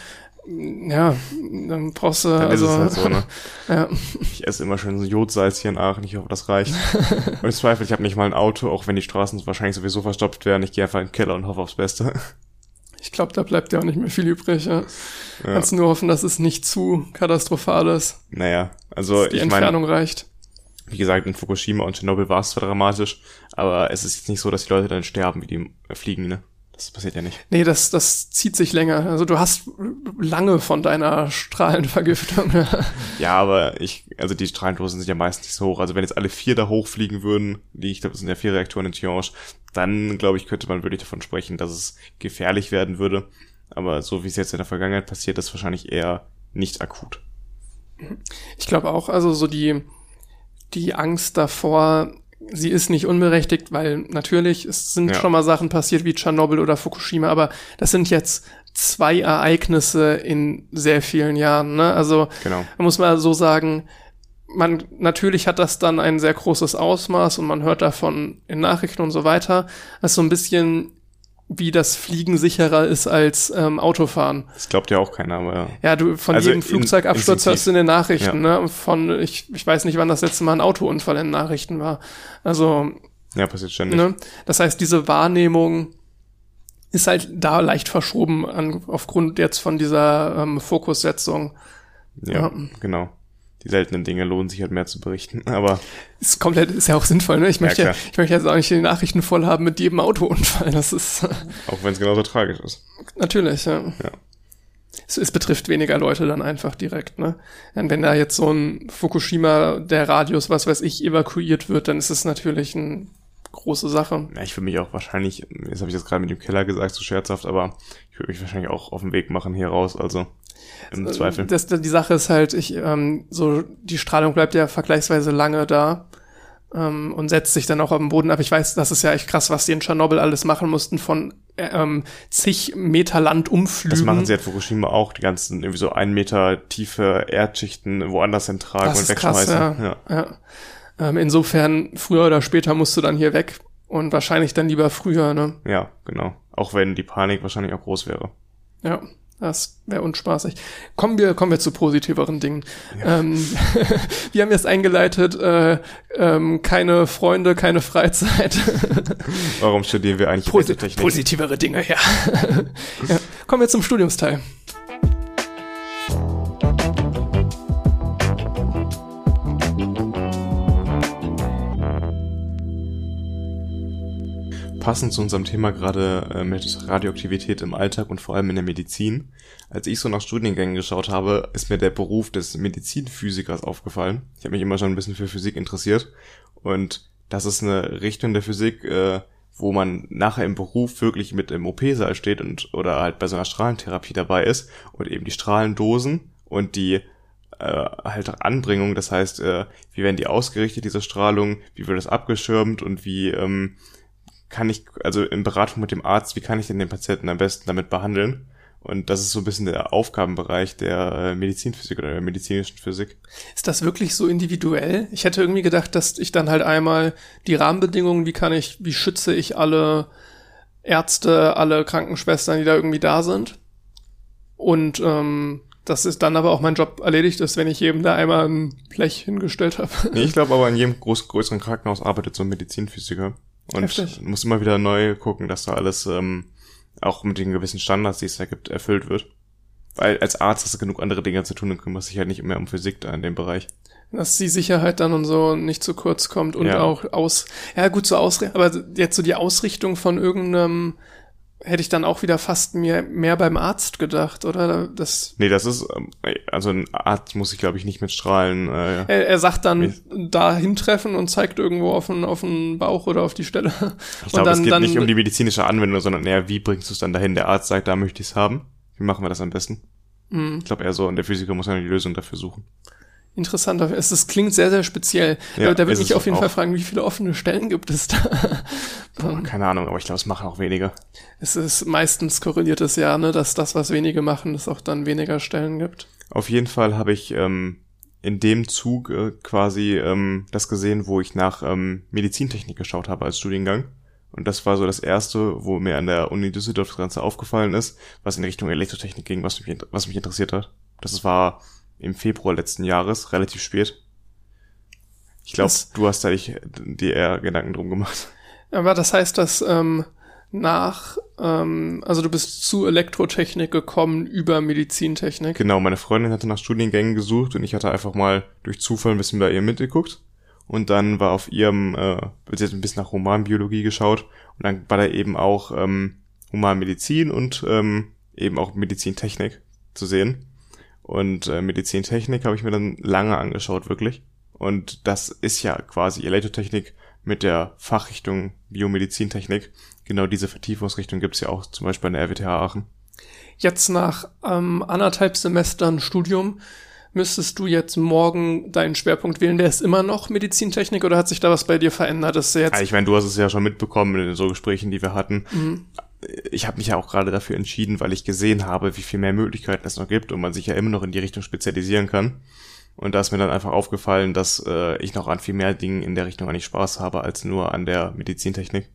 Ja, dann brauchst du, dann also. Ist es halt so, ne? Ja. Ich esse immer schön so Jodsalz hier in Aachen, ich hoffe, das reicht. Und im Zweifel, ich habe nicht mal ein Auto, auch wenn die Straßen wahrscheinlich sowieso verstopft werden. Ich gehe einfach in den Keller und hoffe aufs Beste. Ich glaube, da bleibt ja auch nicht mehr viel übrig. Ja. Ja. Kannst nur hoffen, dass es nicht zu katastrophal ist. Naja, also dass die ich Entfernung meine, reicht. Wie gesagt, in Fukushima und Tschernobyl war es zwar dramatisch, aber es ist jetzt nicht so, dass die Leute dann sterben, wie die fliegen, ne? Das passiert ja nicht. Nee, das, das zieht sich länger. Also du hast lange von deiner Strahlenvergiftung. Ja, aber ich, also die Strahlendosen sind ja meistens nicht so hoch. Also wenn jetzt alle vier da hochfliegen würden, die, ich glaube, das sind ja vier Reaktoren in Tihange, dann, glaube ich, könnte man wirklich davon sprechen, dass es gefährlich werden würde. Aber so wie es jetzt in der Vergangenheit passiert, ist wahrscheinlich eher nicht akut. Ich glaube auch, also so die, die Angst davor, sie ist nicht unberechtigt, weil natürlich, es sind ja. schon mal Sachen passiert wie Tschernobyl oder Fukushima, aber das sind jetzt zwei Ereignisse in sehr vielen Jahren, ne? Also, genau. Man muss mal so sagen, man, natürlich hat das dann ein sehr großes Ausmaß und man hört davon in Nachrichten und so weiter. Das ist so ein bisschen wie das Fliegen sicherer ist als ähm, Autofahren. Das glaubt ja auch keiner, aber ja. Ja, du von also jedem Flugzeugabsturz hörst du in den Nachrichten, ja. ne? Von ich ich weiß nicht, wann das letzte Mal ein Autounfall in den Nachrichten war. Also ja, passiert ständig. Ne? Das heißt, diese Wahrnehmung ist halt da leicht verschoben an, aufgrund jetzt von dieser ähm, Fokussetzung. Ja, ja, genau. Die seltenen Dinge lohnen sich halt mehr zu berichten, aber ist komplett, ist ja auch sinnvoll, ne? Ich möchte, ja, ja, ich möchte jetzt auch nicht die Nachrichten voll haben mit jedem Autounfall. Das ist auch wenn es genauso tragisch ist. Natürlich, ja. Ja. Es, es betrifft weniger Leute dann einfach direkt, ne? Und wenn da jetzt so ein Fukushima, der Radius, was weiß ich, evakuiert wird, dann ist es natürlich eine große Sache. Ja, ich würde mich auch wahrscheinlich, jetzt habe ich das gerade mit dem Keller gesagt, so scherzhaft, aber ich würde mich wahrscheinlich auch auf den Weg machen hier raus, also im Zweifel. Das, die Sache ist halt, ich, ähm, so, die Strahlung bleibt ja vergleichsweise lange da, ähm, und setzt sich dann auch auf den Boden ab. Ich weiß, das ist ja echt krass, was die in Tschernobyl alles machen mussten, von, ähm, zig Meter Land umflügen. Das machen sie at Fukushima auch, die ganzen, irgendwie so ein Meter tiefe Erdschichten woanders hintragen das und ist wegschmeißen. Krass, ja. ja. ja. Ähm, insofern, früher oder später musst du dann hier weg und wahrscheinlich dann lieber früher, ne? Ja, genau. Auch wenn die Panik wahrscheinlich auch groß wäre. Ja. Das wäre unspaßig. Kommen wir, kommen wir zu positiveren Dingen. Ja. Ähm, wir haben jetzt eingeleitet, äh, ähm, keine Freunde, keine Freizeit. Warum studieren wir eigentlich Posi- Technik? Positivere Dinge, ja. ja. Kommen wir zum Studiumsteil. Passend zu unserem Thema gerade äh, mit Radioaktivität im Alltag und vor allem in der Medizin. Als ich so nach Studiengängen geschaut habe, ist mir der Beruf des Medizinphysikers aufgefallen. Ich habe mich immer schon ein bisschen für Physik interessiert und das ist eine Richtung der Physik, äh, wo man nachher im Beruf wirklich mit im O P-Saal steht und oder halt bei so einer Strahlentherapie dabei ist und eben die Strahlendosen und die äh, halt Anbringung, das heißt, äh, wie werden die ausgerichtet, diese Strahlung, wie wird das abgeschirmt und wie ähm, kann ich, also in Beratung mit dem Arzt, wie kann ich denn den Patienten am besten damit behandeln? Und das ist so ein bisschen der Aufgabenbereich der äh, Medizinphysik oder der medizinischen Physik. Ist das wirklich so individuell? Ich hätte irgendwie gedacht, dass ich dann halt einmal die Rahmenbedingungen, wie kann ich, wie schütze ich alle Ärzte, alle Krankenschwestern, die da irgendwie da sind. Und ähm, dass es dann aber auch mein Job erledigt ist, wenn ich jedem da einmal ein Blech hingestellt habe. Nee, ich glaube aber in jedem groß, größeren Krankenhaus arbeitet so ein Medizinphysiker. Und Heftig. Muss immer wieder neu gucken, dass da alles ähm, auch mit den gewissen Standards, die es da gibt, erfüllt wird. Weil als Arzt hast du genug andere Dinge zu tun und kümmerst dich halt nicht mehr um Physik da in dem Bereich. Dass die Sicherheit dann und so nicht zu kurz kommt und ja. auch aus, ja gut, so Ausrichtung, aber jetzt so die Ausrichtung von irgendeinem, hätte ich dann auch wieder fast mehr, mehr beim Arzt gedacht, oder? Das nee, das ist, also ein Arzt muss sich, glaube ich, nicht mit Strahlen. Äh, er, er sagt dann, da hintreffen und zeigt irgendwo auf den, auf den Bauch oder auf die Stelle. Ich glaube, es geht dann, nicht um die medizinische Anwendung, sondern eher, wie bringst du es dann dahin? Der Arzt sagt, da möchte ich es haben. Wie machen wir das am besten? Mhm. Ich glaube eher so, und der Physiker muss dann die Lösung dafür suchen. Interessant, es, es klingt sehr, sehr speziell. Ja, da würde ich auf jeden auch. Fall fragen, wie viele offene Stellen gibt es da? Boah, keine Ahnung, aber ich glaube, es machen auch weniger. Es ist meistens korreliert es ja, ne, dass das, was wenige machen, es auch dann weniger Stellen gibt. Auf jeden Fall habe ich ähm, in dem Zug äh, quasi ähm, das gesehen, wo ich nach ähm, Medizintechnik geschaut habe als Studiengang. Und das war so das erste, wo mir an der Uni Düsseldorf das Ganze aufgefallen ist, was in Richtung Elektrotechnik ging, was mich, was mich interessiert hat. Das war im Februar letzten Jahres, relativ spät. Ich glaube, du hast da dich, dir eher Gedanken drum gemacht. Aber das heißt, dass ähm, nach, ähm, also du bist zu Elektrotechnik gekommen über Medizintechnik? Genau, meine Freundin hatte nach Studiengängen gesucht und ich hatte einfach mal durch Zufall ein bisschen bei ihr mitgeguckt. Und dann war auf ihrem, äh, sie hat ein bisschen nach Humanbiologie geschaut und dann war da eben auch ähm, Humanmedizin und ähm, eben auch Medizintechnik zu sehen. Und äh, Medizintechnik habe ich mir dann lange angeschaut, wirklich. Und das ist ja quasi Elektrotechnik mit der Fachrichtung Biomedizintechnik. Genau diese Vertiefungsrichtung gibt's ja auch zum Beispiel an der R W T H Aachen. Jetzt nach ähm, anderthalb Semestern Studium müsstest du jetzt morgen deinen Schwerpunkt wählen. Der ist immer noch Medizintechnik oder hat sich da was bei dir verändert? Dass du jetzt ja, ich meine, du hast es ja schon mitbekommen in so Gesprächen, die wir hatten. Mhm. Ich habe mich ja auch gerade dafür entschieden, weil ich gesehen habe, wie viel mehr Möglichkeiten es noch gibt und man sich ja immer noch in die Richtung spezialisieren kann. Und da ist mir dann einfach aufgefallen, dass äh, ich noch an viel mehr Dingen in der Richtung eigentlich Spaß habe, als nur an der Medizintechnik.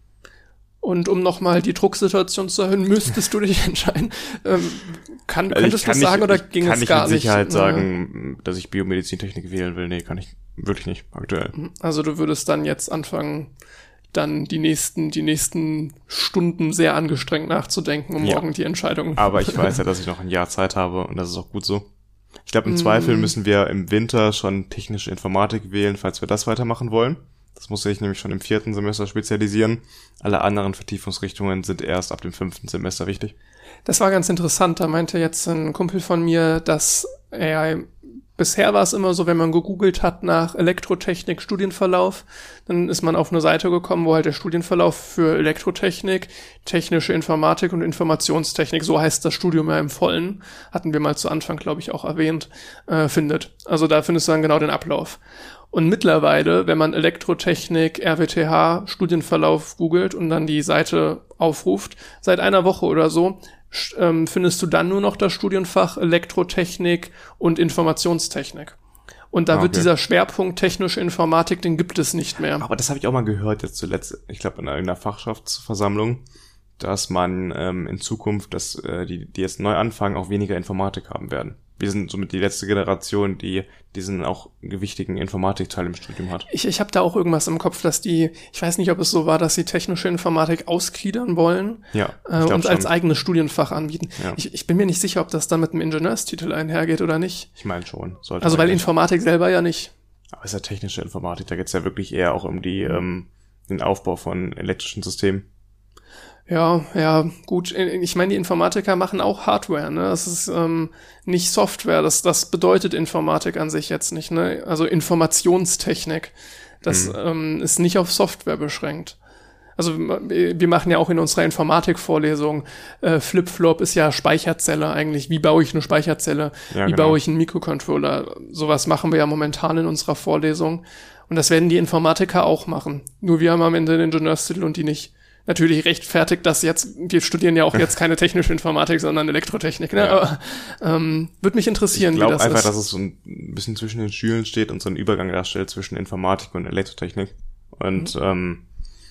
Und um nochmal die Drucksituation zu erhöhen, müsstest du dich entscheiden. Ähm, kann, also könntest du das nicht, sagen oder ging es gar nicht? Kann ich mit Sicherheit nicht? sagen, dass ich Biomedizintechnik wählen will? Nee, kann ich wirklich nicht, aktuell. Also du würdest dann jetzt anfangen, dann die nächsten, die nächsten Stunden sehr angestrengt nachzudenken, um ja. morgen die Entscheidung. Aber ich weiß ja, dass ich noch ein Jahr Zeit habe und das ist auch gut so. Ich glaube, im mm. Zweifel müssen wir im Winter schon technische Informatik wählen, falls wir das weitermachen wollen. Das muss ich nämlich schon im vierten Semester spezialisieren. Alle anderen Vertiefungsrichtungen sind erst ab dem fünften Semester wichtig. Das war ganz interessant. Da meinte jetzt ein Kumpel von mir, dass er bisher war es immer so, wenn man gegoogelt hat nach Elektrotechnik Studienverlauf, dann ist man auf eine Seite gekommen, wo halt der Studienverlauf für Elektrotechnik, technische Informatik und Informationstechnik, so heißt das Studium ja im Vollen, hatten wir mal zu Anfang, glaube ich, auch erwähnt, äh, findet. Also da findest du dann genau den Ablauf. Und mittlerweile, wenn man Elektrotechnik, R W T H, Studienverlauf googelt und dann die Seite aufruft, seit einer Woche oder so, ähm, findest du dann nur noch das Studienfach Elektrotechnik und Informationstechnik. Und da ah, okay. wird dieser Schwerpunkt technische Informatik, den gibt es nicht mehr. Aber das habe ich auch mal gehört jetzt zuletzt, ich glaube in einer Fachschaftsversammlung, dass man ähm, in Zukunft, dass äh, die, die jetzt neu anfangen, auch weniger Informatik haben werden. Wir sind somit die letzte Generation, die diesen auch gewichtigen Informatikteil im Studium hat. Ich, ich habe da auch irgendwas im Kopf, dass die, ich weiß nicht, ob es so war, dass sie technische Informatik ausgliedern wollen ja, äh, und als eigenes Studienfach anbieten. Ja. Ich, ich bin mir nicht sicher, ob das dann mit einem Ingenieurstitel einhergeht oder nicht. Ich meine schon. Sollte also weil Informatik selber ja nicht. Aber es ist ja technische Informatik, da geht es ja wirklich eher auch um die ähm, den Aufbau von elektrischen Systemen. Ja, ja, gut. Ich meine, die Informatiker machen auch Hardware, ne? Das ist ähm, nicht Software. Das, das bedeutet Informatik an sich jetzt nicht, ne? Also Informationstechnik. Das hm. ähm, ist nicht auf Software beschränkt. Also wir machen ja auch in unserer Informatikvorlesung, äh, Flip-Flop ist ja Speicherzelle eigentlich. Wie baue ich eine Speicherzelle? Ja, Wie genau. baue ich einen Mikrocontroller? Sowas machen wir ja momentan in unserer Vorlesung. Und das werden die Informatiker auch machen. Nur wir haben am Ende den Ingenieurstitel und die nicht. Natürlich rechtfertigt das jetzt, wir studieren ja auch jetzt keine technische Informatik, sondern Elektrotechnik. Ne? Ja. Aber ähm, würde mich interessieren, ich wie das einfach, ist. Ich glaube einfach, dass es so ein bisschen zwischen den Stühlen steht und so einen Übergang darstellt zwischen Informatik und Elektrotechnik. Und mhm. ähm,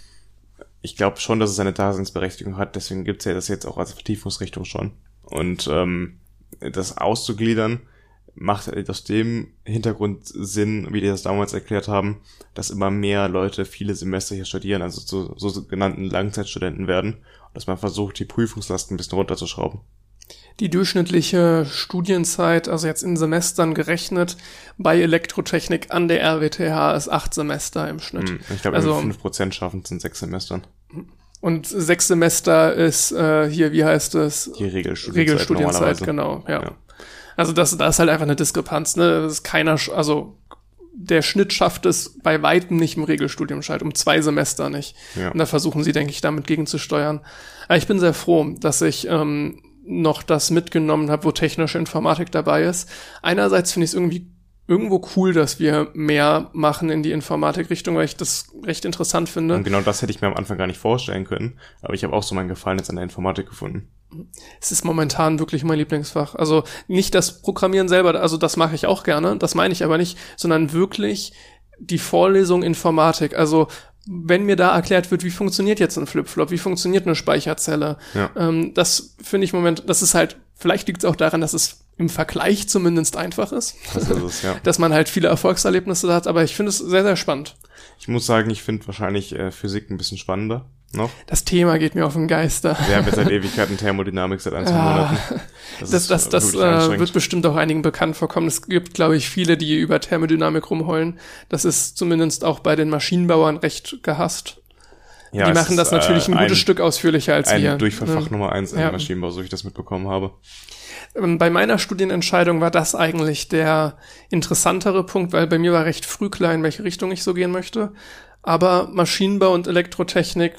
ich glaube schon, dass es eine Daseinsberechtigung hat, deswegen gibt's ja das jetzt auch als Vertiefungsrichtung schon. Und ähm, das auszugliedern macht aus dem Hintergrund Sinn, wie die das damals erklärt haben, dass immer mehr Leute viele Semester hier studieren, also zu so sogenannten Langzeitstudenten werden, und dass man versucht, die Prüfungslast ein bisschen runterzuschrauben. Die durchschnittliche Studienzeit, also jetzt in Semestern gerechnet, bei Elektrotechnik an der R W T H ist acht Semester im Schnitt. Ich glaube, also fünf Prozent schaffen es in sechs Semestern. Und sechs Semester ist äh, hier, wie heißt es? Die Regelstudienzeit, Regelstudienzeit genau, ja. ja. Also das, das ist halt einfach eine Diskrepanz, ne? Das ist keiner, also der Schnitt schafft es bei weitem nicht im Regelstudium, halt um zwei Semester nicht. Ja. Und da versuchen sie, denke ich, damit gegenzusteuern. Aber ich bin sehr froh, dass ich ähm, noch das mitgenommen habe, wo technische Informatik dabei ist. Einerseits finde ich es irgendwie irgendwo cool, dass wir mehr machen in die Informatikrichtung, weil ich das recht interessant finde. Und genau das hätte ich mir am Anfang gar nicht vorstellen können, aber ich habe auch so meinen Gefallen jetzt an der Informatik gefunden. Es ist momentan wirklich mein Lieblingsfach. Also nicht das Programmieren selber, also das mache ich auch gerne, das meine ich aber nicht, sondern wirklich die Vorlesung Informatik. Also wenn mir da erklärt wird, wie funktioniert jetzt ein Flip-Flop, wie funktioniert eine Speicherzelle, ja. ähm, das finde ich im Moment, das ist halt, vielleicht liegt es auch daran, dass es im Vergleich zumindest einfach ist, das ist es, ja. dass man halt viele Erfolgserlebnisse hat, aber ich finde es sehr, sehr spannend. Ich muss sagen, ich finde wahrscheinlich äh, Physik ein bisschen spannender noch. Das Thema geht mir auf den Geister. Wir haben jetzt seit Ewigkeiten Thermodynamik seit ein, zwei Monaten. Das, das, das, das äh, wird bestimmt auch einigen bekannt vorkommen. Es gibt, glaube ich, viele, die über Thermodynamik rumheulen. Das ist zumindest auch bei den Maschinenbauern recht gehasst. Ja, die machen das natürlich ein, ein gutes Stück ausführlicher als ein wir. Ein Durchfallfach ja. Nummer eins im ja. Maschinenbau, so ich das mitbekommen habe. Bei meiner Studienentscheidung war das eigentlich der interessantere Punkt, weil bei mir war recht früh klar, in welche Richtung ich so gehen möchte. Aber Maschinenbau und Elektrotechnik,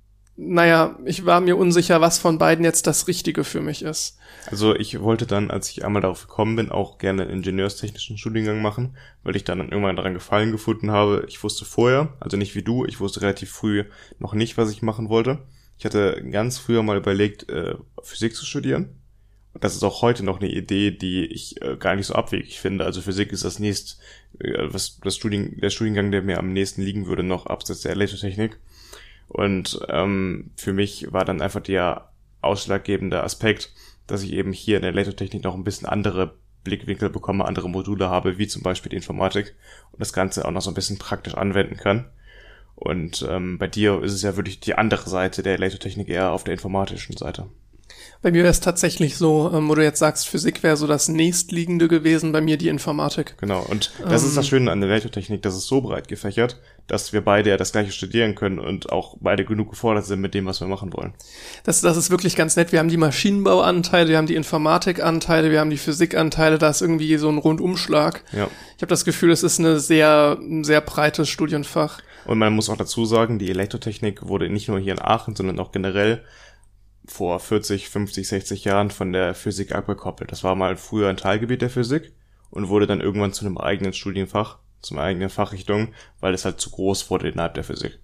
naja, ich war mir unsicher, was von beiden jetzt das Richtige für mich ist. Also ich wollte dann, als ich einmal darauf gekommen bin, auch gerne einen ingenieurstechnischen Studiengang machen, weil ich dann irgendwann daran Gefallen gefunden habe. Ich wusste vorher, also nicht wie du, ich wusste relativ früh noch nicht, was ich machen wollte. Ich hatte ganz früher mal überlegt, äh, Physik zu studieren. Und das ist auch heute noch eine Idee, die ich äh, gar nicht so abwegig finde. Also Physik ist das nächst, äh, was das Studien, der Studiengang, der mir am nächsten liegen würde, noch abseits der Elektrotechnik. Und ähm, für mich war dann einfach der ausschlaggebende Aspekt, dass ich eben hier in der Elektrotechnik noch ein bisschen andere Blickwinkel bekomme, andere Module habe, wie zum Beispiel die Informatik, und das Ganze auch noch so ein bisschen praktisch anwenden kann. Und ähm, bei dir ist es ja wirklich die andere Seite der Elektrotechnik, eher auf der informatischen Seite. Bei mir wäre es tatsächlich so, ähm, wo du jetzt sagst, Physik wäre so das nächstliegende gewesen, bei mir die Informatik. Genau, und das ähm, ist das Schöne an der Elektrotechnik, dass es so breit gefächert, dass wir beide ja das Gleiche studieren können und auch beide genug gefordert sind mit dem, was wir machen wollen. Das, das ist wirklich ganz nett. Wir haben die Maschinenbauanteile, wir haben die Informatikanteile, wir haben die Physikanteile, da ist irgendwie so ein Rundumschlag. Ja. Ich habe das Gefühl, es ist eine sehr, ein sehr breites Studienfach. Und man muss auch dazu sagen, die Elektrotechnik wurde nicht nur hier in Aachen, sondern auch generell vor vierzig, fünfzig, sechzig Jahren von der Physik abgekoppelt. Das war mal früher ein Teilgebiet der Physik und wurde dann irgendwann zu einem eigenen Studienfach, zum eigenen Fachrichtung, weil es halt zu groß wurde innerhalb der Physik.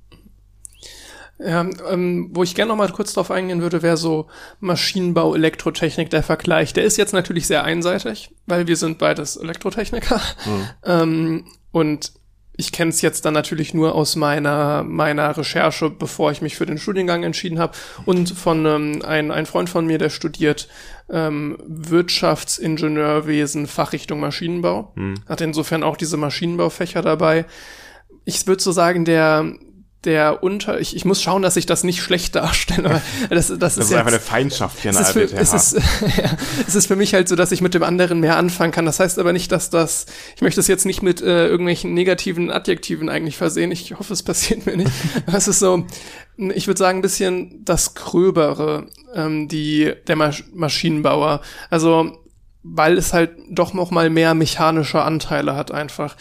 Ja, ähm, wo ich gerne noch mal kurz drauf eingehen würde, wäre so Maschinenbau, Elektrotechnik, der Vergleich. Der ist jetzt natürlich sehr einseitig, weil wir sind beides Elektrotechniker. Mhm. Ähm, und ich kenne es jetzt dann natürlich nur aus meiner meiner Recherche, bevor ich mich für den Studiengang entschieden habe, und von ähm, ein ein Freund von mir, der studiert ähm, Wirtschaftsingenieurwesen, Fachrichtung Maschinenbau, hm. hat insofern auch diese Maschinenbaufächer dabei. Ich würde so sagen, der der unter, ich, ich muss schauen, dass ich das nicht schlecht darstelle. Aber das, das, das ist, ist jetzt, einfach eine Feindschaft hier in der R W T H. Es ist, ja, es ist für mich halt so, dass ich mit dem anderen mehr anfangen kann. Das heißt aber nicht, dass das, ich möchte es jetzt nicht mit äh, irgendwelchen negativen Adjektiven eigentlich versehen. Ich hoffe, es passiert mir nicht. Es ist so, ich würde sagen, ein bisschen das Gröbere, ähm, die, der Masch- Maschinenbauer. Also, weil es halt doch noch mal mehr mechanische Anteile hat einfach.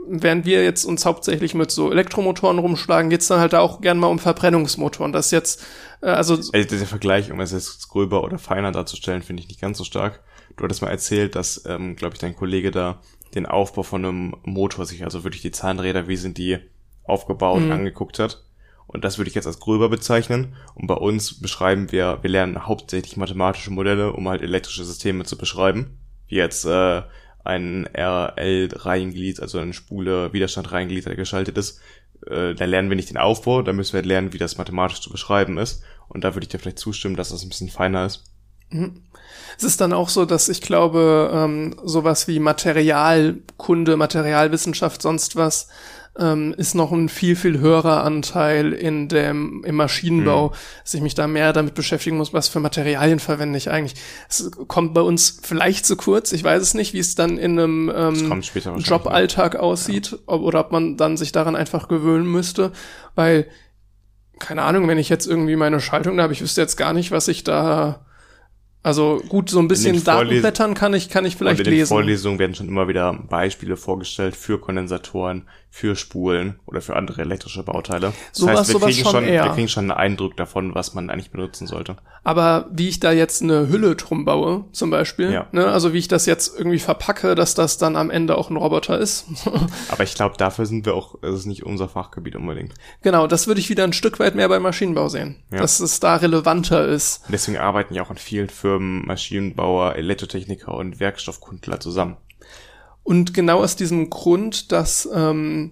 während wir jetzt uns hauptsächlich mit so Elektromotoren rumschlagen, geht's dann halt da auch gern mal um Verbrennungsmotoren. Das ist jetzt, äh, also... Also der Vergleich, um es jetzt gröber oder feiner darzustellen, finde ich nicht ganz so stark. Du hattest mal erzählt, dass, ähm, glaube ich, dein Kollege da den Aufbau von einem Motor sich, also wirklich die Zahnräder, wie sind die aufgebaut, mhm. angeguckt hat. Und das würde ich jetzt als gröber bezeichnen. Und bei uns beschreiben wir, wir lernen hauptsächlich mathematische Modelle, um halt elektrische Systeme zu beschreiben. Wie jetzt äh, ein R L-Reihenglied, also eine Spule Widerstand-Reihenglied, der geschaltet ist. Äh, da lernen wir nicht den Aufbau, da müssen wir lernen, wie das mathematisch zu beschreiben ist. Und da würde ich dir vielleicht zustimmen, dass das ein bisschen feiner ist. Mhm. Es ist dann auch so, dass ich glaube, ähm, sowas wie Materialkunde, Materialwissenschaft, sonst was, ähm, ist noch ein viel, viel höherer Anteil in dem, im Maschinenbau, mhm. dass ich mich da mehr damit beschäftigen muss, was für Materialien verwende ich eigentlich. Es kommt bei uns vielleicht zu kurz, ich weiß es nicht, wie es dann in einem ähm, Joballtag aussieht, ja. ob, oder ob man dann sich daran einfach gewöhnen müsste, weil, keine Ahnung, wenn ich jetzt irgendwie meine Schaltung da habe, ich wüsste jetzt gar nicht, was ich da... Also gut, so ein bisschen Datenblättern kann ich kann ich vielleicht lesen. Und in den lesen. Vorlesungen werden schon immer wieder Beispiele vorgestellt für Kondensatoren, für Spulen oder für andere elektrische Bauteile. Das sowas, heißt, wir sowas kriegen schon schon, eher. wir kriegen schon einen Eindruck davon, was man eigentlich benutzen sollte. Aber wie ich da jetzt eine Hülle drum baue, zum Beispiel, ja. ne, also wie ich das jetzt irgendwie verpacke, dass das dann am Ende auch ein Roboter ist. Aber ich glaube, dafür sind wir auch, das ist nicht unser Fachgebiet unbedingt. Genau, das würde ich wieder ein Stück weit mehr beim Maschinenbau sehen, ja. dass es da relevanter ist. Und deswegen arbeiten ja auch in vielen Firmen Maschinenbauer, Elektrotechniker und Werkstoffkundler zusammen. Und genau aus diesem Grund, dass ähm,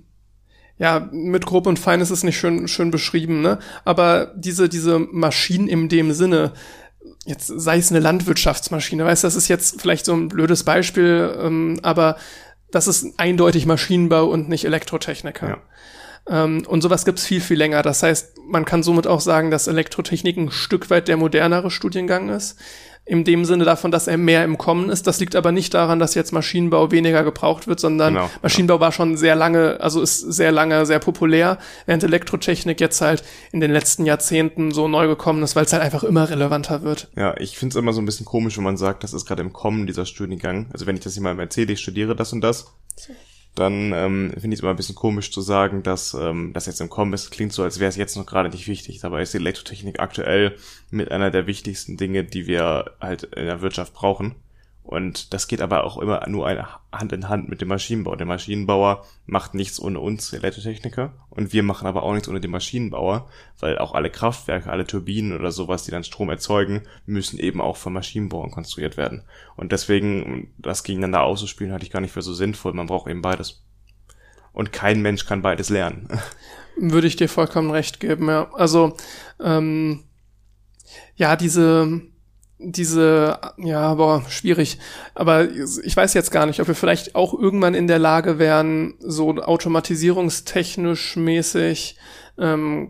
ja, mit grob und fein ist es nicht schön schön beschrieben, ne? Aber diese diese Maschinen in dem Sinne, jetzt sei es eine Landwirtschaftsmaschine, weißt du, das ist jetzt vielleicht so ein blödes Beispiel, ähm, aber das ist eindeutig Maschinenbau und nicht Elektrotechniker. Ja. Ähm, und sowas gibt's viel, viel länger. Das heißt, man kann somit auch sagen, dass Elektrotechnik ein Stück weit der modernere Studiengang ist. In dem Sinne davon, dass er mehr im Kommen ist. Das liegt aber nicht daran, dass jetzt Maschinenbau weniger gebraucht wird, sondern genau, Maschinenbau genau. war schon sehr lange, also ist sehr lange sehr populär, während Elektrotechnik jetzt halt in den letzten Jahrzehnten so neu gekommen ist, weil es halt einfach immer relevanter wird. Ja, ich find's immer so ein bisschen komisch, wenn man sagt, das ist gerade im Kommen, dieser Studiengang. Also wenn ich das jemandem erzähle, ich studiere das und das, dann ähm, finde ich es immer ein bisschen komisch zu sagen, dass ähm, das jetzt im Kommen ist. Klingt so, als wäre es jetzt noch gerade nicht wichtig. Dabei ist die Elektrotechnik aktuell mit einer der wichtigsten Dinge, die wir halt in der Wirtschaft brauchen. Und das geht aber auch immer nur eine Hand in Hand mit dem Maschinenbau. Der Maschinenbauer macht nichts ohne uns Elektrotechniker und wir machen aber auch nichts ohne den Maschinenbauer, weil auch alle Kraftwerke, alle Turbinen oder sowas, die dann Strom erzeugen, müssen eben auch von Maschinenbauern konstruiert werden. Und deswegen, das gegeneinander auszuspielen, halte ich gar nicht für so sinnvoll. Man braucht eben beides. Und kein Mensch kann beides lernen. Würde ich dir vollkommen recht geben, ja. Also, ähm, ja, diese... Diese, ja, boah, schwierig. Aber ich weiß jetzt gar nicht, ob wir vielleicht auch irgendwann in der Lage wären, so automatisierungstechnisch mäßig ähm,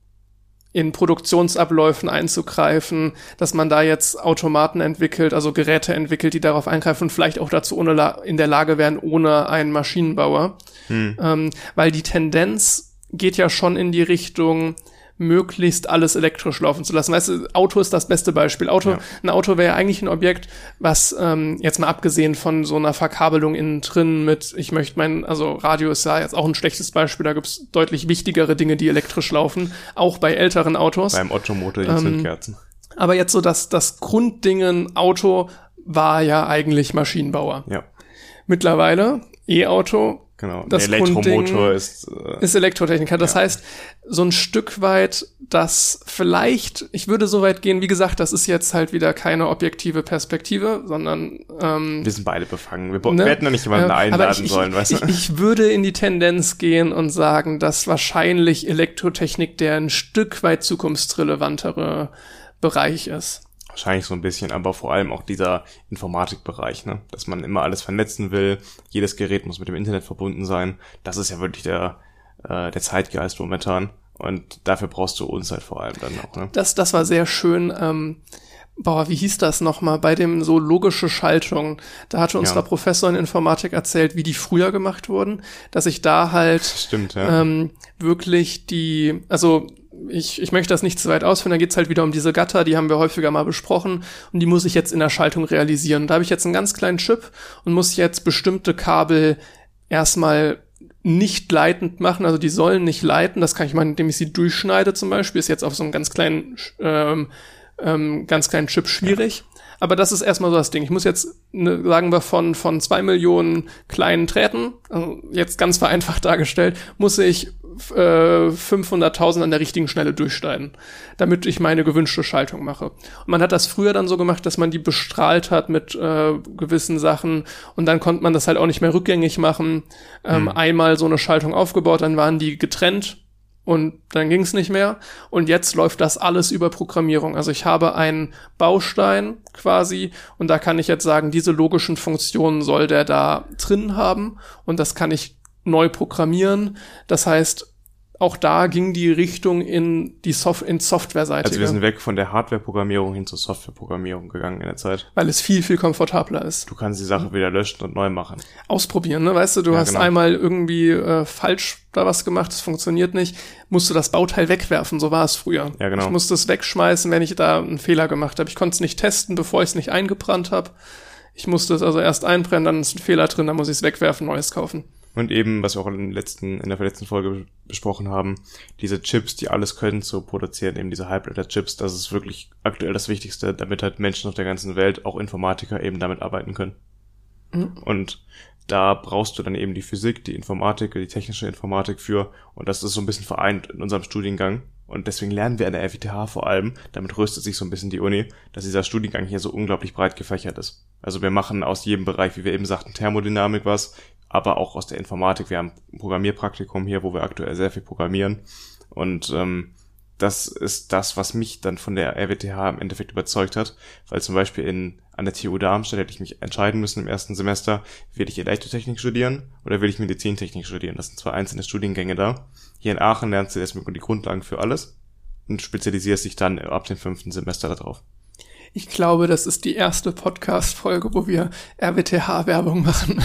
in Produktionsabläufen einzugreifen, dass man da jetzt Automaten entwickelt, also Geräte entwickelt, die darauf eingreifen und vielleicht auch dazu ohne La- in der Lage wären, ohne einen Maschinenbauer. Hm. Ähm, weil die Tendenz geht ja schon in die Richtung, möglichst alles elektrisch laufen zu lassen. Weißt du, Auto ist das beste Beispiel. Auto, ja. Ein Auto wäre ja eigentlich ein Objekt, was ähm, jetzt mal abgesehen von so einer Verkabelung innen drin mit, ich möchte mein, also Radio ist ja jetzt auch ein schlechtes Beispiel, da gibt's deutlich wichtigere Dinge, die elektrisch laufen, auch bei älteren Autos. Beim Ottomotor die ähm, Zündkerzen. Aber jetzt so, dass das Grunddingen Auto war ja eigentlich Maschinenbauer. Ja. Mittlerweile E-Auto. Genau, das der Elektromotor ist äh, ist Elektrotechniker. Das ja. heißt, so ein Stück weit, dass vielleicht, ich würde so weit gehen, wie gesagt, das ist jetzt halt wieder keine objektive Perspektive, sondern ähm, wir sind beide befangen. Wir, ne? wir hätten noch nicht jemanden äh, einladen ich, sollen, weißt du? Ich, ich würde in die Tendenz gehen und sagen, dass wahrscheinlich Elektrotechnik der ein Stück weit zukunftsrelevantere Bereich ist. Wahrscheinlich so ein bisschen, aber vor allem auch dieser Informatikbereich, ne? Dass man immer alles vernetzen will, jedes Gerät muss mit dem Internet verbunden sein. Das ist ja wirklich der äh, der Zeitgeist momentan und dafür brauchst du uns halt vor allem dann auch, ne? Das das war sehr schön. Ähm, boah, wie hieß das nochmal? Bei dem so logische Schaltung, da hatte uns ja. der Professor in Informatik erzählt, wie die früher gemacht wurden, dass ich da halt Stimmt, ja. ähm, wirklich die, also Ich, ich möchte das nicht zu weit ausführen, da geht's halt wieder um diese Gatter, die haben wir häufiger mal besprochen und die muss ich jetzt in der Schaltung realisieren. Da habe ich jetzt einen ganz kleinen Chip und muss jetzt bestimmte Kabel erstmal nicht leitend machen, also die sollen nicht leiten, das kann ich machen, indem ich sie durchschneide zum Beispiel, ist jetzt auf so einem ganz kleinen, ähm, ähm, ganz kleinen Chip schwierig. Ja. Aber das ist erstmal so das Ding. Ich muss jetzt, ne, sagen wir, von von zwei Millionen kleinen Drähten, also jetzt ganz vereinfacht dargestellt, muss ich äh, fünfhunderttausend an der richtigen Schnelle durchschneiden, damit ich meine gewünschte Schaltung mache. Und man hat das früher dann so gemacht, dass man die bestrahlt hat mit äh, gewissen Sachen und dann konnte man das halt auch nicht mehr rückgängig machen. Ähm, mhm. Einmal so eine Schaltung aufgebaut, dann waren die getrennt. Und dann ging es nicht mehr. Und jetzt läuft das alles über Programmierung. Also ich habe einen Baustein quasi und da kann ich jetzt sagen, diese logischen Funktionen soll der da drin haben. Und das kann ich neu programmieren. Das heißt, auch da ging die Richtung in die Soft in Softwareseitige. Also wir sind weg von der Hardware-Programmierung hin zur Software-Programmierung gegangen in der Zeit. Weil es viel, viel komfortabler ist. Du kannst die Sache wieder löschen und neu machen. Ausprobieren, ne? Weißt du, du ja, hast genau. einmal irgendwie äh, falsch da was gemacht, es funktioniert nicht, musst du das Bauteil wegwerfen, so war es früher. Ja, genau. Ich musste es wegschmeißen, wenn ich da einen Fehler gemacht habe. Ich konnte es nicht testen, bevor ich es nicht eingebrannt habe. Ich musste es also erst einbrennen, dann ist ein Fehler drin, dann muss ich es wegwerfen, neues kaufen. Und eben, was wir auch in, den letzten, in der letzten Folge besprochen haben, diese Chips, die alles können zu produzieren, eben diese Halbleiter-Chips, das ist wirklich aktuell das Wichtigste, damit halt Menschen auf der ganzen Welt, auch Informatiker, eben damit arbeiten können. Mhm. Und da brauchst du dann eben die Physik, die Informatik, die technische Informatik für, und das ist so ein bisschen vereint in unserem Studiengang. Und deswegen lernen wir an der R W T H vor allem, damit rüstet sich so ein bisschen die Uni, dass dieser Studiengang hier so unglaublich breit gefächert ist. Also wir machen aus jedem Bereich, wie wir eben sagten, Thermodynamik was, aber auch aus der Informatik. Wir haben ein Programmierpraktikum hier, wo wir aktuell sehr viel programmieren. Und ähm, das ist das, was mich dann von der R W T H im Endeffekt überzeugt hat. Weil zum Beispiel in an der T U Darmstadt hätte ich mich entscheiden müssen im ersten Semester, will ich Elektrotechnik studieren oder will ich Medizintechnik studieren. Das sind zwei einzelne Studiengänge da. Hier in Aachen lernst du erstmal die Grundlagen für alles und spezialisierst dich dann ab dem fünften Semester darauf. Ich glaube, das ist die erste Podcast-Folge, wo wir R W T H-Werbung machen.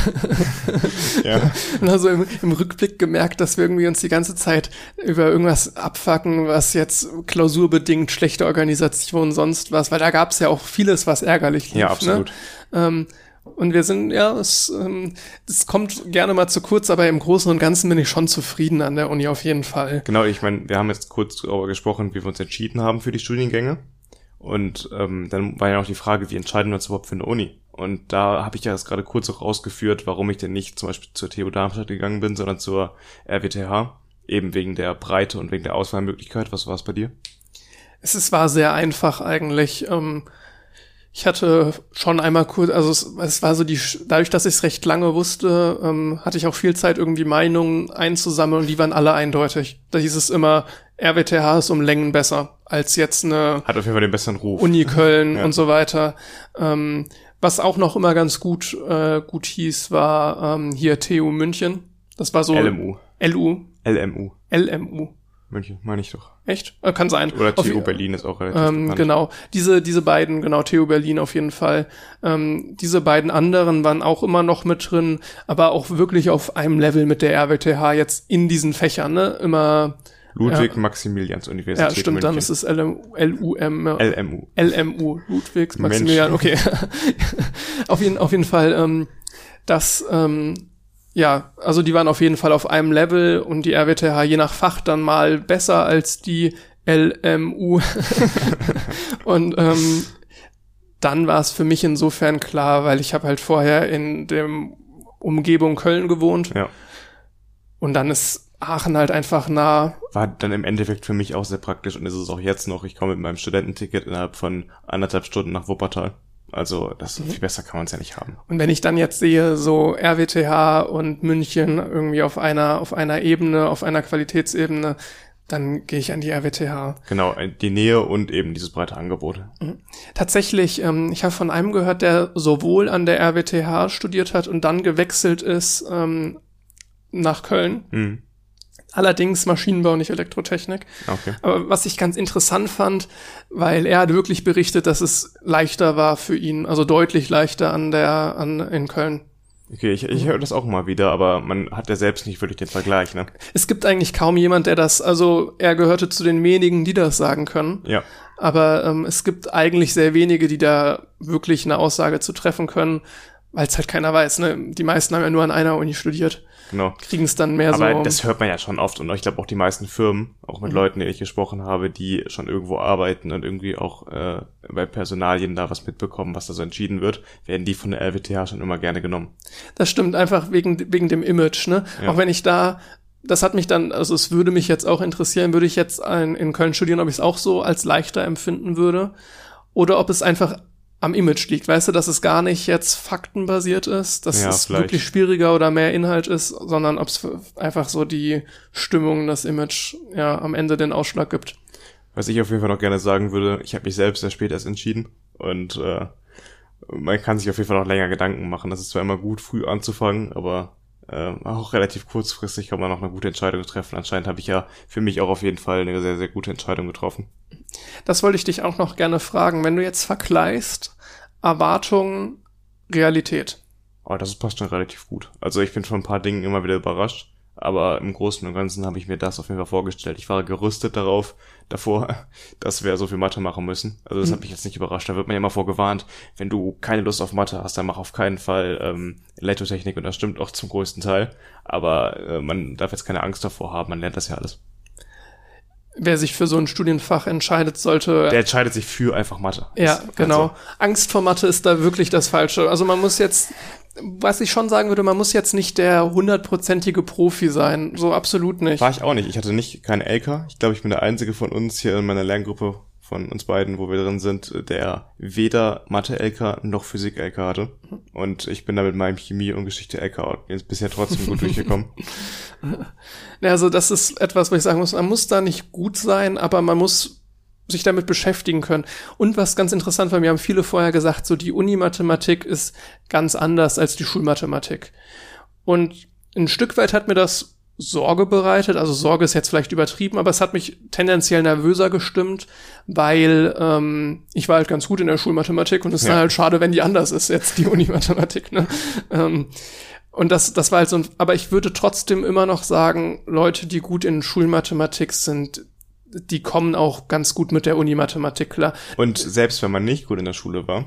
Ja. Und also im, im Rückblick gemerkt, dass wir irgendwie uns die ganze Zeit über irgendwas abfacken, was jetzt klausurbedingt, schlechte Organisation, sonst was, weil da gab es ja auch vieles, was ärgerlich lief. Ja, absolut. Ne? Ähm, und wir sind, ja, es, ähm, es kommt gerne mal zu kurz, aber im Großen und Ganzen bin ich schon zufrieden an der Uni auf jeden Fall. Genau, ich meine, wir haben jetzt kurz darüber gesprochen, wie wir uns entschieden haben für die Studiengänge. Und ähm, dann war ja noch die Frage, wie entscheiden wir uns überhaupt für eine Uni? Und da habe ich ja das gerade kurz auch rausgeführt, warum ich denn nicht zum Beispiel zur T U Darmstadt gegangen bin, sondern zur R W T H. Eben wegen der Breite und wegen der Auswahlmöglichkeit. Was war es bei dir? Es ist, war sehr einfach eigentlich. Ähm, ich hatte schon einmal kurz, also es, es war so die, dadurch, dass ich es recht lange wusste, ähm, hatte ich auch viel Zeit, irgendwie Meinungen einzusammeln und die waren alle eindeutig. Da hieß es immer, R W T H ist um Längen besser als jetzt eine hat auf jeden Fall den besseren Ruf. Uni Köln ja. und so weiter. Ähm, was auch noch immer ganz gut äh, gut hieß, war ähm, hier T U München. Das war so L M U. L U. L M U. L M U. München, meine ich doch. Echt? Äh, kann sein. Oder T U auf, Berlin ist auch relativ ähm, bekannt. Genau. Diese diese beiden, genau, T U Berlin auf jeden Fall. Ähm, diese beiden anderen waren auch immer noch mit drin, aber auch wirklich auf einem Level mit der R W T H jetzt in diesen Fächern, ne? Immer Ludwig-Maximilians-Universität. Ja, stimmt, München. Dann ist es L U M. L M U. L M U. Ludwig-Maximilian, okay. auf jeden, auf jeden Fall, ähm, das, ähm, ja, also die waren auf jeden Fall auf einem Level und die R W T H je nach Fach dann mal besser als die L M U. Und ähm, dann war es für mich insofern klar, weil ich habe halt vorher in dem Umgebung Köln gewohnt. Ja. Und dann ist Aachen halt einfach nah. War dann im Endeffekt für mich auch sehr praktisch und ist es auch jetzt noch. Ich komme mit meinem Studententicket innerhalb von anderthalb Stunden nach Wuppertal. Also das mhm. viel besser kann man es ja nicht haben. Und wenn ich dann jetzt sehe, so R W T H und München irgendwie auf einer auf einer Ebene, auf einer Qualitätsebene, dann gehe ich an die R W T H. Genau, die Nähe und eben dieses breite Angebot. Mhm. Tatsächlich, ähm, ich habe von einem gehört, der sowohl an der R W T H studiert hat und dann gewechselt ist ähm, nach Köln. Mhm. Allerdings Maschinenbau, nicht Elektrotechnik. Okay. Aber was ich ganz interessant fand, weil er hat wirklich berichtet, dass es leichter war für ihn, also deutlich leichter an der an in Köln. Okay, ich, ich höre das auch mal wieder, aber man hat ja selbst nicht wirklich den Vergleich, ne? Es gibt eigentlich kaum jemand, der das, also er gehörte zu den wenigen, die das sagen können. Ja. Aber ähm, es gibt eigentlich sehr wenige, die da wirklich eine Aussage zu treffen können. weil es halt keiner weiß, ne? Die meisten haben ja nur an einer Uni studiert. Genau. Kriegen es dann mehr Aber so. Aber das hört man ja schon oft. Und ich glaube auch die meisten Firmen, auch mit mhm. Leuten, die ich gesprochen habe, die schon irgendwo arbeiten und irgendwie auch äh, bei Personalien da was mitbekommen, was da so entschieden wird, werden die von der L W T H schon immer gerne genommen. Das stimmt, einfach wegen wegen dem Image, ne? Ja. Auch wenn ich da, das hat mich dann, also es würde mich jetzt auch interessieren, würde ich jetzt ein, in Köln studieren, ob ich es auch so als leichter empfinden würde oder ob es einfach am Image liegt, weißt du, dass es gar nicht jetzt faktenbasiert ist, dass ja, es vielleicht wirklich schwieriger oder mehr Inhalt ist, sondern ob es einfach so die Stimmung, das Image ja am Ende den Ausschlag gibt. Was ich auf jeden Fall noch gerne sagen würde, ich habe mich selbst sehr spät erst entschieden und äh, man kann sich auf jeden Fall noch länger Gedanken machen. Das ist zwar immer gut, früh anzufangen, aber äh, auch relativ kurzfristig kann man noch eine gute Entscheidung treffen. Anscheinend habe ich ja für mich auch auf jeden Fall eine sehr, sehr gute Entscheidung getroffen. Das wollte ich dich auch noch gerne fragen. Wenn du jetzt vergleichst Erwartungen, Realität. Oh, das passt schon relativ gut. Also ich bin von ein paar Dingen immer wieder überrascht, aber im Großen und Ganzen habe ich mir das auf jeden Fall vorgestellt. Ich war gerüstet darauf, davor, dass wir so viel Mathe machen müssen. Also das mhm. hat mich jetzt nicht überrascht. Da wird man ja immer vorgewarnt, wenn du keine Lust auf Mathe hast, dann mach auf keinen Fall ähm, Elektrotechnik, und das stimmt auch zum größten Teil. Aber äh, man darf jetzt keine Angst davor haben, man lernt das ja alles. Wer sich für so ein Studienfach entscheidet, sollte... Der entscheidet sich für einfach Mathe. Ja, genau. Also. Angst vor Mathe ist da wirklich das Falsche. Also man muss jetzt, was ich schon sagen würde, man muss jetzt nicht der hundertprozentige Profi sein. So absolut nicht. War ich auch nicht. Ich hatte nicht keine L K. Ich glaube, ich bin der Einzige von uns hier in meiner Lerngruppe, von uns beiden, wo wir drin sind, der weder Mathe-L K noch Physik-L K hatte. Und ich bin da mit meinem Chemie- und Geschichte-L K jetzt bisher trotzdem gut durchgekommen. Ja, also das ist etwas, wo ich sagen muss, man muss da nicht gut sein, aber man muss sich damit beschäftigen können. Und was ganz interessant war, mir haben viele vorher gesagt, so die Uni-Mathematik ist ganz anders als die Schulmathematik. Und ein Stück weit hat mir das Sorge bereitet, also Sorge ist jetzt vielleicht übertrieben, aber es hat mich tendenziell nervöser gestimmt, weil ähm, ich war halt ganz gut in der Schulmathematik und es ist ja. dann halt schade, wenn die anders ist, jetzt die Uni-Mathematik, ne? ähm, und das das war halt so ein, aber ich würde trotzdem immer noch sagen, Leute, die gut in Schulmathematik sind, die kommen auch ganz gut mit der Uni-Mathematik klar. Und selbst wenn man nicht gut in der Schule war,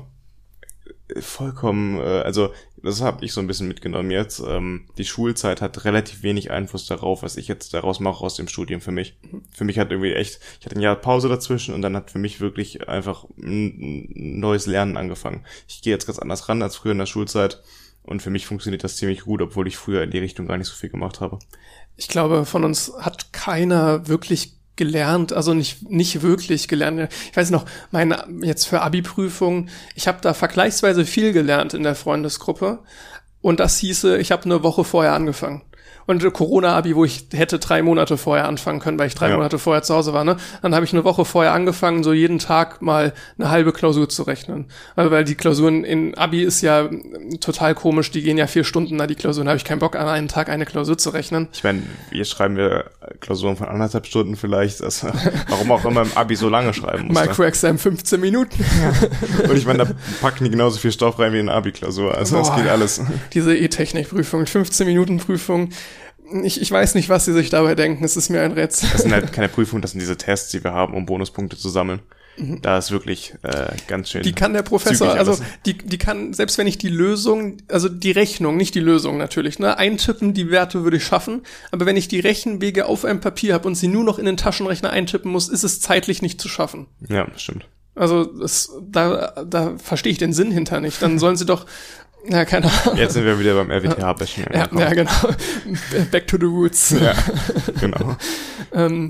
vollkommen, äh, also das habe ich so ein bisschen mitgenommen jetzt. Ähm, die Schulzeit hat relativ wenig Einfluss darauf, was ich jetzt daraus mache aus dem Studium für mich. Mhm. Für mich hat irgendwie echt, ich hatte ein Jahr Pause dazwischen und dann hat für mich wirklich einfach ein neues Lernen angefangen. Ich gehe jetzt ganz anders ran als früher in der Schulzeit und für mich funktioniert das ziemlich gut, obwohl ich früher in die Richtung gar nicht so viel gemacht habe. Ich glaube, von uns hat keiner wirklich gelernt, also nicht nicht wirklich gelernt. Ich weiß noch, meine jetzt für Abi-Prüfungen, ich habe da vergleichsweise viel gelernt in der Freundesgruppe und das hieße, ich habe eine Woche vorher angefangen. Und Corona-Abi, wo ich hätte drei Monate vorher anfangen können, weil ich drei ja. Monate vorher zu Hause war, ne? Dann habe ich eine Woche vorher angefangen, so jeden Tag mal eine halbe Klausur zu rechnen. Also, weil die Klausuren in Abi ist ja total komisch, die gehen ja vier Stunden, na die Klausuren, habe ich keinen Bock, an einem Tag eine Klausur zu rechnen. Ich meine, hier schreiben wir Klausuren von anderthalb Stunden vielleicht, also, warum auch immer im Abi so lange schreiben muss. Micro-Exam fünfzehn Minuten. Ja. Und ich meine, da packen die genauso viel Stoff rein wie in eine Abi-Klausur, also das geht alles. Diese E-Technik-Prüfung, fünfzehn Minuten Prüfung. Ich, ich weiß nicht, was sie sich dabei denken. Es ist mir ein Rätsel. Das sind halt keine Prüfungen, das sind diese Tests, die wir haben, um Bonuspunkte zu sammeln. Mhm. Da ist wirklich äh, ganz schön. Die kann der Professor, also die die kann, selbst wenn ich die Lösung, also die Rechnung, nicht die Lösung natürlich, ne, eintippen, die Werte würde ich schaffen, aber wenn ich die Rechenwege auf einem Papier habe und sie nur noch in den Taschenrechner eintippen muss, ist es zeitlich nicht zu schaffen. Ja, stimmt. Also das, da da verstehe ich den Sinn hinter nicht. Dann sollen sie doch ja, keine Ahnung. Jetzt sind wir wieder beim R W T H-Bashing. Ja, ja, genau. Back to the roots. Ja, genau. ähm,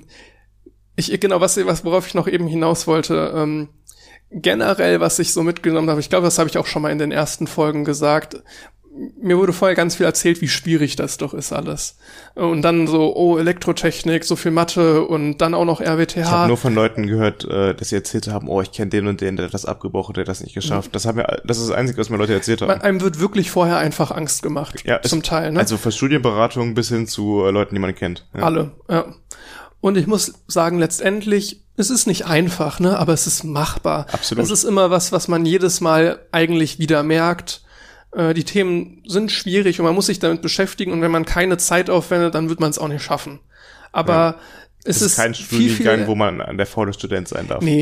ich, genau, was, was, worauf ich noch eben hinaus wollte, ähm, generell, was ich so mitgenommen habe, ich glaube, das habe ich auch schon mal in den ersten Folgen gesagt, mir wurde vorher ganz viel erzählt, wie schwierig das doch ist alles. Und dann so, oh, Elektrotechnik, so viel Mathe und dann auch noch R W T H. Ich habe nur von Leuten gehört, dass sie erzählt haben, oh, ich kenne den und den, der hat das abgebrochen, der hat das nicht geschafft. Mhm. Das haben wir, das ist das Einzige, was mir Leute erzählt haben. Einem wird wirklich vorher einfach Angst gemacht, ja, zum es, Teil. Ne? Also von Studienberatung bis hin zu Leuten, die man kennt. Ja. Alle, ja. Und ich muss sagen, letztendlich, es ist nicht einfach, ne, aber es ist machbar. Absolut. Es ist immer was, was man jedes Mal eigentlich wieder merkt. Die Themen sind schwierig und man muss sich damit beschäftigen und wenn man keine Zeit aufwendet, dann wird man es auch nicht schaffen. Aber ja. es, es ist kein viel, Studiengang, viel, wo man der faule Student sein darf. Nee,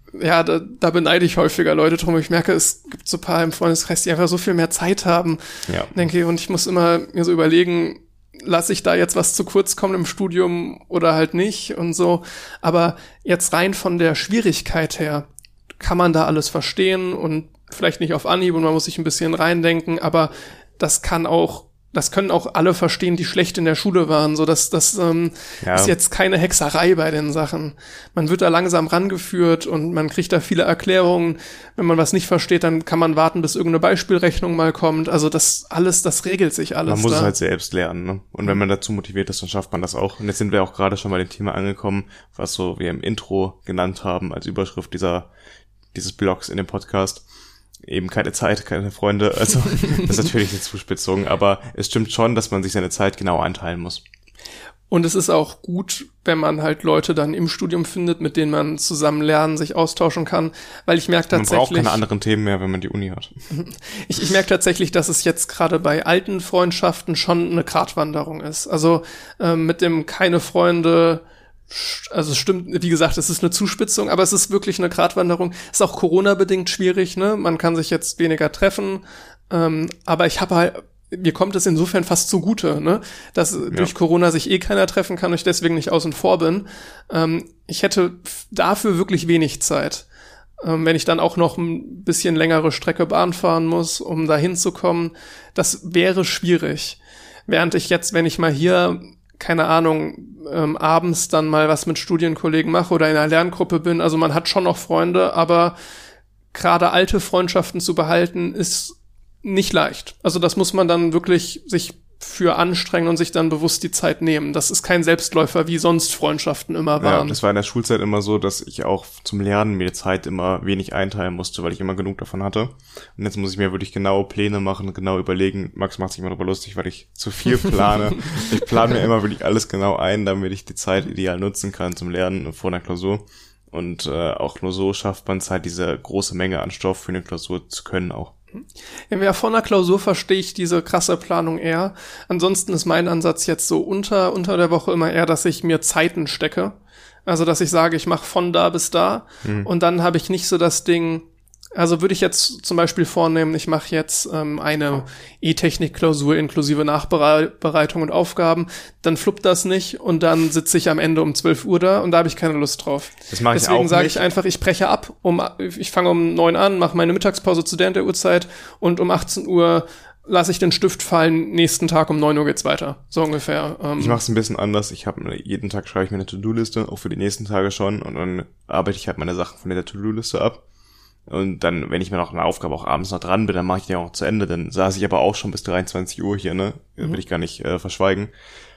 ja, da, da beneide ich häufiger Leute drum. Ich merke, es gibt so ein paar im Freundeskreis, die einfach so viel mehr Zeit haben. Ja. Denke ich, und ich muss immer mir so überlegen, lasse ich da jetzt was zu kurz kommen im Studium oder halt nicht und so. Aber jetzt rein von der Schwierigkeit her kann man da alles verstehen und vielleicht nicht auf Anhieb und man muss sich ein bisschen reindenken, aber das kann auch, das können auch alle verstehen, die schlecht in der Schule waren. So, dass das ähm, ja. ist jetzt keine Hexerei bei den Sachen. Man wird da langsam rangeführt und man kriegt da viele Erklärungen. Wenn man was nicht versteht, dann kann man warten, bis irgendeine Beispielrechnung mal kommt. Also das alles, das regelt sich alles. Man muss da. es halt selbst lernen, ne? Und wenn man dazu motiviert ist, dann schafft man das auch. Und jetzt sind wir auch gerade schon bei dem Thema angekommen, was so wir im Intro genannt haben als Überschrift dieser dieses Blogs in dem Podcast. Eben keine Zeit, keine Freunde, also das ist natürlich eine Zuspitzung, aber es stimmt schon, dass man sich seine Zeit genau einteilen muss. Und es ist auch gut, wenn man halt Leute dann im Studium findet, mit denen man zusammen lernen, sich austauschen kann, weil ich merke tatsächlich... Man braucht keine anderen Themen mehr, wenn man die Uni hat. Ich, ich merke tatsächlich, dass es jetzt gerade bei alten Freundschaften schon eine Gratwanderung ist. Also ähm, mit dem keine Freunde... Also es stimmt, wie gesagt, es ist eine Zuspitzung, aber es ist wirklich eine Gratwanderung. Ist auch Corona-bedingt schwierig, ne? Man kann sich jetzt weniger treffen, ähm, aber ich habe halt, mir kommt es insofern fast zugute, ne? Dass ja. durch Corona sich eh keiner treffen kann und ich deswegen nicht außen vor bin. Ähm, ich hätte dafür wirklich wenig Zeit. Ähm, wenn ich dann auch noch ein bisschen längere Strecke Bahn fahren muss, um da hinzukommen, das wäre schwierig. Während ich jetzt, wenn ich mal hier keine Ahnung, ähm, abends dann mal was mit Studienkollegen mache oder in einer Lerngruppe bin. Also man hat schon noch Freunde, aber gerade alte Freundschaften zu behalten, ist nicht leicht. Also das muss man dann wirklich sich für anstrengen und sich dann bewusst die Zeit nehmen. Das ist kein Selbstläufer, wie sonst Freundschaften immer waren. Ja, das war in der Schulzeit immer so, dass ich auch zum Lernen mir die Zeit immer wenig einteilen musste, weil ich immer genug davon hatte. Und jetzt muss ich mir wirklich genaue Pläne machen, genau überlegen. Max macht sich immer darüber lustig, weil ich zu viel plane. Ich plane mir immer wirklich alles genau ein, damit ich die Zeit ideal nutzen kann zum Lernen vor einer Klausur. Und äh, auch nur so schafft man es halt, diese große Menge an Stoff für eine Klausur zu können auch. Ja, vor einer Klausur verstehe ich diese krasse Planung eher. Ansonsten ist mein Ansatz jetzt so unter unter der Woche immer eher, dass ich mir Zeiten stecke. Also, dass ich sage, ich mache von da bis da. Mhm. Und dann habe ich nicht so das Ding, also würde ich jetzt zum Beispiel vornehmen, ich mache jetzt ähm, eine E-Technik-Klausur inklusive Nachbereitung und Aufgaben, dann fluppt das nicht und dann sitze ich am Ende um zwölf Uhr da und da habe ich keine Lust drauf. Das mache ich Deswegen auch sage nicht. ich einfach, ich breche ab. Um, ich fange um neun an, mache meine Mittagspause zu der und der Uhrzeit und um achtzehn Uhr lasse ich den Stift fallen, nächsten Tag um neun Uhr geht's weiter. So ungefähr. Ähm, ich mache es ein bisschen anders. Ich habe jeden Tag schreibe ich mir eine To-Do-Liste, auch für die nächsten Tage schon, und dann arbeite ich halt meine Sachen von der To-Do-Liste ab. Und dann, wenn ich mir noch eine Aufgabe auch abends noch dran bin, dann mache ich die auch zu Ende. Dann saß ich aber auch schon bis dreiundzwanzig Uhr hier, ne? Mhm. Will ich gar nicht äh, verschweigen.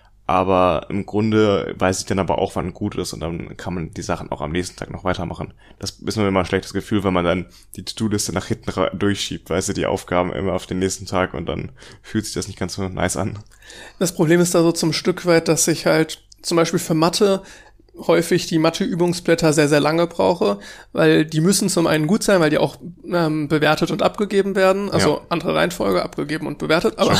Aber im Grunde weiß ich dann aber auch, wann gut ist, und dann kann man die Sachen auch am nächsten Tag noch weitermachen. Das ist nur immer ein schlechtes Gefühl, wenn man dann die To-Do-Liste nach hinten durchschiebt, weißt du, die Aufgaben immer auf den nächsten Tag, und dann fühlt sich das nicht ganz so nice an. Das Problem ist da so zum Stück weit, dass ich halt zum Beispiel für Mathe häufig die Mathe-Übungsblätter sehr, sehr lange brauche, weil die müssen zum einen gut sein, weil die auch ähm, bewertet und abgegeben werden, also ja. andere Reihenfolge, abgegeben und bewertet, aber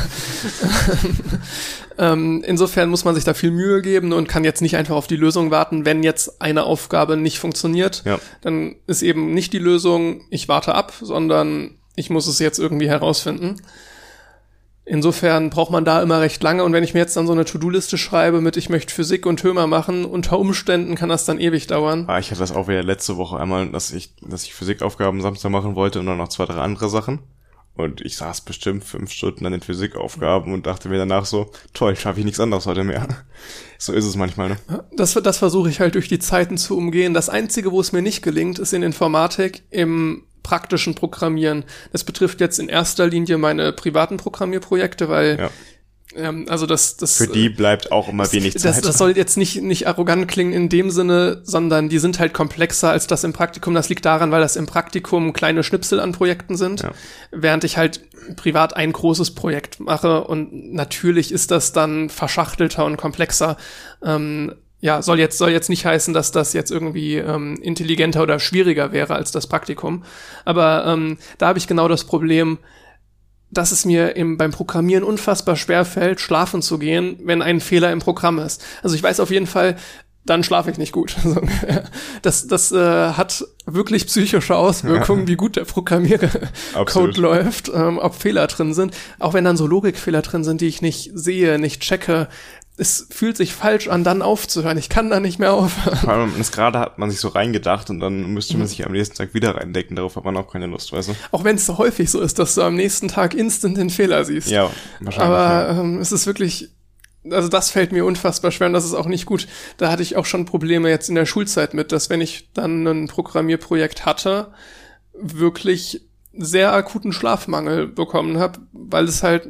ähm, insofern muss man sich da viel Mühe geben und kann jetzt nicht einfach auf die Lösung warten. Wenn jetzt eine Aufgabe nicht funktioniert, ja. dann ist eben nicht die Lösung, ich warte ab, sondern ich muss es jetzt irgendwie herausfinden. Insofern braucht man da immer recht lange, und wenn ich mir jetzt dann so eine To-Do-Liste schreibe mit ich möchte Physik und Hömer machen, unter Umständen kann das dann ewig dauern. Ah, ich hatte das auch wieder letzte Woche einmal, dass ich dass ich Physikaufgaben Samstag machen wollte und dann noch zwei, drei andere Sachen. Und ich saß bestimmt fünf Stunden an den Physikaufgaben und dachte mir danach so, toll, schaffe ich nichts anderes heute mehr. So ist es manchmal, ne? Das, das versuche ich halt durch die Zeiten zu umgehen. Das Einzige, wo es mir nicht gelingt, ist in Informatik im praktischen Programmieren. Das betrifft jetzt in erster Linie meine privaten Programmierprojekte, weil ja. ähm, also das das für die bleibt auch immer das, wenig Zeit. Das, das soll jetzt nicht nicht arrogant klingen in dem Sinne, sondern die sind halt komplexer als das im Praktikum. Das liegt daran, weil das im Praktikum kleine Schnipsel an Projekten sind, ja. während ich halt privat ein großes Projekt mache, und natürlich ist das dann verschachtelter und komplexer. Ähm, Ja, soll jetzt soll jetzt nicht heißen, dass das jetzt irgendwie ähm, intelligenter oder schwieriger wäre als das Praktikum. Aber ähm, da habe ich genau das Problem, dass es mir im, beim Programmieren unfassbar schwer fällt, schlafen zu gehen, wenn ein Fehler im Programm ist. Also ich weiß auf jeden Fall, dann schlafe ich nicht gut. Das, das äh, hat wirklich psychische Auswirkungen, wie gut der Programmiercode läuft, ähm, ob Fehler drin sind. Auch wenn dann so Logikfehler drin sind, die ich nicht sehe, nicht checke. Es fühlt sich falsch an, dann aufzuhören. Ich kann da nicht mehr aufhören. Vor allem, das gerade hat man sich so reingedacht und dann müsste man sich am nächsten Tag wieder reindecken. Darauf hat man auch keine Lust, weißt du? Auch wenn es so häufig so ist, dass du am nächsten Tag instant den Fehler siehst. Ja, wahrscheinlich. Aber ja. ähm, es ist wirklich, also das fällt mir unfassbar schwer und das ist auch nicht gut. Da hatte ich auch schon Probleme jetzt in der Schulzeit mit, dass wenn ich dann ein Programmierprojekt hatte, wirklich sehr akuten Schlafmangel bekommen habe, weil es halt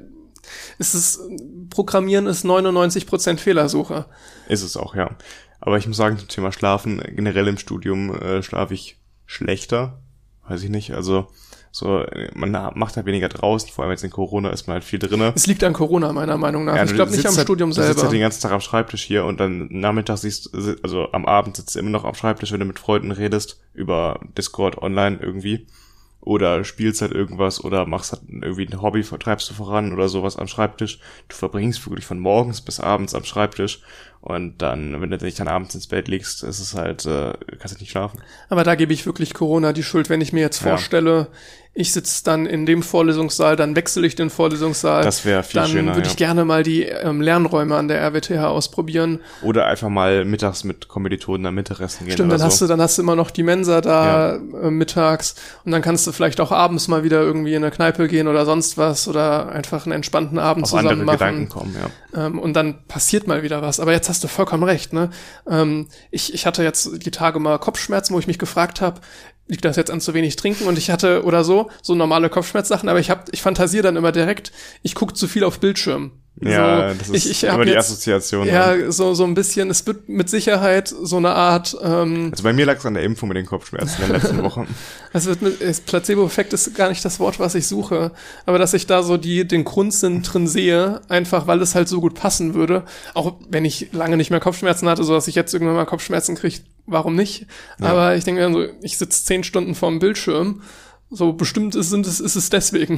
Es ist, Programmieren ist neunundneunzig Prozent Fehlersuche. Ist es auch, ja. Aber ich muss sagen, zum Thema Schlafen, generell im Studium äh, schlafe ich schlechter. Weiß ich nicht, also so, man macht halt weniger draußen, vor allem jetzt in Corona ist man halt viel drinne. Es liegt an Corona, meiner Meinung nach. Ja, ich glaube nicht am halt, Studium selber. Du sitzt halt den ganzen Tag am Schreibtisch hier und dann nachmittags siehst, also am Abend sitzt du immer noch am Schreibtisch, wenn du mit Freunden redest, über Discord online irgendwie. Oder spielst halt irgendwas oder machst halt irgendwie ein Hobby, treibst du voran oder sowas am Schreibtisch. Du verbringst wirklich von morgens bis abends am Schreibtisch und dann, wenn du dich dann abends ins Bett legst, ist es halt, äh, kannst du nicht schlafen. Aber da gebe ich wirklich Corona die Schuld, wenn ich mir jetzt vorstelle, ja. Ich sitze dann in dem Vorlesungssaal, dann wechsle ich den Vorlesungssaal. Das wäre viel dann schöner, Dann würde ja. ich gerne mal die ähm, Lernräume an der R W T H ausprobieren. Oder einfach mal mittags mit Kommilitonen am Mittagessen gehen. Stimmt, oder dann hast so. du, dann hast du immer noch die Mensa da ja. äh, mittags und dann kannst du vielleicht auch abends mal wieder irgendwie in eine Kneipe gehen oder sonst was oder einfach einen entspannten Abend Auf zusammen andere machen. Gedanken kommen, ja. Ähm, und dann passiert mal wieder was. Aber jetzt hast du vollkommen recht, ne? Ähm, ich, ich hatte jetzt die Tage mal Kopfschmerzen, wo ich mich gefragt habe, liegt das jetzt an zu wenig trinken? Und ich hatte oder so, so normale Kopfschmerzsachen, aber ich hab, ich fantasiere dann immer direkt, ich gucke zu viel auf Bildschirm. Ja, so, das ist ich, ich immer die jetzt, Assoziation. Ja, ja, so so ein bisschen, es wird mit Sicherheit so eine Art ähm, also bei mir lag es an der Impfung mit den Kopfschmerzen in der letzten Woche. Es wird mit, das Placebo-Effekt ist gar nicht das Wort, was ich suche, aber dass ich da so die den Grundsinn drin sehe, einfach weil es halt so gut passen würde, auch wenn ich lange nicht mehr Kopfschmerzen hatte, so dass ich jetzt irgendwann mal Kopfschmerzen kriege, warum nicht? Ja. Aber ich denke mir so, ich sitze zehn Stunden vorm Bildschirm, so bestimmt ist, sind es, ist es deswegen.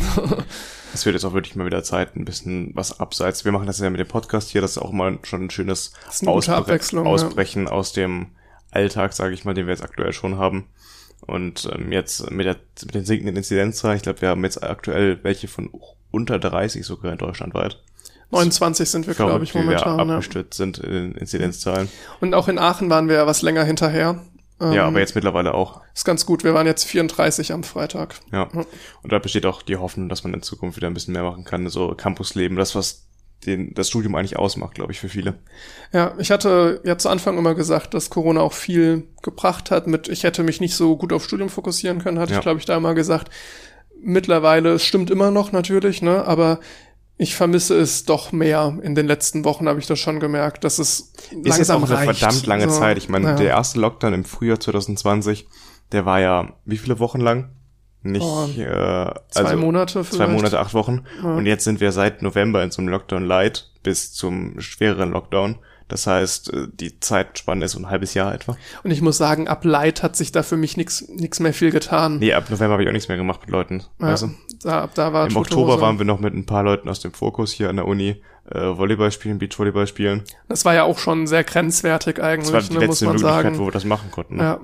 Es wird jetzt auch wirklich mal wieder Zeit, ein bisschen was abseits. Wir machen das ja mit dem Podcast hier, das ist auch mal schon ein schönes eine Ausbre- Ausbrechen ja. aus dem Alltag, sage ich mal, den wir jetzt aktuell schon haben. Und ähm, jetzt mit, der, mit den sinkenden Inzidenzzahlen, ich glaube, wir haben jetzt aktuell welche von unter dreißig sogar in Deutschland weit. neunundzwanzig sind wir, glaube ich, momentan. Wie wir abgestürzt ja. sind in den Inzidenzzahlen. Und auch in Aachen waren wir ja was länger hinterher. Ja, aber jetzt mittlerweile auch. Ist ganz gut. Wir waren jetzt vierunddreißig am Freitag. Ja. Und da besteht auch die Hoffnung, dass man in Zukunft wieder ein bisschen mehr machen kann. So Campusleben, das, was den, das Studium eigentlich ausmacht, glaube ich, für viele. Ja, ich hatte ja zu Anfang immer gesagt, dass Corona auch viel gebracht hat mit, ich hätte mich nicht so gut auf Studium fokussieren können, hatte ja. ich, glaube ich, da immer gesagt. Mittlerweile, es stimmt immer noch natürlich, ne, aber ich vermisse es doch mehr. In den letzten Wochen habe ich das schon gemerkt, dass es langsam ist jetzt auch eine reicht. verdammt lange so, Zeit. Ich meine, ja. der erste Lockdown im Frühjahr zwanzig zwanzig, der war ja wie viele Wochen lang? Nicht oh, äh, also zwei Monate vielleicht. Zwei Monate, acht Wochen. Ja. Und jetzt sind wir seit November in so einem Lockdown Light bis zum schwereren Lockdown. Das heißt, die Zeitspanne ist so ein halbes Jahr etwa. Und ich muss sagen, ab Light hat sich da für mich nix nix mehr viel getan. Nee, ab November habe ich auch nichts mehr gemacht mit Leuten. Ja, weißt du? da, ab da war Im Oktober waren wir noch mit ein paar Leuten aus dem Fokus hier an der Uni äh, Volleyball spielen, Beachvolleyball spielen. Das war ja auch schon sehr grenzwertig eigentlich, das war die ne, letzte muss man Möglichkeit, sagen. wo wir das machen konnten. Ne? Ja.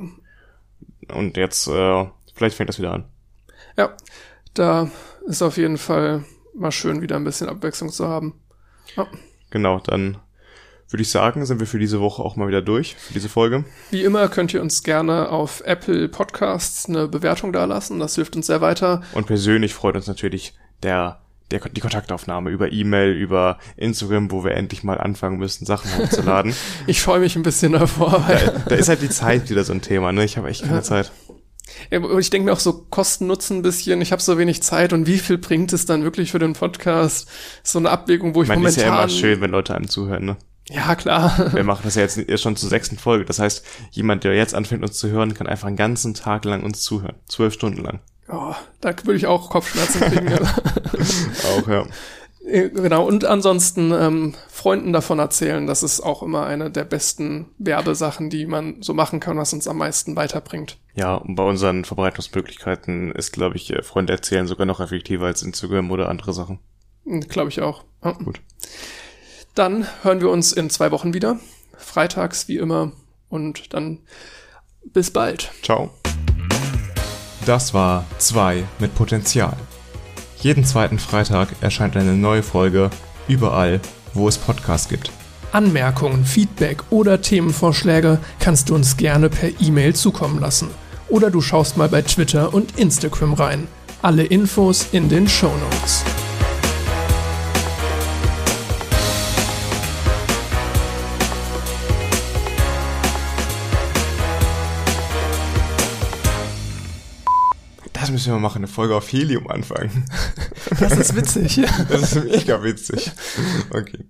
Und jetzt, äh, vielleicht fängt das wieder an. Ja, da ist auf jeden Fall mal schön, wieder ein bisschen Abwechslung zu haben. Ja. Genau, dann würde ich sagen, sind wir für diese Woche auch mal wieder durch, für diese Folge. Wie immer könnt ihr uns gerne auf Apple Podcasts eine Bewertung dalassen. Das hilft uns sehr weiter. Und persönlich freut uns natürlich der, der die Kontaktaufnahme über E-Mail, über Instagram, wo wir endlich mal anfangen müssen, Sachen hochzuladen. Ich freue mich ein bisschen davor. Weil da, da ist halt die Zeit wieder so ein Thema, ne? Ich habe echt keine ja. Zeit. Ja, ich denke mir auch so Kosten-Nutzen ein bisschen. Ich habe so wenig Zeit und wie viel bringt es dann wirklich für den Podcast? So eine Abwägung, wo ich, ich meine, momentan... ist ja immer schön, wenn Leute einem zuhören, ne? Ja, klar. Wir machen das ja jetzt schon zur sechsten Folge. Das heißt, jemand, der jetzt anfängt, uns zu hören, kann einfach einen ganzen Tag lang uns zuhören. Zwölf Stunden lang. Oh, da würde ich auch Kopfschmerzen kriegen. Auch, ja. Genau, und ansonsten ähm, Freunden davon erzählen. Das ist auch immer eine der besten Werbesachen, die man so machen kann, was uns am meisten weiterbringt. Ja, und bei unseren Verbreitungsmöglichkeiten ist, glaube ich, Freunde erzählen sogar noch effektiver als Instagram oder andere Sachen. Glaube ich auch. Ja. Gut. Dann hören wir uns in zwei Wochen wieder. freitags wie immer. Und dann bis bald. Ciao. Das war zwei mit Potenzial. Jeden zweiten Freitag erscheint eine neue Folge überall, wo es Podcasts gibt. Anmerkungen, Feedback oder Themenvorschläge kannst du uns gerne per E-Mail zukommen lassen. Oder du schaust mal bei Twitter und Instagram rein. Alle Infos in den Shownotes. Das müssen wir mal machen, eine Folge auf Helium anfangen. Das ist witzig. Das ist mega witzig. Okay.